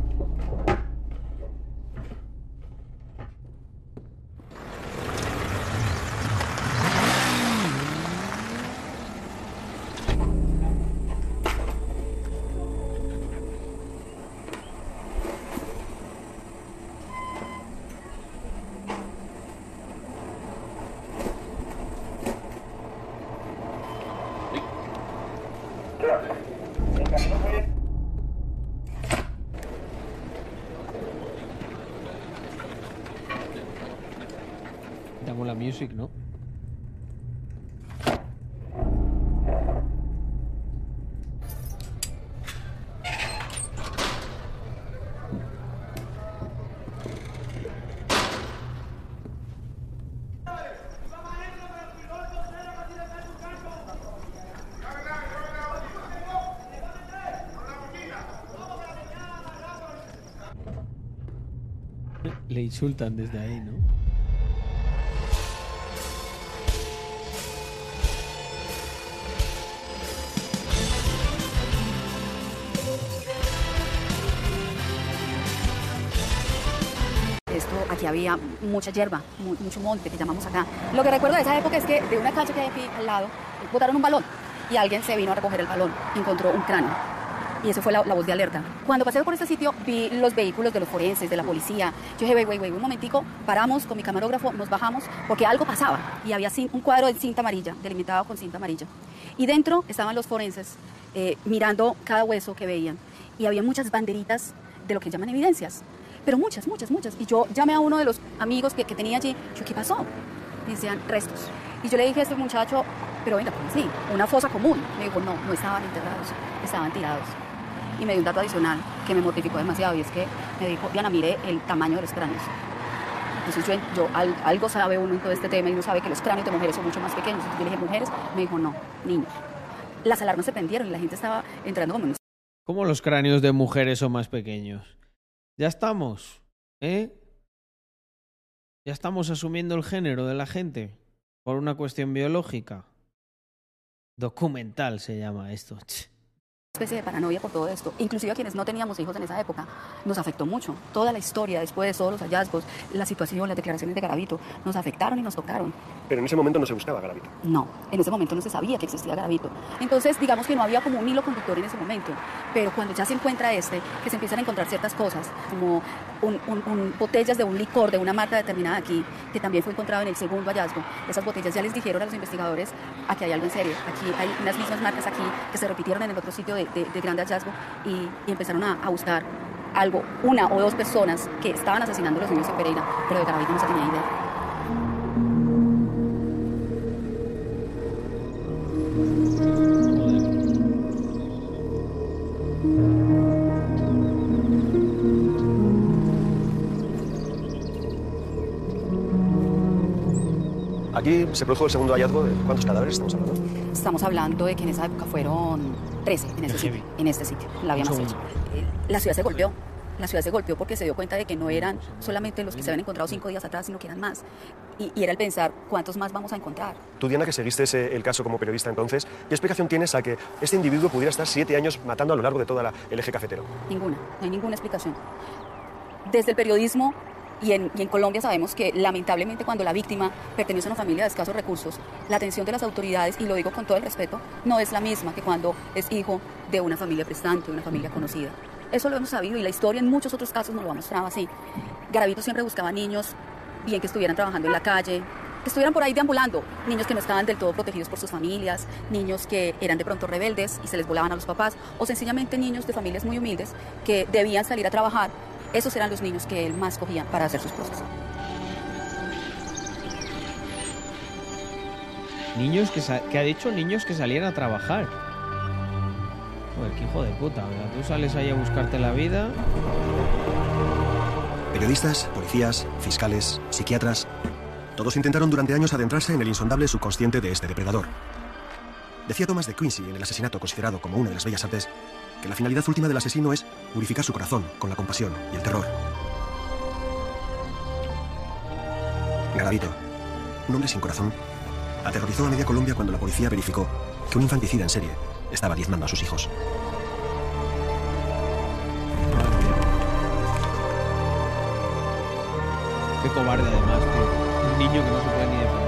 Damos la music, ¿no? Le insultan desde ahí, ¿no? Aquí había mucha hierba, mucho monte que llamamos acá. Lo que recuerdo de esa época es que de una cancha que hay aquí al lado, botaron un balón y alguien se vino a recoger el balón, encontró un cráneo. Y eso fue la voz de alerta. Cuando pasé por este sitio vi los vehículos de los forenses, de la policía. Yo dije, wey, un momentico, paramos con mi camarógrafo, nos bajamos, porque algo pasaba. Y había un cuadro de cinta amarilla, delimitado con cinta amarilla. Y dentro estaban los forenses mirando cada hueso que veían. Y había muchas banderitas de lo que llaman evidencias. Pero muchas. Y yo llamé a uno de los amigos que tenía allí. Yo, ¿qué pasó? Me decían, restos. Y yo le dije a este muchacho, pero venga, ¿cómo así? Una fosa común. Me dijo, no estaban enterrados, estaban tirados. Y me dio un dato adicional que me mortificó demasiado, y es que me dijo, Diana, mire el tamaño de los cráneos. Entonces algo sabe uno en todo este tema, y uno sabe que los cráneos de mujeres son mucho más pequeños. Entonces yo le dije, mujeres, me dijo, no, niños. Las alarmas se prendieron y la gente estaba entrando como en... ¿Cómo los cráneos de mujeres son más pequeños? Ya estamos, ¿eh? Ya estamos asumiendo el género de la gente por una cuestión biológica. Documental se llama esto. especie de paranoia por todo esto, inclusive a quienes no teníamos hijos en esa época, nos afectó mucho. Toda la historia después, todos los hallazgos, la situación, las declaraciones de Garavito, nos afectaron y nos tocaron. Pero en ese momento no se buscaba Garavito. No, en ese momento no se sabía que existía Garavito. Entonces, digamos que no había como un hilo conductor en ese momento, pero cuando ya se encuentra que se empiezan a encontrar ciertas cosas, como botellas de un licor de una marca determinada aquí, que también fue encontrado en el segundo hallazgo, esas botellas ya les dijeron a los investigadores, aquí hay algo en serio, aquí hay unas mismas marcas aquí que se repitieron en el otro sitio de gran hallazgo y empezaron a buscar algo, una o dos personas que estaban asesinando a los niños en Pereira, pero de Garavito no se tenía idea. Aquí se produjo el segundo hallazgo. ¿De cuántos cadáveres estamos hablando? Estamos hablando de que en esa época fueron 13 en este sitio, la habíamos hecho. La ciudad se golpeó. La ciudad se golpeó porque se dio cuenta de que no eran solamente los que se habían encontrado 5 días atrás, sino que eran más. Y era el pensar, ¿cuántos más vamos a encontrar? Tú, Diana, que seguiste el caso como periodista entonces, ¿qué explicación tienes a que este individuo pudiera estar 7 años matando a lo largo de todo el eje cafetero? Ninguna, no hay ninguna explicación. Desde el periodismo y en Colombia sabemos que lamentablemente cuando la víctima pertenece a una familia de escasos recursos, la atención de las autoridades, y lo digo con todo el respeto, no es la misma que cuando es hijo de una familia prestante, de una familia conocida. Eso lo hemos sabido y la historia en muchos otros casos nos lo ha mostrado así. Garavito siempre buscaba niños, bien que estuvieran trabajando en la calle, que estuvieran por ahí deambulando, niños que no estaban del todo protegidos por sus familias, niños que eran de pronto rebeldes y se les volaban a los papás, o sencillamente niños de familias muy humildes que debían salir a trabajar. Esos eran los niños que él más cogía para hacer sus cosas. Niños que ha dicho niños que salían a trabajar. Joder, qué hijo de puta, ¿verdad? Tú sales ahí a buscarte la vida. Periodistas, policías, fiscales, psiquiatras, todos intentaron durante años adentrarse en el insondable subconsciente de este depredador. Decía Thomas de Quincy en El asesinato, considerado como una de las bellas artes, que la finalidad última del asesino es purificar su corazón con la compasión y el terror. Garavito, un hombre sin corazón, aterrorizó a media Colombia cuando la policía verificó que un infanticida en serie estaba diezmando a sus hijos. Qué cobarde además, tío. Un niño que no se puede ni defender.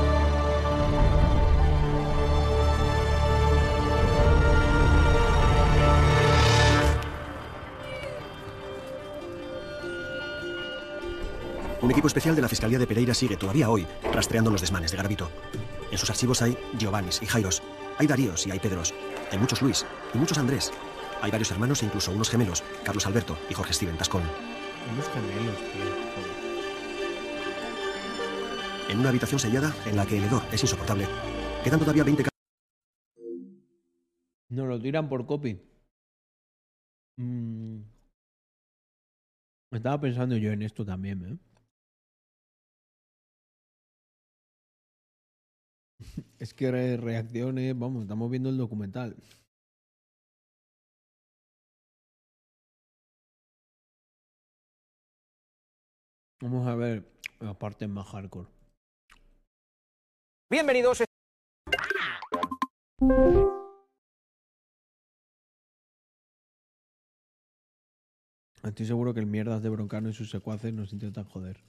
Un equipo especial de la Fiscalía de Pereira sigue todavía hoy rastreando los desmanes de Garavito. En sus archivos hay Giovannis y Jairos, hay Daríos y hay Pedros, hay muchos Luis y muchos Andrés. Hay varios hermanos e incluso unos gemelos, Carlos Alberto y Jorge Steven Tascón. Unos gemelos, tío. En una habitación sellada en la que el hedor es insoportable, quedan todavía 20 Nos lo tiran por copy. Estaba pensando yo en esto también, ¿eh? Es que reacciones, vamos, estamos viendo el documental. Vamos a ver la parte más hardcore. Bienvenidos. Estoy seguro que el mierdas de Broncano y sus secuaces nos intentan joder.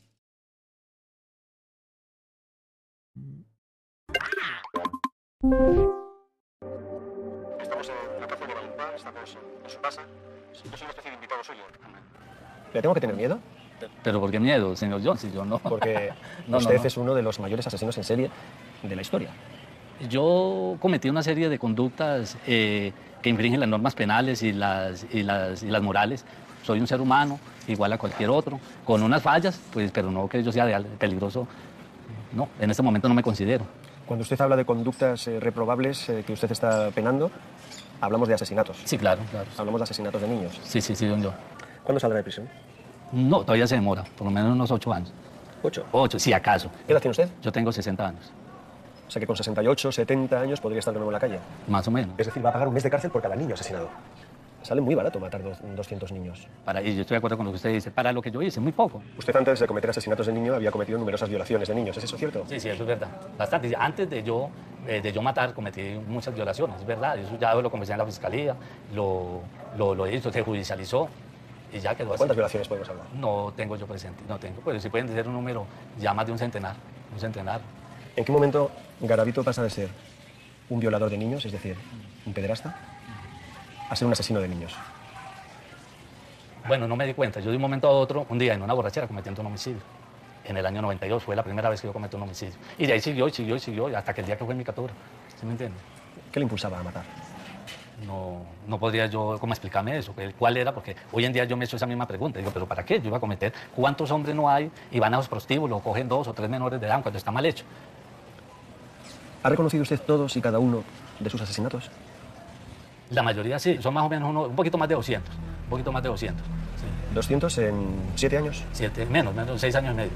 Estamos en la cárcel de Valledupar, estamos en su casa. Yo soy una especie de invitado suyo. ¿Le tengo que tener miedo? ¿Pero por qué miedo, señor John? Si yo no. Porque usted es uno de los mayores asesinos en serie de la historia. Yo cometí una serie de conductas que infringen las normas penales y las morales. Soy un ser humano, igual a cualquier otro, con unas fallas, pues, pero no que yo sea peligroso. No, en este momento no me considero. Cuando usted habla de conductas reprobables que usted está penando, hablamos de asesinatos. Sí, claro, claro. Hablamos de asesinatos de niños. Sí, don John. ¿Cuándo saldrá de prisión? No, todavía se demora, por lo menos unos 8 años. ¿8? 8, si acaso. ¿Qué edad tiene usted? Yo tengo 60 años. O sea que con 68, 70 años podría estar de nuevo en la calle. Más o menos. Es decir, va a pagar un mes de cárcel por cada niño asesinado. Sale muy barato matar 200 niños. Y yo estoy de acuerdo con lo que usted dice. Para lo que yo hice, muy poco. Usted antes de cometer asesinatos de niños había cometido numerosas violaciones de niños, ¿es eso cierto? Sí, eso es verdad. Bastante. Antes de yo matar, cometí muchas violaciones, es verdad. Eso ya lo confesé en la fiscalía, lo hizo, se judicializó y ya quedó así. ¿Cuántas violaciones podemos hablar? No tengo yo presente, no tengo. Pero si pueden ser un número ya más de un centenar. ¿En qué momento Garavito pasa de ser un violador de niños, es decir, un pederasta, a ser un asesino de niños? Bueno, no me di cuenta. Yo de un momento a otro, un día en una borrachera cometiendo un homicidio. En el año 92 fue la primera vez que yo cometí un homicidio. Y de ahí siguió, hasta que el día que fue mi captura. ¿Sí me entiende? ¿Qué le impulsaba a matar? No podría yo cómo explicarme eso, cuál era, porque hoy en día yo me he hecho esa misma pregunta. Digo, ¿pero para qué yo iba a cometer? ¿Cuántos hombres no hay y van a los prostíbulos, cogen 2 o 3 menores de edad cuando está mal hecho? ¿Ha reconocido usted todos y cada uno de sus asesinatos? La mayoría sí, son más o menos un poquito más de 200. Un poquito más de 200. Sí. ¿200 en 7 años? Menos, 6 años y medio.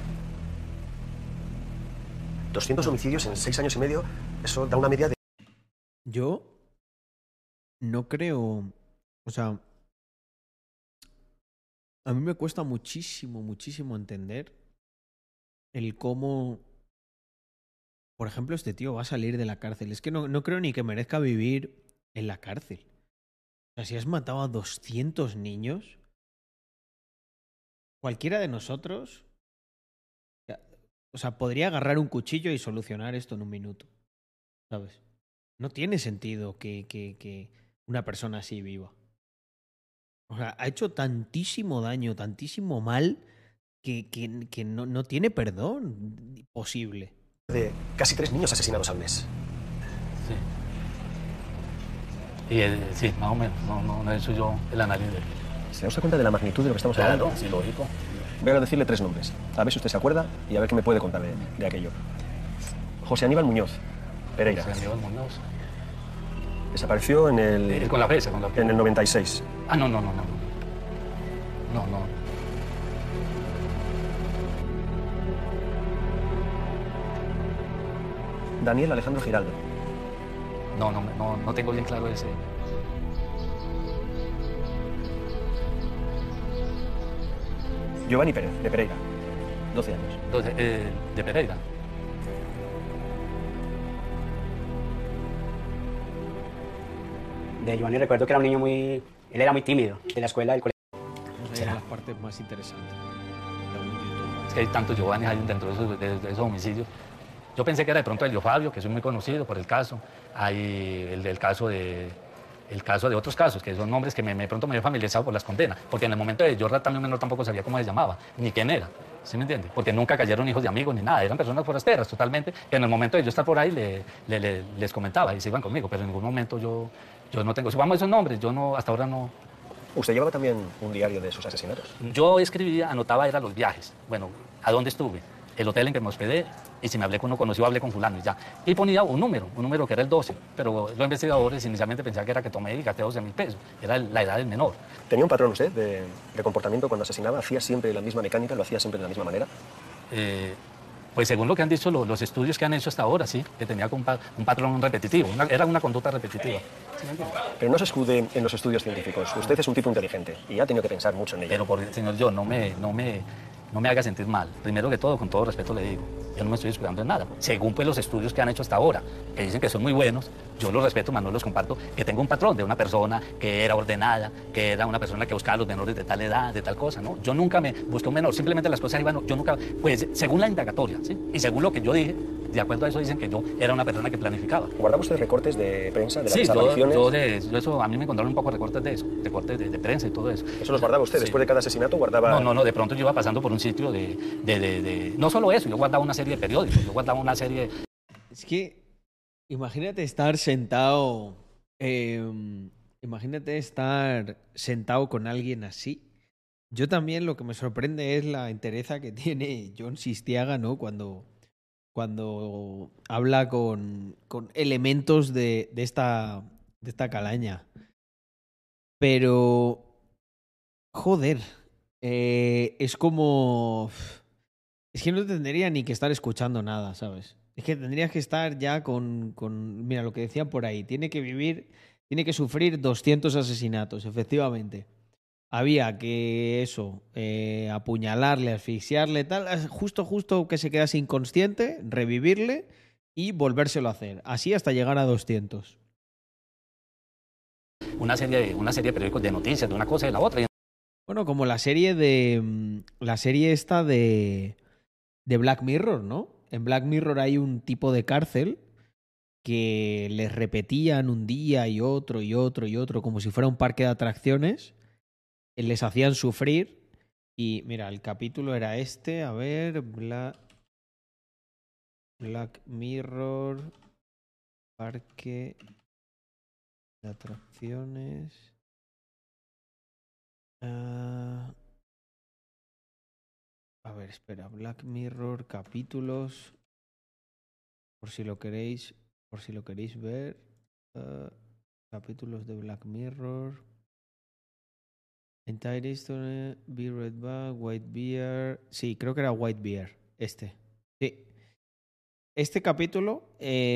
200 homicidios en 6 años y medio, eso da una media de... Yo no creo... O sea, a mí me cuesta muchísimo entender el cómo... Por ejemplo, este tío va a salir de la cárcel. Es que no creo ni que merezca vivir en la cárcel. O sea, si has matado a 200 niños, cualquiera de nosotros, o sea, podría agarrar un cuchillo y solucionar esto en un minuto, ¿sabes? No tiene sentido que una persona así viva. O sea, ha hecho tantísimo daño, tantísimo mal, que no tiene perdón posible. De casi 3 niños asesinados al mes. Sí. Sí, más o menos. No he hecho yo el análisis de... ¿Se da cuenta de la magnitud de lo que estamos hablando? Sí, lógico. Voy a decirle 3 nombres. A ver si usted se acuerda y a ver qué me puede contar de aquello. José Aníbal Muñoz Pereira. José Aníbal Muñoz. Desapareció en el... Con la presa. En el 96. Ah, no. Daniel Alejandro Giraldo. No tengo bien claro ese. Giovanni Pérez, de Pereira. 12 años. ¿De Pereira? De Giovanni recuerdo que era un niño él era muy tímido, de la escuela, del colegio. Esas eran las partes más interesantes. Es que hay tantos Giovanni dentro de esos homicidios. Yo pensé que era de pronto Elio Fabio, que es muy conocido por el caso. Hay el caso de otros casos, que son nombres que pronto me he familiarizado por las condenas. Porque en el momento de Jordan también menor tampoco sabía cómo se llamaba, ni quién era. ¿Sí me entiende? Porque nunca cayeron hijos de amigos ni nada. Eran personas forasteras totalmente, que en el momento de yo estar por ahí les comentaba y se iban conmigo. Pero en ningún momento yo no tengo... Si vamos a esos nombres, hasta ahora no... ¿Usted llevaba también un diario de sus asesinatos? Yo escribía, anotaba, eran los viajes. Bueno, ¿a dónde estuve? El hotel en que me hospedé, y si me hablé con uno conocido, hablé con fulano y ya. Y ponía un número que era el 12, pero los investigadores inicialmente pensaban que era que tomé y gasté 12.000 pesos. Era la edad del menor. ¿Tenía un patrón usted de comportamiento cuando asesinaba? ¿Hacía siempre la misma mecánica? ¿Lo hacía siempre de la misma manera? Pues según lo que han dicho los estudios que han hecho hasta ahora, sí, que tenía un patrón repetitivo, era una conducta repetitiva. Pero no se escude en los estudios científicos. Usted es un tipo inteligente y ha tenido que pensar mucho en ello. Pero, señor, yo no me haga sentir mal. Primero que todo, con todo respeto le digo, yo no me estoy descuidando en nada. Según pues los estudios que han hecho hasta ahora, que dicen que son muy buenos, yo los respeto, más no los comparto, que tengo un patrón de una persona que era ordenada, que era una persona que buscaba a los menores de tal edad, de tal cosa, ¿no? Yo nunca me busqué un menor, simplemente las cosas iban, yo nunca, pues según la indagatoria, ¿sí? Y según lo que yo dije, de acuerdo a eso dicen que yo era una persona que planificaba. ¿Guardaba usted recortes de prensa, de las sí, desapariciones? yo eso, a mí me encontraron un poco recortes de eso, recortes de prensa y todo eso. ¿Eso los guardaba usted? Sí. ¿Después de cada asesinato guardaba...? No, de pronto yo iba pasando por un sitio no solo eso, yo guardaba una serie de periódicos, yo guardaba una serie... Es que imagínate estar sentado... imagínate estar sentado con alguien así. Yo también lo que me sorprende es la entereza que tiene Jon Sistiaga, ¿no? Cuando habla con elementos de esta calaña. Pero... Joder. Es como... Es que no tendría ni que estar escuchando nada, ¿sabes? Es que tendrías que estar ya con... Mira, lo que decía por ahí. Tiene que vivir tiene que sufrir 200 asesinatos, efectivamente. Había que apuñalarle, asfixiarle, tal, justo que se quedase inconsciente, revivirle y volvérselo a hacer. Así hasta llegar a 200. Una serie de periódicos de noticias, de una cosa y de la otra. Bueno, como la serie esta de Black Mirror, ¿no? En Black Mirror hay un tipo de cárcel que les repetían un día y otro y otro y otro, como si fuera un parque de atracciones. Les hacían sufrir. Y mira, el capítulo era este. A ver, Black Mirror, parque de atracciones. A ver, espera. Black Mirror, capítulos. Por si lo queréis ver. Capítulos de Black Mirror. Entire History, Be Red Bag, White Bear. Sí, creo que era White Bear. Sí. Este capítulo,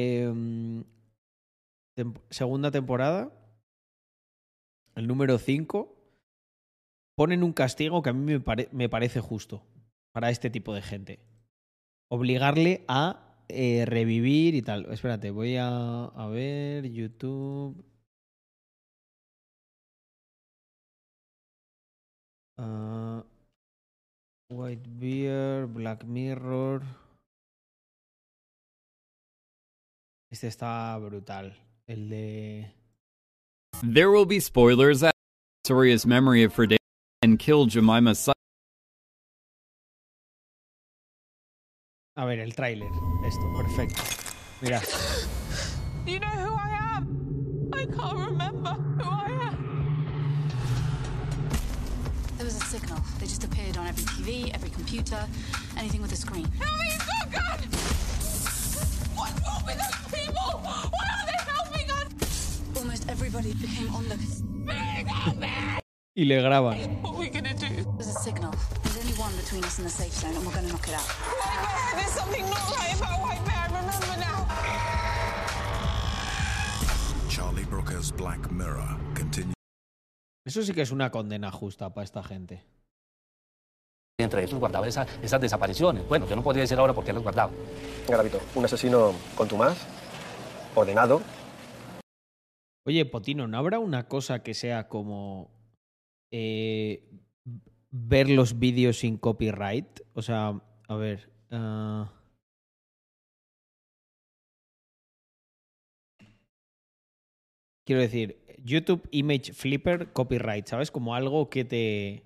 segunda temporada, el número 5, ponen un castigo que a mí me parece justo para este tipo de gente. Obligarle a revivir y tal. Espérate, voy a ver YouTube. White Bear, Black Mirror. Este está brutal. El de... There will be spoilers as Victoria's memory of Freddie and kill Jemima. A ver, el tráiler. Esto, perfecto. Mira. Do you know who I am? I can't remember who I am. There was a signal. They just appeared on every TV, every computer, anything with a screen. Help me, it's not good! What's wrong with those people? Why are they helping us? Almost everybody became onlookers. Y le graban. What are we gonna do? There's a signal. There's only one between us and the safe zone, and we're gonna knock it out. White Bear! There's something not right about White Bear. I remember now. Charlie Brooker's Black Mirror continues. Eso sí que es una condena justa para esta gente. Entre ellos guardaba esas desapariciones. Bueno, yo no podría decir ahora por qué las guardaba. Gravito, un asesino contumaz, ordenado. Oye, Potino, ¿no habrá una cosa que sea como ver los vídeos sin copyright? O sea, a ver... Quiero decir, YouTube Image Flipper copyright, ¿sabes? Como algo que te...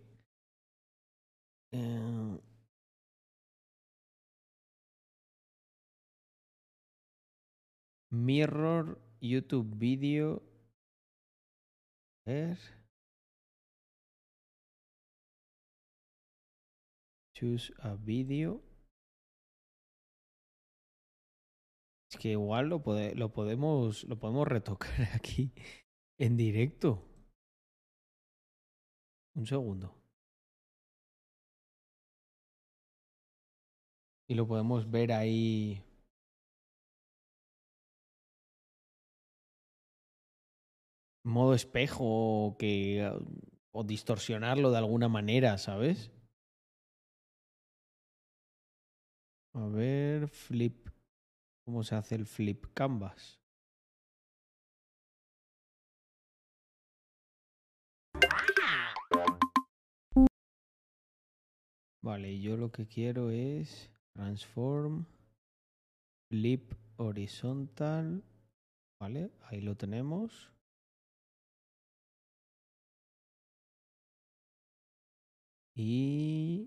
Mirror, YouTube Video... A ver... Choose a video. Es que igual lo podemos retocar aquí en directo. Un segundo. Y lo podemos ver ahí. Modo espejo o distorsionarlo de alguna manera, ¿sabes? A ver, flip. ¿Cómo se hace el flip canvas? Vale, yo lo que quiero es transform, flip horizontal. Vale, ahí lo tenemos. Y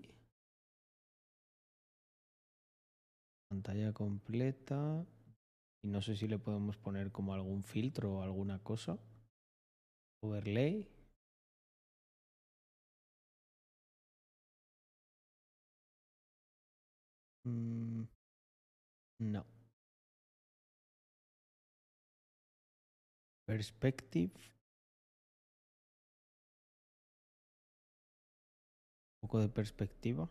pantalla completa. Y no sé si le podemos poner como algún filtro o alguna cosa. Overlay. No. Perspective. Un poco de perspectiva.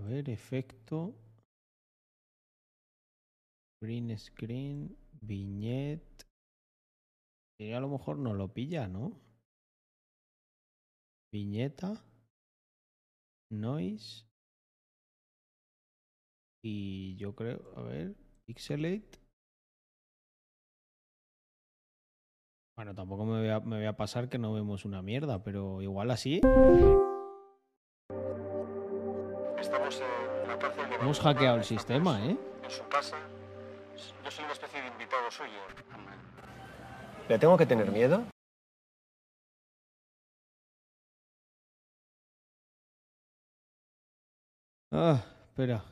ver, efecto. Green screen, viñette. Y a lo mejor no lo pilla, ¿no? Viñeta. Noise. Y yo creo, a ver, Pixelate. Bueno, tampoco me voy a pasar que no vemos una mierda, pero igual así. Estamos en la cárcel de... Hemos hackeado el sistema, ¿eh? En su casa. Yo soy una especie de invitado suyo. ¿Le tengo que tener miedo? Ah, espera.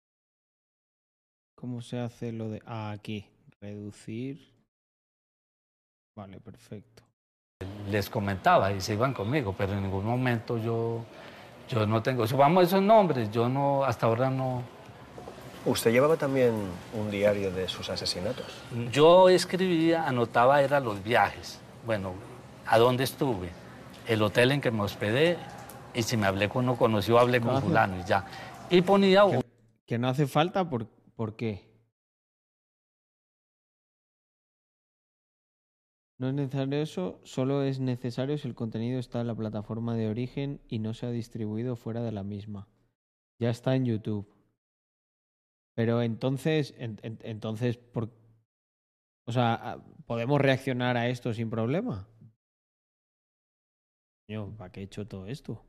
¿Cómo se hace lo de...? Ah, aquí. Reducir. Vale, perfecto. Les comentaba y se iban conmigo, pero en ningún momento yo no tengo... Subamos esos nombres, yo no, hasta ahora no... ¿Usted llevaba también un diario de sus asesinatos? Yo escribía, anotaba, eran los viajes. Bueno, a dónde estuve, el hotel en que me hospedé, y si me hablé con uno conocido, hablé con fulano y ya. Y ponía... Que no hace falta, ¿por qué? No es necesario eso, solo es necesario si el contenido está en la plataforma de origen y no se ha distribuido fuera de la misma. Ya está en YouTube. Pero entonces, o sea, ¿podemos reaccionar a esto sin problema? Yo, ¿para qué he hecho todo esto?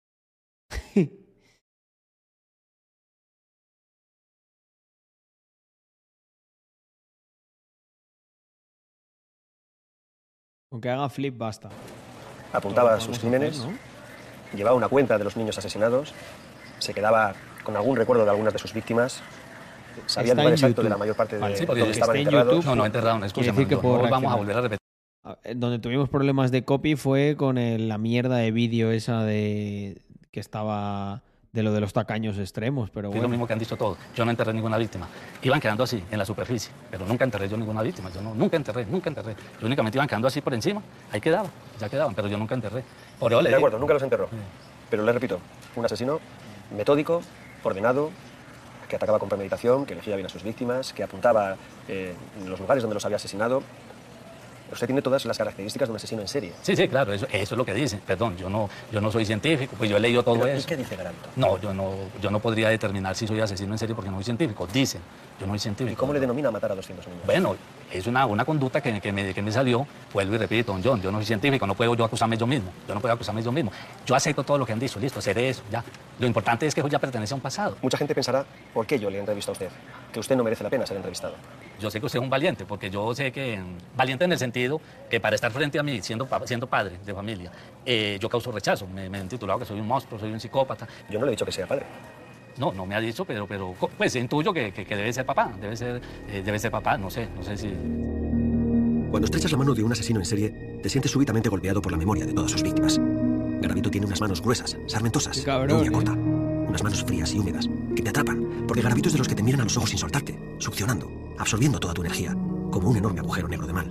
Aunque haga flip, basta. Apuntaba sus crímenes, ¿no? Llevaba una cuenta de los niños asesinados, se quedaba con algún recuerdo de algunas de sus víctimas, sabía el lugar exacto de la mayor parte de donde estaban enterrados. No, enterrado, escúchame, no vamos a volver a repetir. Donde tuvimos problemas de copy fue con la mierda de vídeo esa de que estaba de lo de los tacaños extremos, pero bueno. Es lo mismo que han dicho todos. Yo no enterré ninguna víctima. Iban quedando así, en la superficie, pero nunca enterré yo ninguna víctima. Yo nunca enterré. Yo únicamente iban quedando así por encima. Ahí quedaban, ya quedaban, pero yo nunca enterré. De acuerdo, nunca los enterró. Sí. Pero le repito, un asesino metódico, ordenado, que atacaba con premeditación, que elegía bien a sus víctimas, que apuntaba en los lugares donde los había asesinado. Usted tiene todas las características de un asesino en serie. Sí, sí, claro, eso es lo que dicen. Perdón, yo no soy científico, pues yo he leído todo eso. ¿Y qué dice Garanto? No, yo no podría determinar si soy asesino en serie porque no soy científico. Dicen, yo no soy científico. ¿Y cómo le denomina matar a 200 niños? Bueno, es una conducta que me salió, vuelvo y repito, don John, yo no soy científico, no puedo yo acusarme yo mismo. Yo acepto todo lo que han dicho, listo, seré eso, ya. Lo importante es que eso ya pertenece a un pasado. Mucha gente pensará, ¿por qué yo le entrevisto a usted? Que usted no merece la pena ser entrevistado. Yo sé que usted es un valiente, porque yo sé que... Valiente en el sentido que para estar frente a mí, siendo padre de familia, yo causo rechazo. Me han titulado que soy un monstruo, soy un psicópata. Yo no le he dicho que sea padre. No me ha dicho, pero pues intuyo que debe ser papá, debe ser papá, no sé si... Cuando estrechas la mano de un asesino en serie, te sientes súbitamente golpeado por la memoria de todas sus víctimas. Garavito tiene unas manos gruesas, sarmentosas, de uña corta, unas manos frías y húmedas, que te atrapan, porque Garavito es de los que te miran a los ojos sin soltarte, succionando, absorbiendo toda tu energía, como un enorme agujero negro de mal.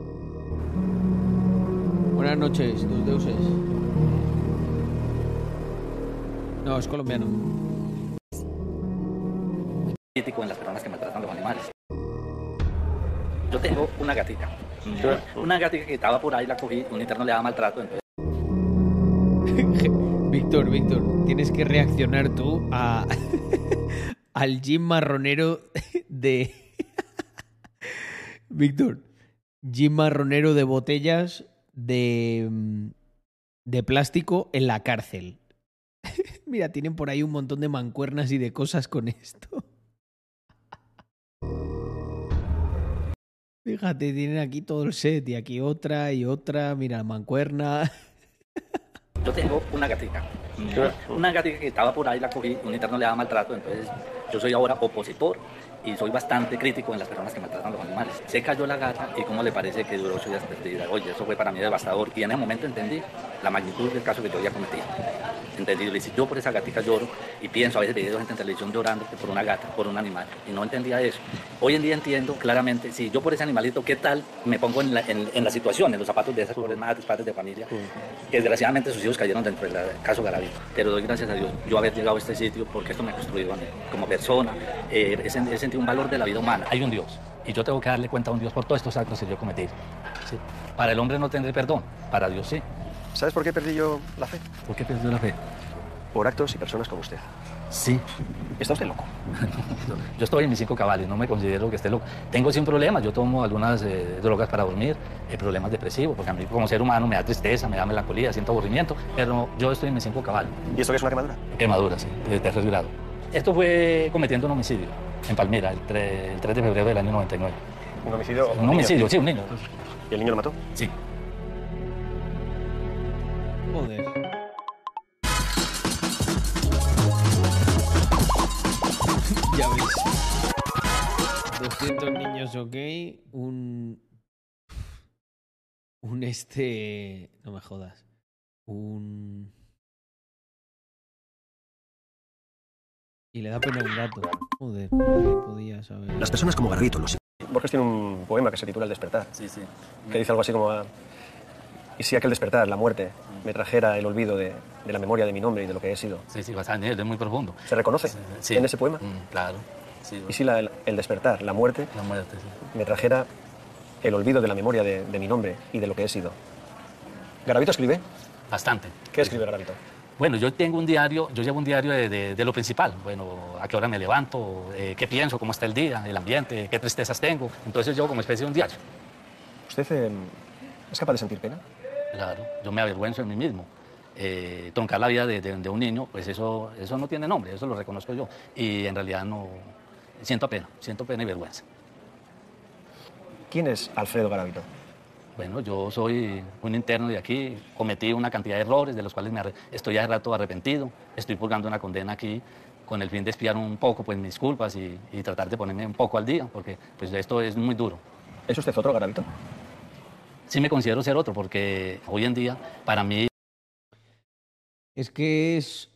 Buenas noches, dos deuses. No, es colombiano. Crítico en las personas que maltratan los animales. Yo tengo una gatita. Una gatita que estaba por ahí, la cogí, un interno le daba maltrato. Entonces... Víctor, tienes que reaccionar tú al Jim marronero de... Víctor, Jim marronero de botellas de plástico en la cárcel. Mira, tienen por ahí un montón de mancuernas y de cosas con esto. Fíjate, tienen aquí todo el set y aquí otra y otra. Mira, mancuerna. Yo tengo una gatita. Una gatita que estaba por ahí, la cogí, un interno le daba maltrato, entonces Yo soy ahora opositor y soy bastante crítico en las personas que maltratan a los animales. Se cayó la gata y cómo le parece que duró 8 días perdida. Oye, eso fue para mí devastador y en ese momento entendí la magnitud del caso que yo había cometido. Entendí, y si yo por esa gatica lloro y pienso, a veces veía gente en televisión llorando por una gata, por un animal, y no entendía eso. Hoy en día entiendo claramente, si yo por ese animalito, ¿qué tal me pongo en la situación, en los zapatos de esas pobres madres, padres de familia, que desgraciadamente sus hijos cayeron dentro del caso Garavito? Pero doy gracias a Dios yo haber llegado a este sitio porque esto me ha construido a mí como persona, he sentido un valor de la vida humana. Hay un Dios y yo tengo que darle cuenta a un Dios por todos estos actos que yo he cometido. ¿Sí? Para el hombre no tendré perdón, para Dios sí. ¿Sabes por qué perdí yo la fe? ¿Por qué perdí la fe? Por actos y personas como usted. Sí. ¿Está usted loco? Yo estoy en mis 5 cabales, no me considero que esté loco. Tengo sí un problema, yo tomo algunas drogas para dormir, problemas depresivos, porque a mí como ser humano me da tristeza, me da melancolía, siento aburrimiento, pero yo estoy en mis 5 cabales. ¿Y esto qué es una quemadura? Quemadura, sí, de tercer grado. Esto fue cometiendo un homicidio en Palmira, el 3 de febrero del año 99. ¿Un homicidio? Un homicidio, sí, un niño. ¿Y el niño lo mató? Sí. Joder. Ya veis. 200 niños, ok. No me jodas. Y le da pena un gato. Joder, podía saber. Las personas como Garavito, los... Borges tiene un poema que se titula El despertar. Sí, sí. Que dice algo así como... Y si aquel despertar, la muerte, me trajera el olvido de la memoria de mi nombre y de lo que he sido. Sí, sí, bastante, es muy profundo. ¿Se reconoce sí. en ese poema? Claro. Sí, y si el despertar, la muerte, sí, me trajera el olvido de la memoria de mi nombre y de lo que he sido. ¿Garavito escribe? Bastante. ¿Qué escribe Garavito? Bueno, yo llevo un diario de lo principal. Bueno, a qué hora me levanto, qué pienso, cómo está el día, el ambiente, qué tristezas tengo. Entonces yo como especie de un diario. ¿Usted es capaz de sentir pena? Claro, yo me avergüenzo de mí mismo. Troncar la vida de un niño, pues eso no tiene nombre, eso lo reconozco yo. Y en realidad no... siento pena y vergüenza. ¿Quién es Alfredo Garavito? Bueno, yo soy un interno de aquí, cometí una cantidad de errores de los cuales estoy hace rato arrepentido, estoy purgando una condena aquí con el fin de expiar un poco pues, mis culpas y tratar de ponerme un poco al día, porque pues, esto es muy duro. ¿Es usted otro Garavito? Sí me considero ser otro, porque hoy en día, para mí... Es que es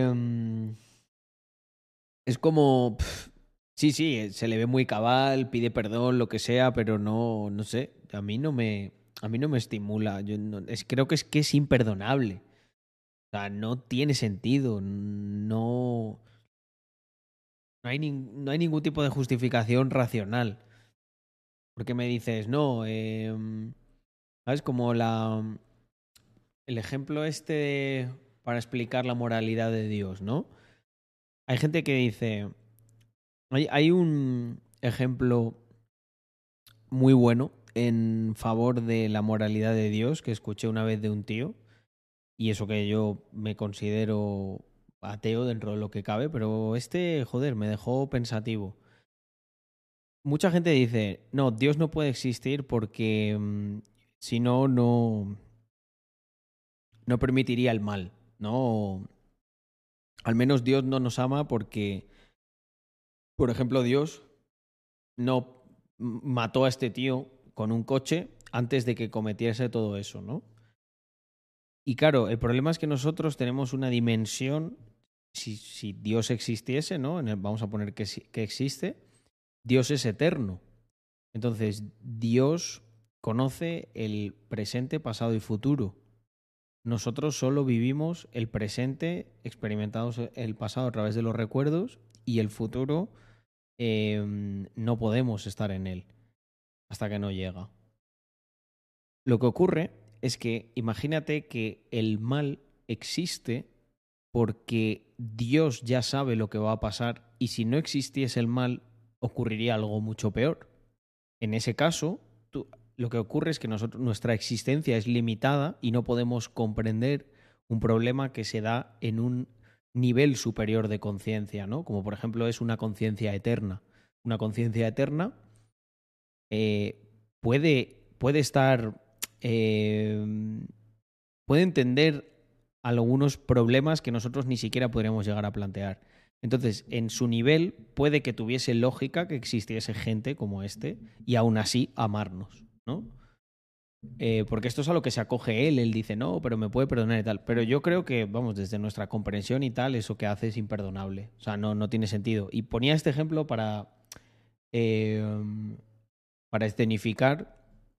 como... Sí, se le ve muy cabal, pide perdón, lo que sea, pero no sé, a mí no me estimula. Creo que es imperdonable. O sea, no tiene sentido, no hay ningún tipo de justificación racional. Porque me dices, no, ¿sabes? Como el ejemplo para explicar la moralidad de Dios, ¿no? Hay gente que dice... Hay un ejemplo muy bueno en favor de la moralidad de Dios que escuché una vez de un tío, y eso que yo me considero ateo dentro de lo que cabe, pero joder, me dejó pensativo. Mucha gente dice, no, Dios no puede existir porque si no permitiría el mal, ¿no? Al menos Dios no nos ama porque... Por ejemplo, Dios no mató a este tío con un coche antes de que cometiese todo eso, ¿no? Y claro, el problema es que nosotros tenemos una dimensión, si Dios existiese, ¿no? Vamos a poner que existe, Dios es eterno. Entonces, Dios conoce el presente, pasado y futuro. Nosotros solo vivimos el presente, experimentamos el pasado a través de los recuerdos, y el futuro no podemos estar en él hasta que no llega. Lo que ocurre es que imagínate que el mal existe porque Dios ya sabe lo que va a pasar, y si no existiese el mal ocurriría algo mucho peor. En ese caso, lo que ocurre es que nuestra existencia es limitada y no podemos comprender un problema que se da en un nivel superior de conciencia, ¿no? Como por ejemplo es una conciencia eterna. Una conciencia eterna puede entender algunos problemas que nosotros ni siquiera podríamos llegar a plantear. Entonces, en su nivel puede que tuviese lógica que existiese gente como este y aún así amarnos, ¿no? Porque esto es a lo que se acoge él. Él dice, no, pero me puede perdonar y tal. Pero yo creo que, vamos, desde nuestra comprensión y tal, eso que hace es imperdonable. O sea, no tiene sentido. Y ponía este ejemplo para escenificar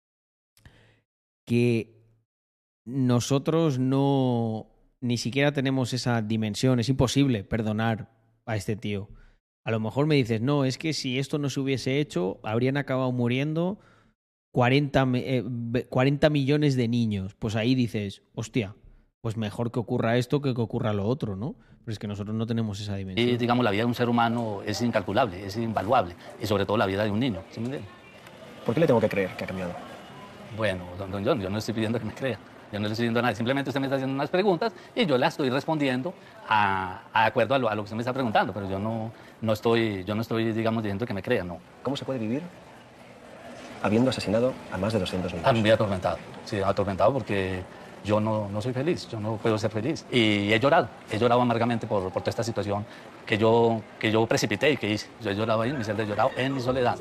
que nosotros ni siquiera tenemos esa dimensión. Es imposible perdonar a este tío. A lo mejor me dices, no, es que si esto no se hubiese hecho, habrían acabado muriendo 40 millones de niños. Pues ahí dices, hostia, pues mejor que ocurra esto que ocurra lo otro, ¿no? Pero es que nosotros no tenemos esa dimensión. Y, digamos, la vida de un ser humano es incalculable, es invaluable, y sobre todo la vida de un niño, ¿sí me entiende? ¿Por qué le tengo que creer que ha cambiado? Bueno, don John, yo no estoy pidiendo que me crea. Yo no le estoy diciendo nada, simplemente usted me está haciendo unas preguntas y yo las estoy respondiendo a acuerdo a lo que usted me está preguntando, pero yo no estoy, digamos, diciendo que me crea, no. ¿Cómo se puede vivir habiendo asesinado a más de 200 niños? Muy atormentado, sí, atormentado porque yo no soy feliz, yo no puedo ser feliz. Y he llorado amargamente por toda esta situación que yo precipité y que hice. Yo he llorado ahí en mi celda, he llorado en mi soledad.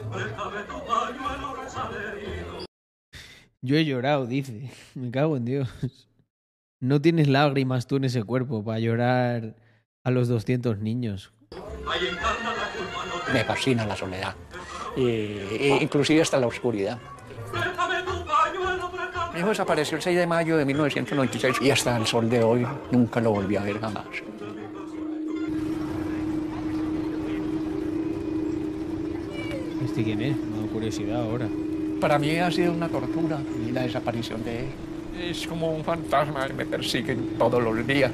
Yo he llorado, dice. Me cago en Dios. No tienes lágrimas tú en ese cuerpo para llorar a los 200 niños. Me fascina la soledad. Inclusive hasta la oscuridad. Mi hijo desapareció el 6 de mayo de 1996 y hasta el sol de hoy nunca lo volví a ver jamás. ¿Este quién es? Me da curiosidad ahora. Para mí ha sido una tortura y la desaparición de él. Es como un fantasma que me persigue todos los días.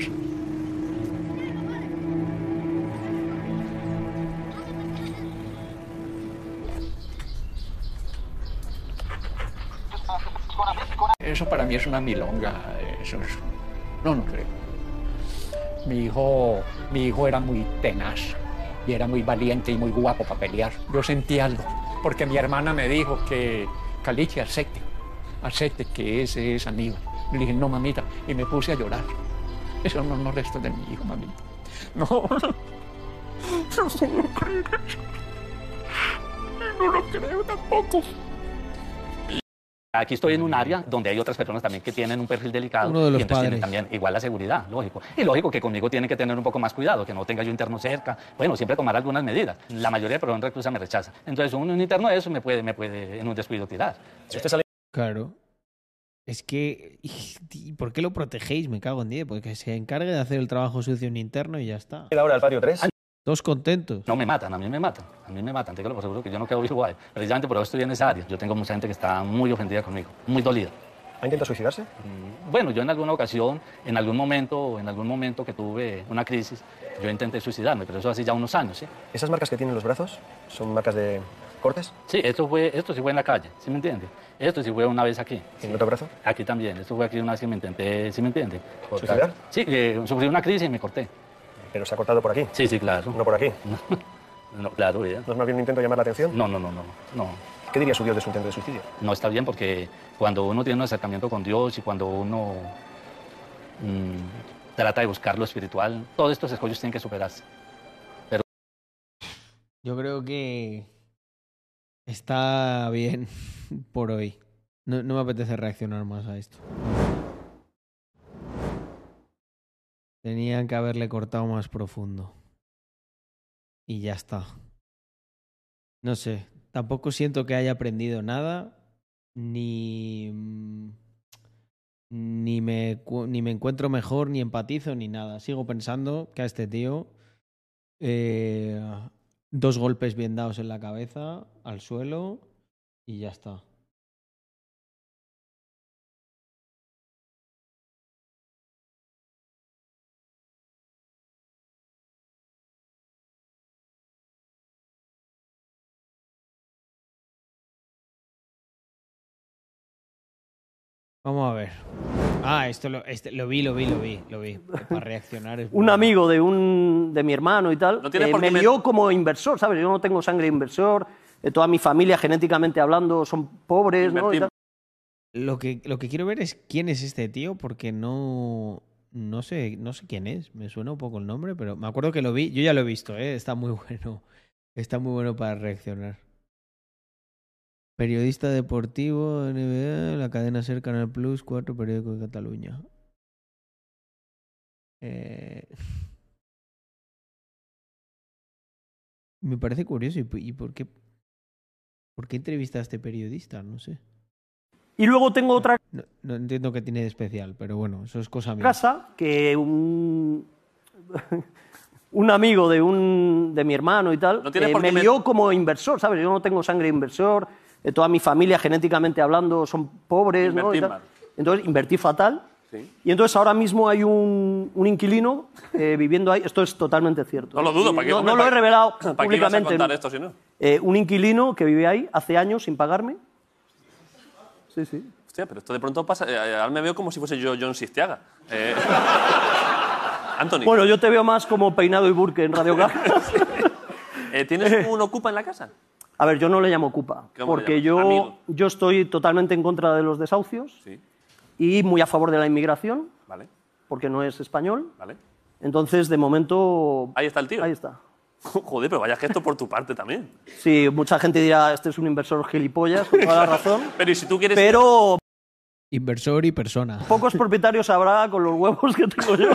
Eso para mí es una milonga. Eso es... No creo. Mi hijo era muy tenaz y era muy valiente y muy guapo para pelear. Yo sentí algo. Porque mi hermana me dijo que Caliche, acepte que ese es Aníbal. Le dije, no, mamita, y me puse a llorar. Esos son los restos de mi hijo, mamita. No puedo creer eso. No lo creo tampoco. Aquí estoy en un área donde hay otras personas también que tienen un perfil delicado. Uno de los y entonces tienen padres. también igual la seguridad, lógico. Y lógico que conmigo tienen que tener un poco más cuidado, que no tenga yo interno cerca. Bueno, siempre tomar algunas medidas. La mayoría de personas reclusas me rechaza. Entonces un interno de eso me puede en un descuido tirar. Si usted sale... Claro. Es que... ¿Por qué lo protegéis? Me cago en 10. Porque se encargue de hacer el trabajo sucio un interno y ya está. ahora al patio 3? Todos contentos. No me matan, a mí me matan. Tengo por seguro que yo no quedo igual. Precisamente por eso estoy en esa área. Yo tengo mucha gente que está muy ofendida conmigo, muy dolida. ¿Ha intentado suicidarse? Bueno, yo en alguna ocasión, en algún momento que tuve una crisis, yo intenté suicidarme, pero eso hace ya unos años, ¿sí? ¿Esas marcas que tienen los brazos son marcas de cortes? Sí, esto sí fue en la calle, ¿sí me entiende? Esto sí fue una vez aquí. ¿En el otro brazo? Aquí también, esto fue aquí una vez que me intenté, ¿sí me entiende? ¿Suicidar? Sí, sufrí una crisis y me corté. ¿Pero se ha cortado por aquí? Sí, claro. ¿No por aquí? No, claro, ya. ¿No es más bien un intento de llamar la atención? No. ¿Qué diría su Dios de su intento de suicidio? No está bien porque cuando uno tiene un acercamiento con Dios y cuando uno trata de buscar lo espiritual, todos estos escollos tienen que superarse. Pero... Yo creo que está bien por hoy. No me apetece reaccionar más a esto. Tenían que haberle cortado más profundo. Y ya está. No sé. Tampoco siento que haya aprendido nada. Ni me encuentro mejor, ni empatizo, ni nada. Sigo pensando que a este tío 2 golpes bien dados en la cabeza, al suelo, y ya está. Vamos a ver. Esto lo vi. Para reaccionar es un amigo de mi hermano y tal, me lió como inversor, ¿sabes? Yo no tengo sangre de inversor, toda mi familia genéticamente hablando son pobres, ¿no? Y tal. Lo que quiero ver es quién es este tío, porque no no sé quién es, me suena un poco el nombre, pero me acuerdo que lo vi, yo ya lo he visto, está muy bueno para reaccionar. Periodista deportivo, NBA, la cadena SER, Canal Plus, 4 periódicos de Cataluña. Me parece curioso, ¿y por qué entrevista a este periodista? No sé. Y luego tengo otra No entiendo qué tiene de especial, pero bueno, eso es cosa mía. casa que un amigo de mi hermano y tal me lió como inversor, ¿sabes? Yo no tengo sangre de inversor, toda mi familia genéticamente hablando son pobres, ¿no? Y tal. Entonces invertí fatal. Sí. Y entonces ahora mismo hay un inquilino viviendo ahí. Esto es totalmente cierto. No lo dudo. ¿Para qué, no lo he revelado ¿para públicamente. qué ibas a contar esto si no? Un inquilino que vive ahí hace años sin pagarme. Sí, sí. Hostia, pero esto de pronto pasa... ahora me veo como si fuese yo John Sistiaga. Anthony. Bueno, yo te veo más como Peinado y Burke en Radio Gas. ¿Tienes un ocupa en la casa? A ver, yo no le llamo ocupa. Porque yo estoy totalmente en contra de los desahucios. Sí. Y muy a favor de la inmigración, vale, porque no es español. Vale. Entonces, de momento... Ahí está el tío. Ahí está. Joder, pero vaya gesto por tu parte también. Sí, mucha gente dirá, este es un inversor gilipollas, con toda la razón. Pero ¿y si tú quieres...? Pero... Inversor y persona. Pocos propietarios habrá con los huevos que tengo yo.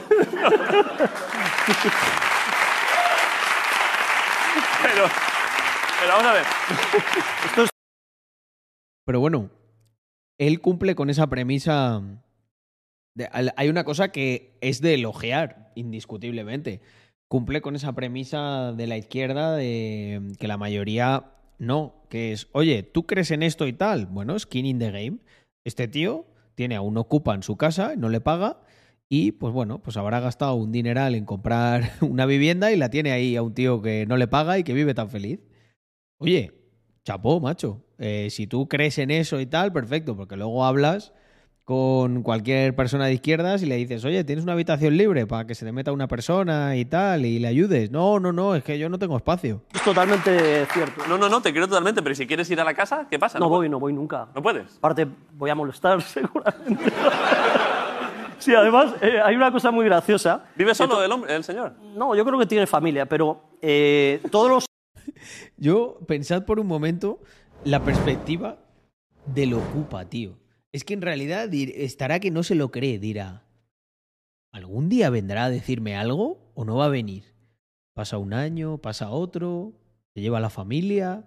Pero vamos a ver. Esto es... Pero bueno... Él cumple con esa premisa. Hay una cosa que es de elogiar, indiscutiblemente. Cumple con esa premisa de la izquierda de que la mayoría no, que es, oye, ¿tú crees en esto y tal? Bueno, skin in the game. Este tío tiene a un ocupa en su casa, no le paga y, pues bueno, pues habrá gastado un dineral en comprar una vivienda y la tiene ahí a un tío que no le paga y que vive tan feliz. Oye, chapó, macho. Si tú crees en eso y tal, perfecto, porque luego hablas con cualquier persona de izquierdas y le dices, oye, ¿tienes una habitación libre para que se te meta una persona y tal y le ayudes? No, es que yo no tengo espacio. Es totalmente cierto. No, te creo totalmente, pero si quieres ir a la casa, ¿qué pasa? No voy nunca. ¿No puedes? Aparte, voy a molestar seguramente. Sí, además, hay una cosa muy graciosa. ¿Vive solo el señor? No, yo creo que tiene familia, pero todos los... Yo, pensad por un momento la perspectiva del ocupa, tío. Es que en realidad estará que no se lo cree, dirá, ¿algún día vendrá a decirme algo o no va a venir? Pasa un año, pasa otro, se lleva a la familia.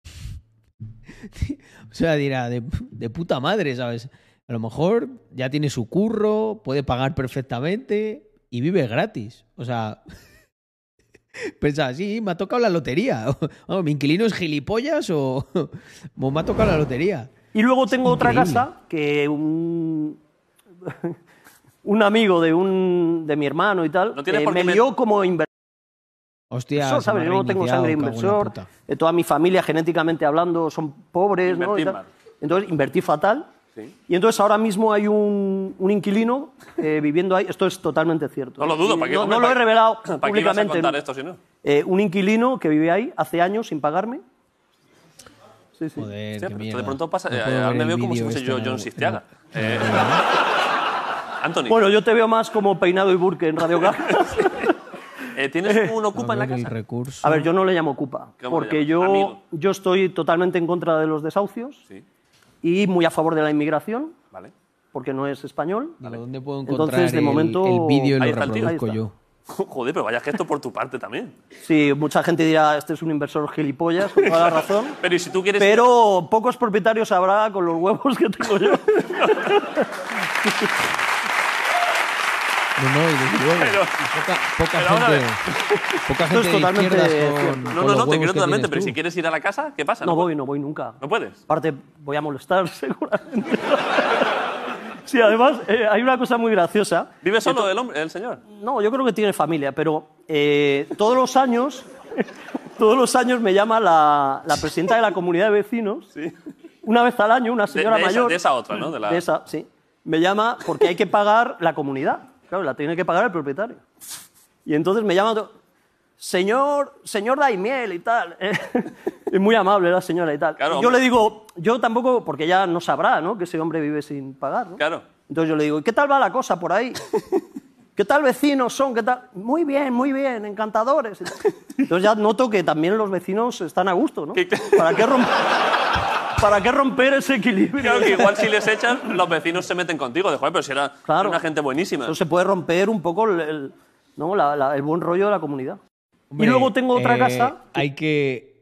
O sea, dirá, de puta madre, ¿sabes? A lo mejor ya tiene su curro, puede pagar perfectamente y vive gratis. O sea... Pensa, sí, me ha tocado la lotería. ¿Mi inquilino es gilipollas o me ha tocado la lotería? Y luego tengo otra casa que un amigo de mi hermano y tal me lió como inversor. Hostia, ¿sabes? Yo no tengo sangre de inversor. Toda mi familia, genéticamente hablando, son pobres, ¿no? Entonces invertí fatal. Sí. Y entonces ahora mismo hay un inquilino viviendo ahí. Esto es totalmente cierto. No lo dudo. ¿Para qué, no lo he revelado ¿para públicamente. qué ibas a contar esto si no? Un inquilino que vive ahí hace años sin pagarme. Sí. Joder, sí, qué mierda. De pronto pasa... ahora me veo como si fuese yo John Sistiaga. Anthony. Bueno, yo te veo más como Peinado y Burke en Radio Gas. ¿Tienes un ocupa en la casa? A ver, yo no le llamo ocupa. Porque yo estoy totalmente en contra de los desahucios. Sí. Y muy a favor de la inmigración, vale, porque no es español. Vale. ¿Dónde puedo encontrar entonces, de momento, el vídeo y lo reproduzco yo? Joder, pero vaya gesto por tu parte también. Sí, mucha gente dirá, este es un inversor gilipollas, con toda la razón. Pero ¿y si tú quieres...? Pero pocos propietarios habrá con los huevos que tengo yo. No, y desde luego. Poca gente de izquierdas con No, te creo totalmente, pero si quieres ir a la casa, ¿qué pasa? No voy nunca. ¿No puedes? Aparte, voy a molestar seguramente. Sí, además, hay una cosa muy graciosa. ¿Vive solo el señor? No, yo creo que tiene familia, pero todos los años me llama la presidenta de la comunidad de vecinos, sí, una vez al año, una señora mayor. De esa otra, ¿no? De esa, sí. Me llama porque hay que pagar la comunidad. Claro, la tiene que pagar el propietario. Y entonces me llama, señor Daimiel y tal. Es muy amable la señora y tal. Claro, y yo le digo, yo tampoco, porque ella no sabrá, ¿no?, que ese hombre vive sin pagar, ¿no? Claro. Entonces yo le digo, ¿qué tal va la cosa por ahí? ¿qué tal vecinos son? ¿Qué tal? Muy bien, encantadores. Entonces ya noto que también los vecinos están a gusto, ¿no? ¿Para qué romper ese equilibrio? Claro que igual si les echan, los vecinos se meten contigo. De, joder, pero si era una gente buenísima. Eso se puede romper un poco el buen rollo de la comunidad. Hombre, y luego tengo otra casa... Hay que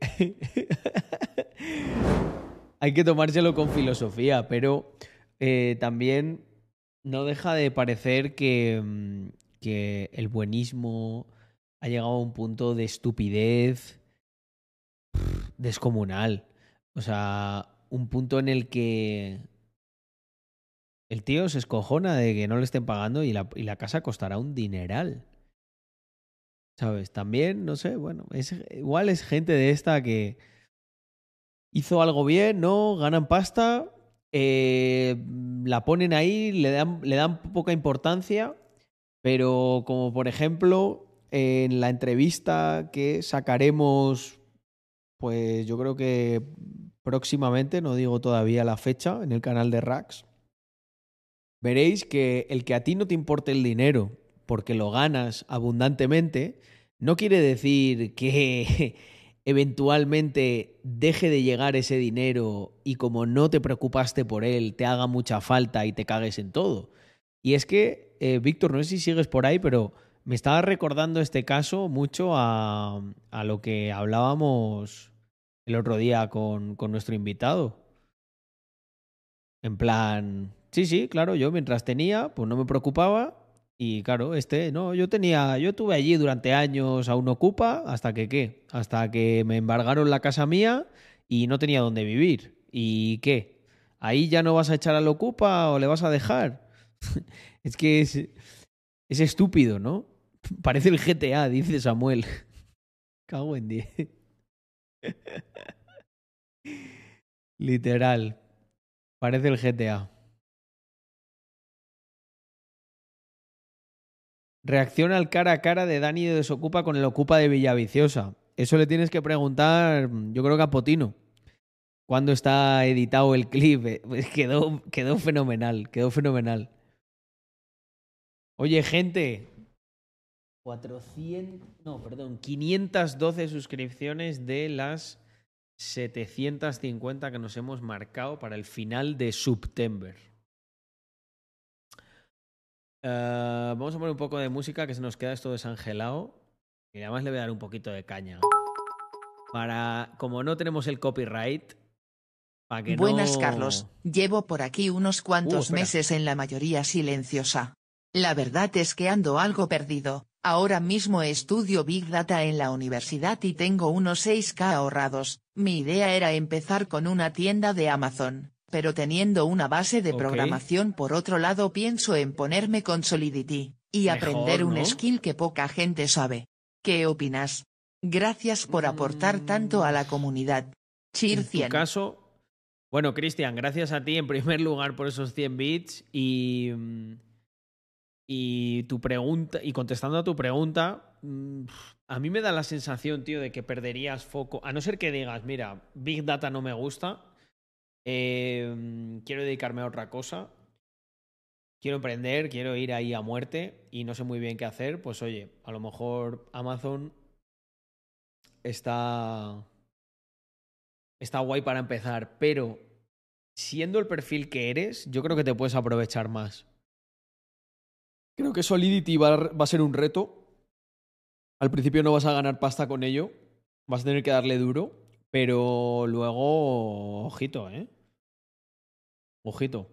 tomárselo con filosofía, pero también no deja de parecer que el buenismo ha llegado a un punto de estupidez descomunal. O sea, un punto en el que el tío se escojona de que no le estén pagando y la casa costará un dineral. ¿Sabes? También, no sé, bueno, igual es gente de esta que hizo algo bien, ¿no? Ganan pasta, la ponen ahí, le dan poca importancia, pero como por ejemplo en la entrevista que sacaremos, pues yo creo que próximamente, no digo todavía la fecha, en el canal de Rax, veréis que el que a ti no te importe el dinero porque lo ganas abundantemente, no quiere decir que eventualmente deje de llegar ese dinero y como no te preocupaste por él, te haga mucha falta y te cagues en todo. Y es que, Víctor, no sé si sigues por ahí, pero me estaba recordando este caso mucho a lo que hablábamos el otro día con nuestro invitado. En plan, sí, claro, yo mientras tenía, pues no me preocupaba. Y claro, yo tuve allí durante años a un ocupa, hasta que me embargaron la casa mía y no tenía dónde vivir. ¿Y qué? ¿Ahí ya no vas a echar al ocupa o le vas a dejar? Es que es estúpido, ¿no? Parece el GTA, dice Samuel. Cago en 10. Literal. Parece el GTA. Reacciona al cara a cara de Dani de Desocupa con el Ocupa de Villaviciosa. Eso le tienes que preguntar, yo creo que a Potino. ¿Cuándo está editado el clip? Quedó fenomenal, quedó fenomenal. Oye, gente. 512 suscripciones de las 750 que nos hemos marcado para el final de September. Vamos a poner un poco de música que se nos queda esto desangelado. Y además le voy a dar un poquito de caña. Como no tenemos el copyright, para que Buenas, no... Carlos. Llevo por aquí unos cuantos meses en la mayoría silenciosa. La verdad es que ando algo perdido. Ahora mismo estudio Big Data en la universidad y tengo unos 6K ahorrados. Mi idea era empezar con una tienda de Amazon. Pero teniendo una base de programación por otro lado pienso en ponerme con Solidity, y aprender un skill que poca gente sabe. ¿Qué opinas? Gracias por aportar tanto a la comunidad. Cheer 100. En tu caso, bueno, Cristian, gracias a ti en primer lugar por esos 100 bits y tu pregunta, y contestando a tu pregunta, a mí me da la sensación, tío, de que perderías foco, a no ser que digas, mira, Big Data no me gusta. Quiero dedicarme a otra cosa, quiero emprender, quiero ir ahí a muerte y no sé muy bien qué hacer, pues oye, a lo mejor Amazon está guay para empezar, pero siendo el perfil que eres, yo creo que te puedes aprovechar más. Creo que Solidity va a ser un reto. Al principio no vas a ganar pasta con ello, vas a tener que darle duro. Pero luego, ojito, Ojito.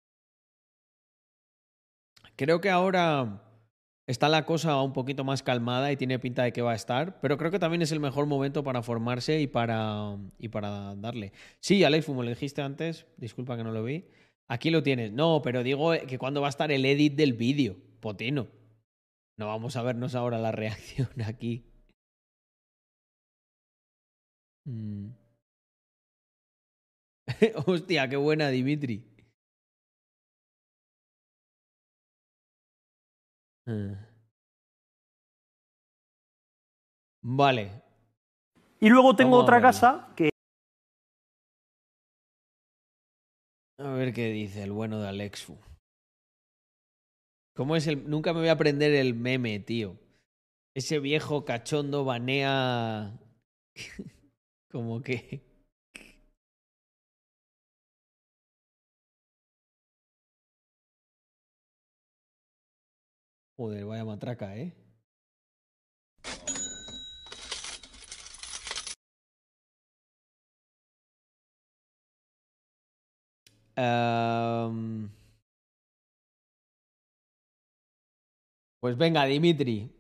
Creo que ahora está la cosa un poquito más calmada y tiene pinta de que va a estar, pero creo que también es el mejor momento para formarse y para darle. Sí, Alex, como le dijiste antes, disculpa que no lo vi, aquí lo tienes. No, pero digo que cuando va a estar el edit del vídeo, Potino. No vamos a vernos ahora la reacción aquí. Hostia, qué buena, Dimitri. Vale. Y luego tengo otra casa que... A ver qué dice el bueno de Alexfu. ¿Cómo es el...? Nunca me voy a aprender el meme, tío. Ese viejo cachondo banea... como que... Joder, vaya matraca, ¿eh? Pues venga, Dimitri.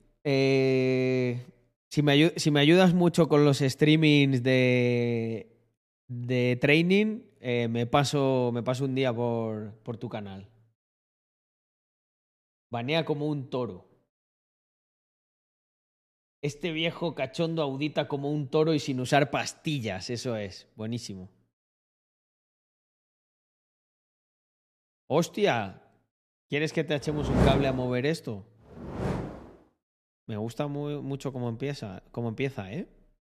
Si me ayudas mucho con los streamings de training, me paso un día por tu canal. Banea como un toro. Este viejo cachondo audita como un toro y sin usar pastillas. Eso es. Buenísimo. ¡Hostia! ¿Quieres que te echemos un cable a mover esto? Me gusta mucho cómo empieza, ¿eh?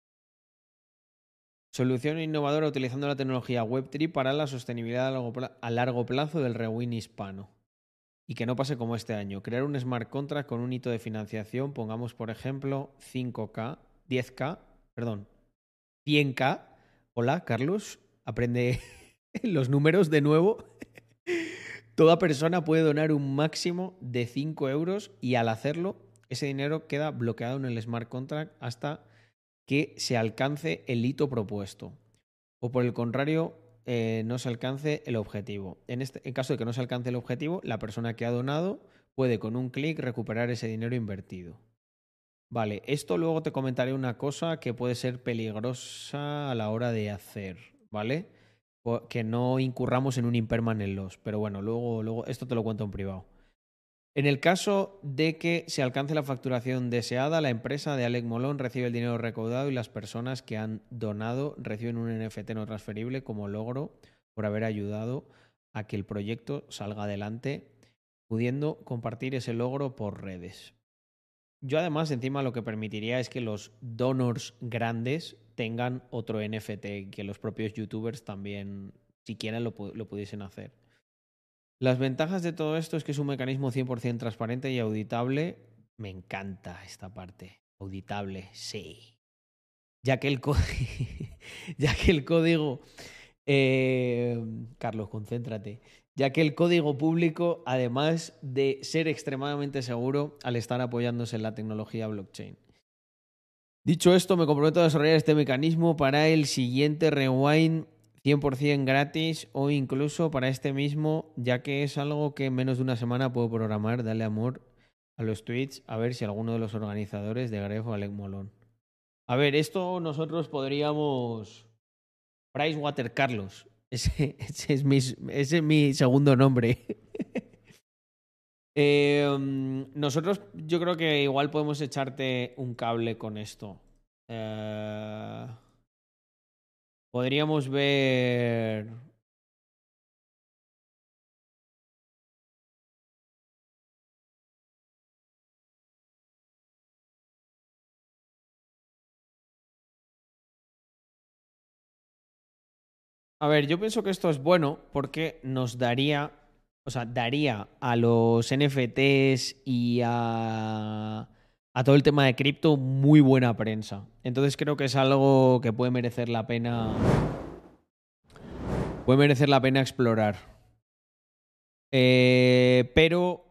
Solución innovadora utilizando la tecnología Web3 para la sostenibilidad a largo plazo del rewind hispano. Y que no pase como este año. Crear un smart contract con un hito de financiación, pongamos por ejemplo 5K, 10K, perdón, 100K. Hola, Carlos, aprende los números de nuevo. Toda persona puede donar un máximo de 5 euros y al hacerlo, ese dinero queda bloqueado en el smart contract hasta que se alcance el hito propuesto. O por el contrario, no se alcance el objetivo. En caso de que no se alcance el objetivo, la persona que ha donado puede con un clic recuperar ese dinero invertido. Vale, esto luego te comentaré una cosa que puede ser peligrosa a la hora de hacer, ¿vale? Que no incurramos en un impermanent loss. Pero bueno, luego esto te lo cuento en privado. En el caso de que se alcance la facturación deseada, la empresa de Alec Molón recibe el dinero recaudado y las personas que han donado reciben un NFT no transferible como logro por haber ayudado a que el proyecto salga adelante, pudiendo compartir ese logro por redes. Yo además encima lo que permitiría es que los donors grandes tengan otro NFT, que los propios youtubers también, si quieren, lo pudiesen hacer. Las ventajas de todo esto es que es un mecanismo 100% transparente y auditable. Me encanta esta parte. Auditable, sí. Ya que el código... Carlos, concéntrate. Ya que el código público, además de ser extremadamente seguro al estar apoyándose en la tecnología blockchain. Dicho esto, me comprometo a desarrollar este mecanismo para el siguiente rewind 100% gratis o incluso para este mismo, ya que es algo que en menos de una semana puedo programar. Dale amor a los tweets, a ver si alguno de los organizadores de Gref o Alec Molón. A ver, esto nosotros podríamos... Pricewater Carlos. Ese es mi segundo nombre. Nosotros yo creo que igual podemos echarte un cable con esto. Podríamos ver... A ver, yo pienso que esto es bueno porque nos daría, daría a los NFTs y a todo el tema de cripto muy buena prensa. Entonces creo que es algo que puede merecer la pena explorar. Pero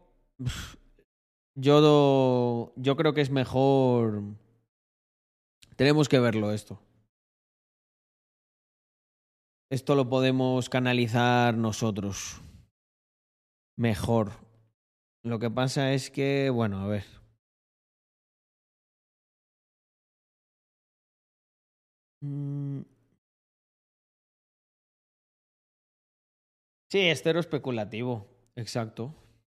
yo creo que es mejor... Tenemos que verlo esto. Esto lo podemos canalizar nosotros mejor. Lo que pasa es que, bueno, a ver. Sí, estero especulativo, exacto.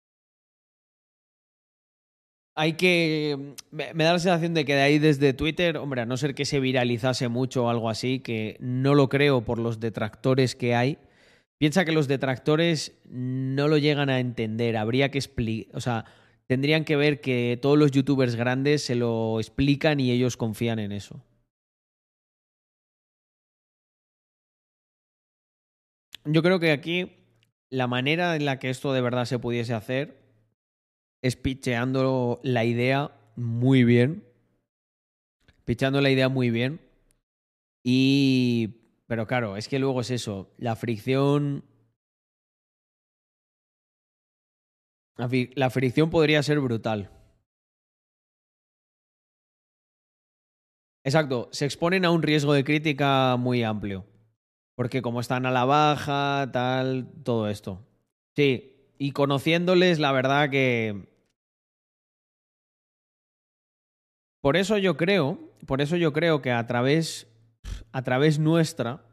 Hay que... Me da la sensación de que de ahí desde Twitter, hombre, a no ser que se viralizase mucho o algo así, que no lo creo por los detractores que hay. Piensa que los detractores no lo llegan a entender. Habría que explicar... O sea, tendrían que ver que todos los youtubers grandes se lo explican y ellos confían en eso. Yo creo que aquí la manera en la que esto de verdad se pudiese hacer es pitcheando la idea muy bien. Pitcheando la idea muy bien. Pero claro, es que luego es eso. La fricción... La fricción podría ser brutal. Exacto, se exponen a un riesgo de crítica muy amplio. Porque como están a la baja, tal, todo esto. Sí, y conociéndoles, la verdad que... Por eso yo creo que a través nuestra...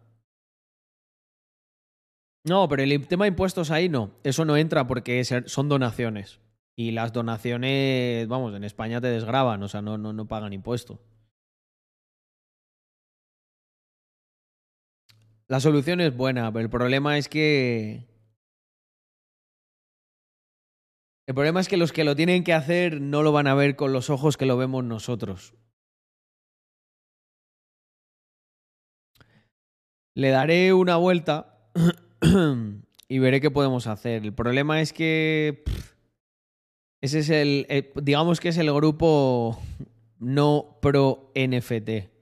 No, pero el tema de impuestos ahí no. Eso no entra porque son donaciones. Y las donaciones, vamos, en España te desgravan, o sea, no pagan impuesto. La solución es buena, pero el problema es que... El problema es que los que lo tienen que hacer no lo van a ver con los ojos que lo vemos nosotros. Le daré una vuelta y veré qué podemos hacer. El problema es que... ese es digamos que es el grupo no pro NFT.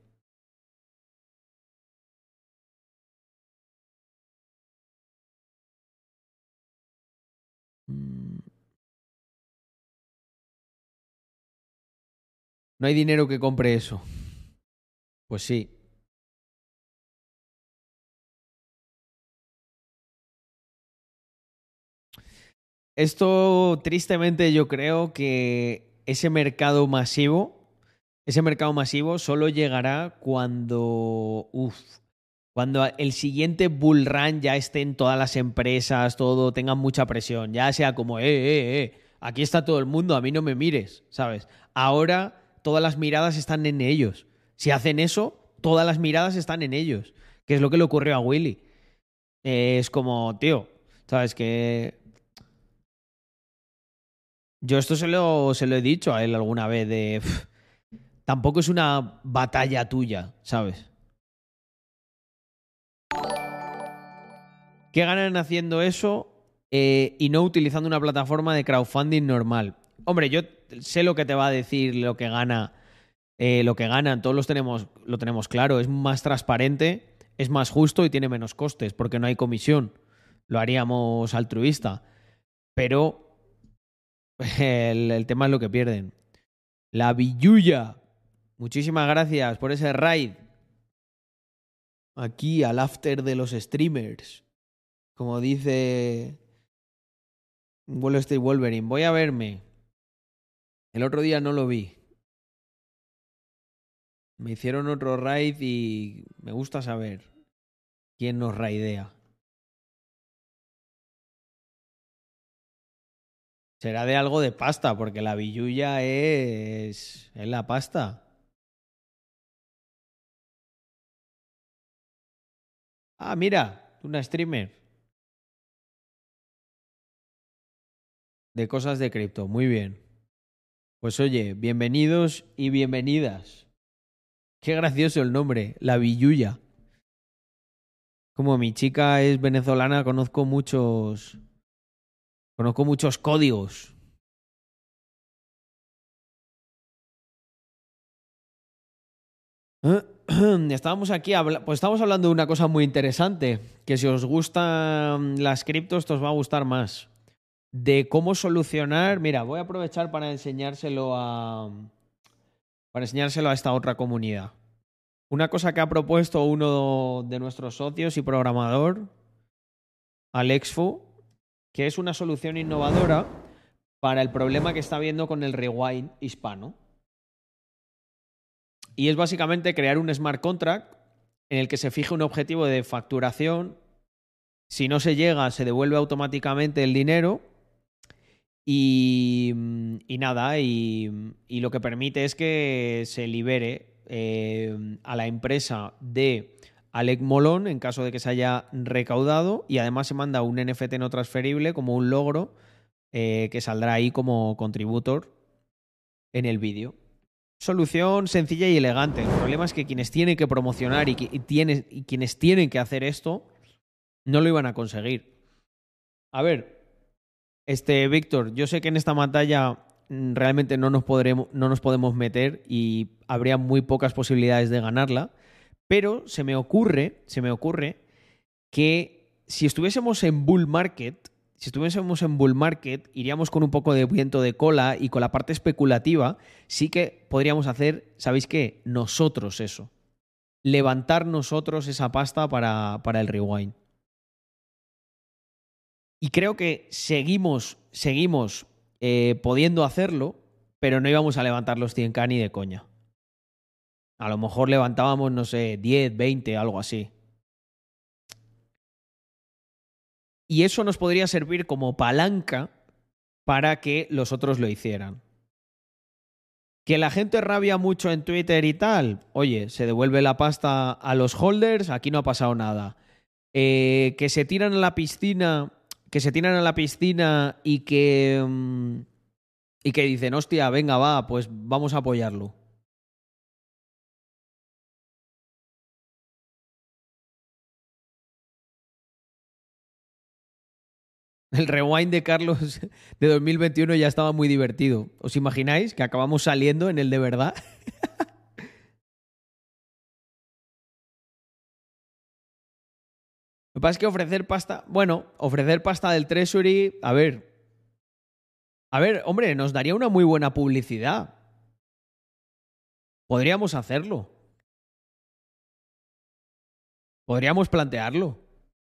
No hay dinero que compre eso. Pues sí. Esto, tristemente, yo creo que ese mercado masivo solo llegará cuando el siguiente bull run ya esté en todas las empresas, todo, tengan mucha presión. Ya sea como, aquí está todo el mundo, a mí no me mires, ¿sabes? Ahora todas las miradas están en ellos. Si hacen eso, todas las miradas están en ellos. Que es lo que le ocurrió a Willy. Es como, tío, ¿sabes? Que... Yo esto se lo he dicho a él alguna vez tampoco es una batalla tuya, ¿sabes? ¿Qué ganan haciendo eso y no utilizando una plataforma de crowdfunding normal? Hombre, yo sé lo que te va a decir lo que ganan, todos lo tenemos claro, es más transparente, es más justo y tiene menos costes porque no hay comisión. Lo haríamos altruista. Pero el tema es lo que pierden. La Villuya. Muchísimas gracias por ese raid. Aquí al after de los streamers. Como dice Wall Street Wolverine. Voy a verme. El otro día no lo vi. Me hicieron otro raid y me gusta saber quién nos raidea. Será de algo de pasta, porque la Villuya es la pasta. Ah, mira, una streamer. De cosas de cripto, muy bien. Pues oye, bienvenidos y bienvenidas. Qué gracioso el nombre, la Villuya. Como mi chica es venezolana, conozco muchos códigos. Estábamos aquí, pues estamos hablando de una cosa muy interesante, que si os gustan las criptos, esto os va a gustar más. De cómo solucionar... Mira, voy a aprovechar para enseñárselo a esta otra comunidad. Una cosa que ha propuesto uno de nuestros socios y programador, Alexfu, que es una solución innovadora para el problema que está habiendo con el rewind hispano. Y es básicamente crear un smart contract en el que se fije un objetivo de facturación. Si no se llega, se devuelve automáticamente el dinero. Y nada, y lo que permite es que se libere a la empresa de Alec Molón en caso de que se haya recaudado, y además se manda un NFT no transferible como un logro que saldrá ahí como contributor en el vídeo. Solución sencilla y elegante. El problema es que quienes tienen que promocionar y quienes tienen que hacer esto no lo iban a conseguir. A ver, Víctor, yo sé que en esta batalla realmente no nos podemos meter y habría muy pocas posibilidades de ganarla, pero se me ocurre que si estuviésemos en bull market, iríamos con un poco de viento de cola y con la parte especulativa sí que podríamos hacer, ¿sabéis qué? Nosotros eso. Levantar nosotros esa pasta para el rewind. Y creo que seguimos pudiendo hacerlo, pero no íbamos a levantar los 100K ni de coña. A lo mejor levantábamos, no sé, 10, 20, algo así. Y eso nos podría servir como palanca para que los otros lo hicieran. Que la gente rabia mucho en Twitter y tal, oye, se devuelve la pasta a los holders, aquí no ha pasado nada. Que se tiran a la piscina y que dicen, hostia, venga, va, pues vamos a apoyarlo. El rewind de Carlos de 2021 ya estaba muy divertido. ¿Os imagináis que acabamos saliendo en el de verdad? Lo que pasa es que ofrecer pasta del Treasury, a ver, hombre, nos daría una muy buena publicidad. Podríamos hacerlo. Podríamos plantearlo.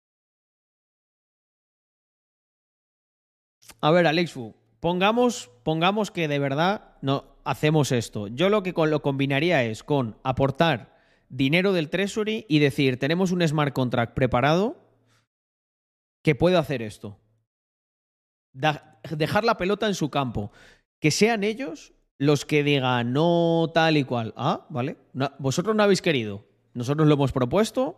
A ver, Alexfu, pongamos que de verdad no hacemos esto. Yo lo que lo combinaría es con aportar dinero del Treasury y decir, tenemos un smart contract preparado que puede hacer esto. Dejar la pelota en su campo. Que sean ellos los que digan no tal y cual. Ah, vale. No, vosotros no habéis querido. Nosotros lo hemos propuesto.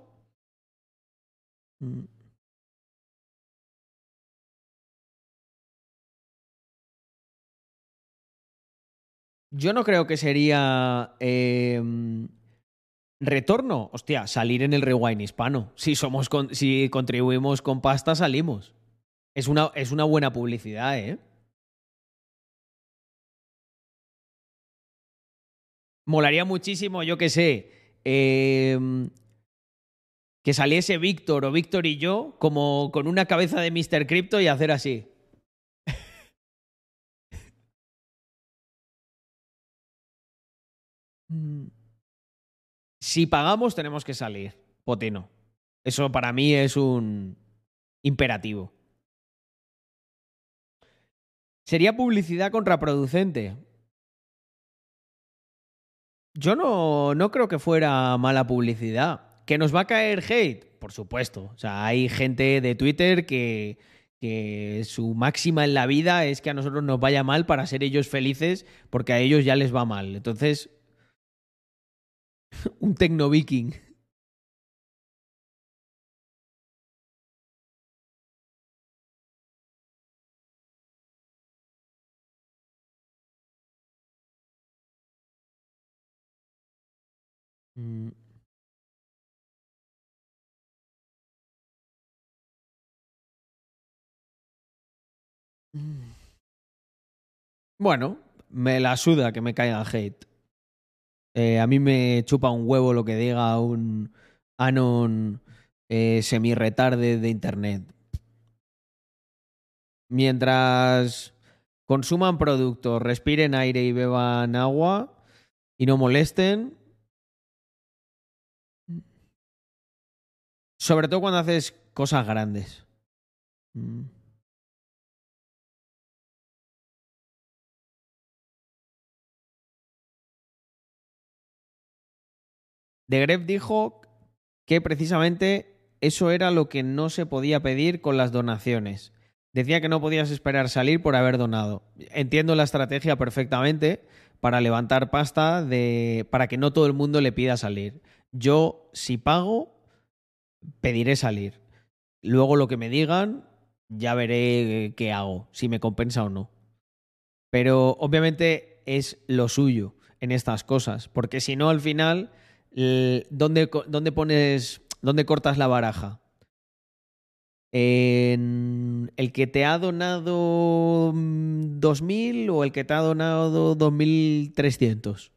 Yo no creo que sería retorno. Hostia, salir en el rewind hispano. Si contribuimos con pasta, salimos. Es una buena publicidad, ¿eh? Molaría muchísimo, yo qué sé, que saliese Víctor o Víctor y yo como con una cabeza de Mr. Crypto y hacer así. Si pagamos, tenemos que salir, Potino. Eso para mí es un imperativo. ¿Sería publicidad contraproducente? Yo no creo que fuera mala publicidad. ¿Que nos va a caer hate? Por supuesto. O sea, hay gente de Twitter que su máxima en la vida es que a nosotros nos vaya mal para ser ellos felices porque a ellos ya les va mal. Entonces, un tecno-viking. Bueno, me la suda que me caiga hate. A mí me chupa un huevo lo que diga un anon semi-retarde de internet. Mientras consuman productos, respiren aire y beban agua y no molesten. Sobre todo cuando haces cosas grandes. De Gref dijo que precisamente eso era lo que no se podía pedir con las donaciones. Decía que no podías esperar salir por haber donado. Entiendo la estrategia perfectamente para levantar pasta para que no todo el mundo le pida salir. Yo, si pago, pediré salir. Luego lo que me digan, ya veré qué hago, si me compensa o no. Pero obviamente es lo suyo en estas cosas, porque si no, al final, ¿dónde cortas la baraja? ¿El que te ha donado 2.000 o el que te ha donado 2.300?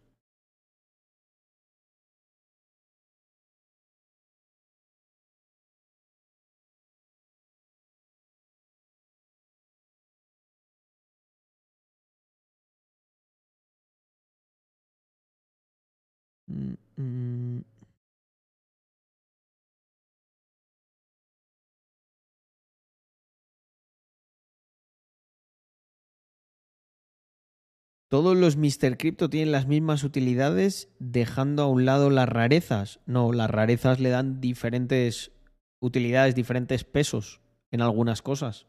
¿Todos los Mr. Crypto tienen las mismas utilidades dejando a un lado las rarezas? No, las rarezas le dan diferentes utilidades, diferentes pesos en algunas cosas.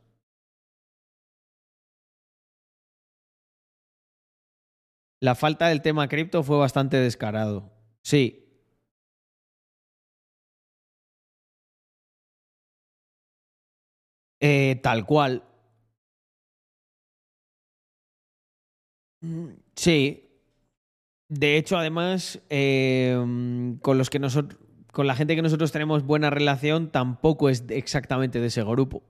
La falta del tema cripto fue bastante descarado. Sí. Tal cual. Sí. De hecho, además, con los que con la gente que nosotros tenemos buena relación, tampoco es exactamente de ese grupo.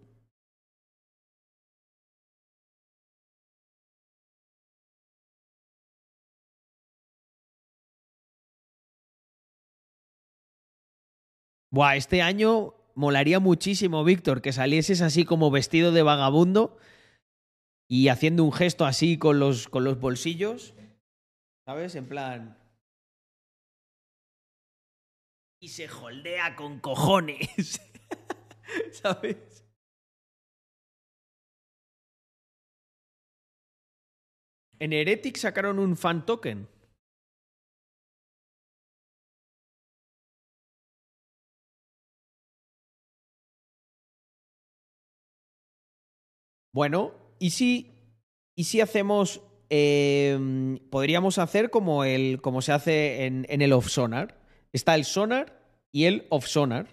Buah, este año molaría muchísimo, Víctor, que salieses así como vestido de vagabundo y haciendo un gesto así con los bolsillos, ¿sabes? En plan... Y se holdea con cojones, ¿sabes? En Heretic sacaron un fan token. Bueno, ¿y si hacemos... podríamos hacer como se hace en el off-sonar? Está el sonar y el off-sonar.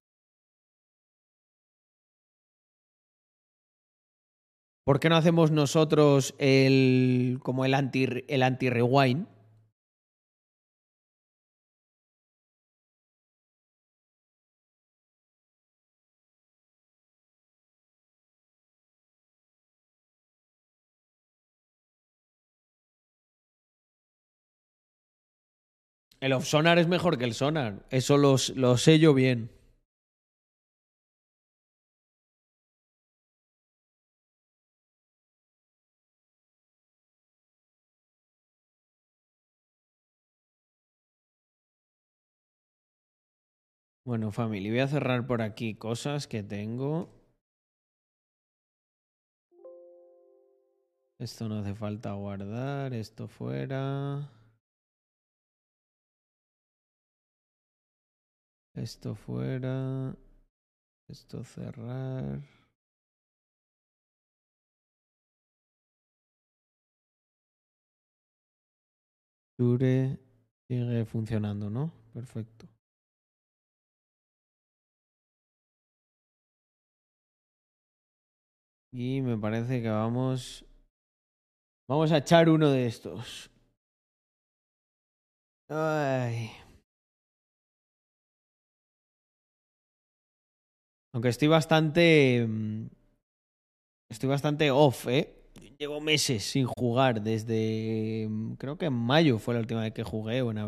¿Por qué no hacemos nosotros como el anti-rewind? El off-sonar es mejor que el sonar. Eso lo sé yo bien. Bueno, family, voy a cerrar por aquí cosas que tengo. Esto no hace falta guardar. Esto fuera. Esto fuera. Esto cerrar. Shure sigue funcionando, ¿no? Perfecto. Y me parece que vamos a echar uno de estos. Ay. Aunque estoy bastante off, ¿eh? Llevo meses sin jugar desde... Creo que en mayo fue la última vez que jugué o en abril.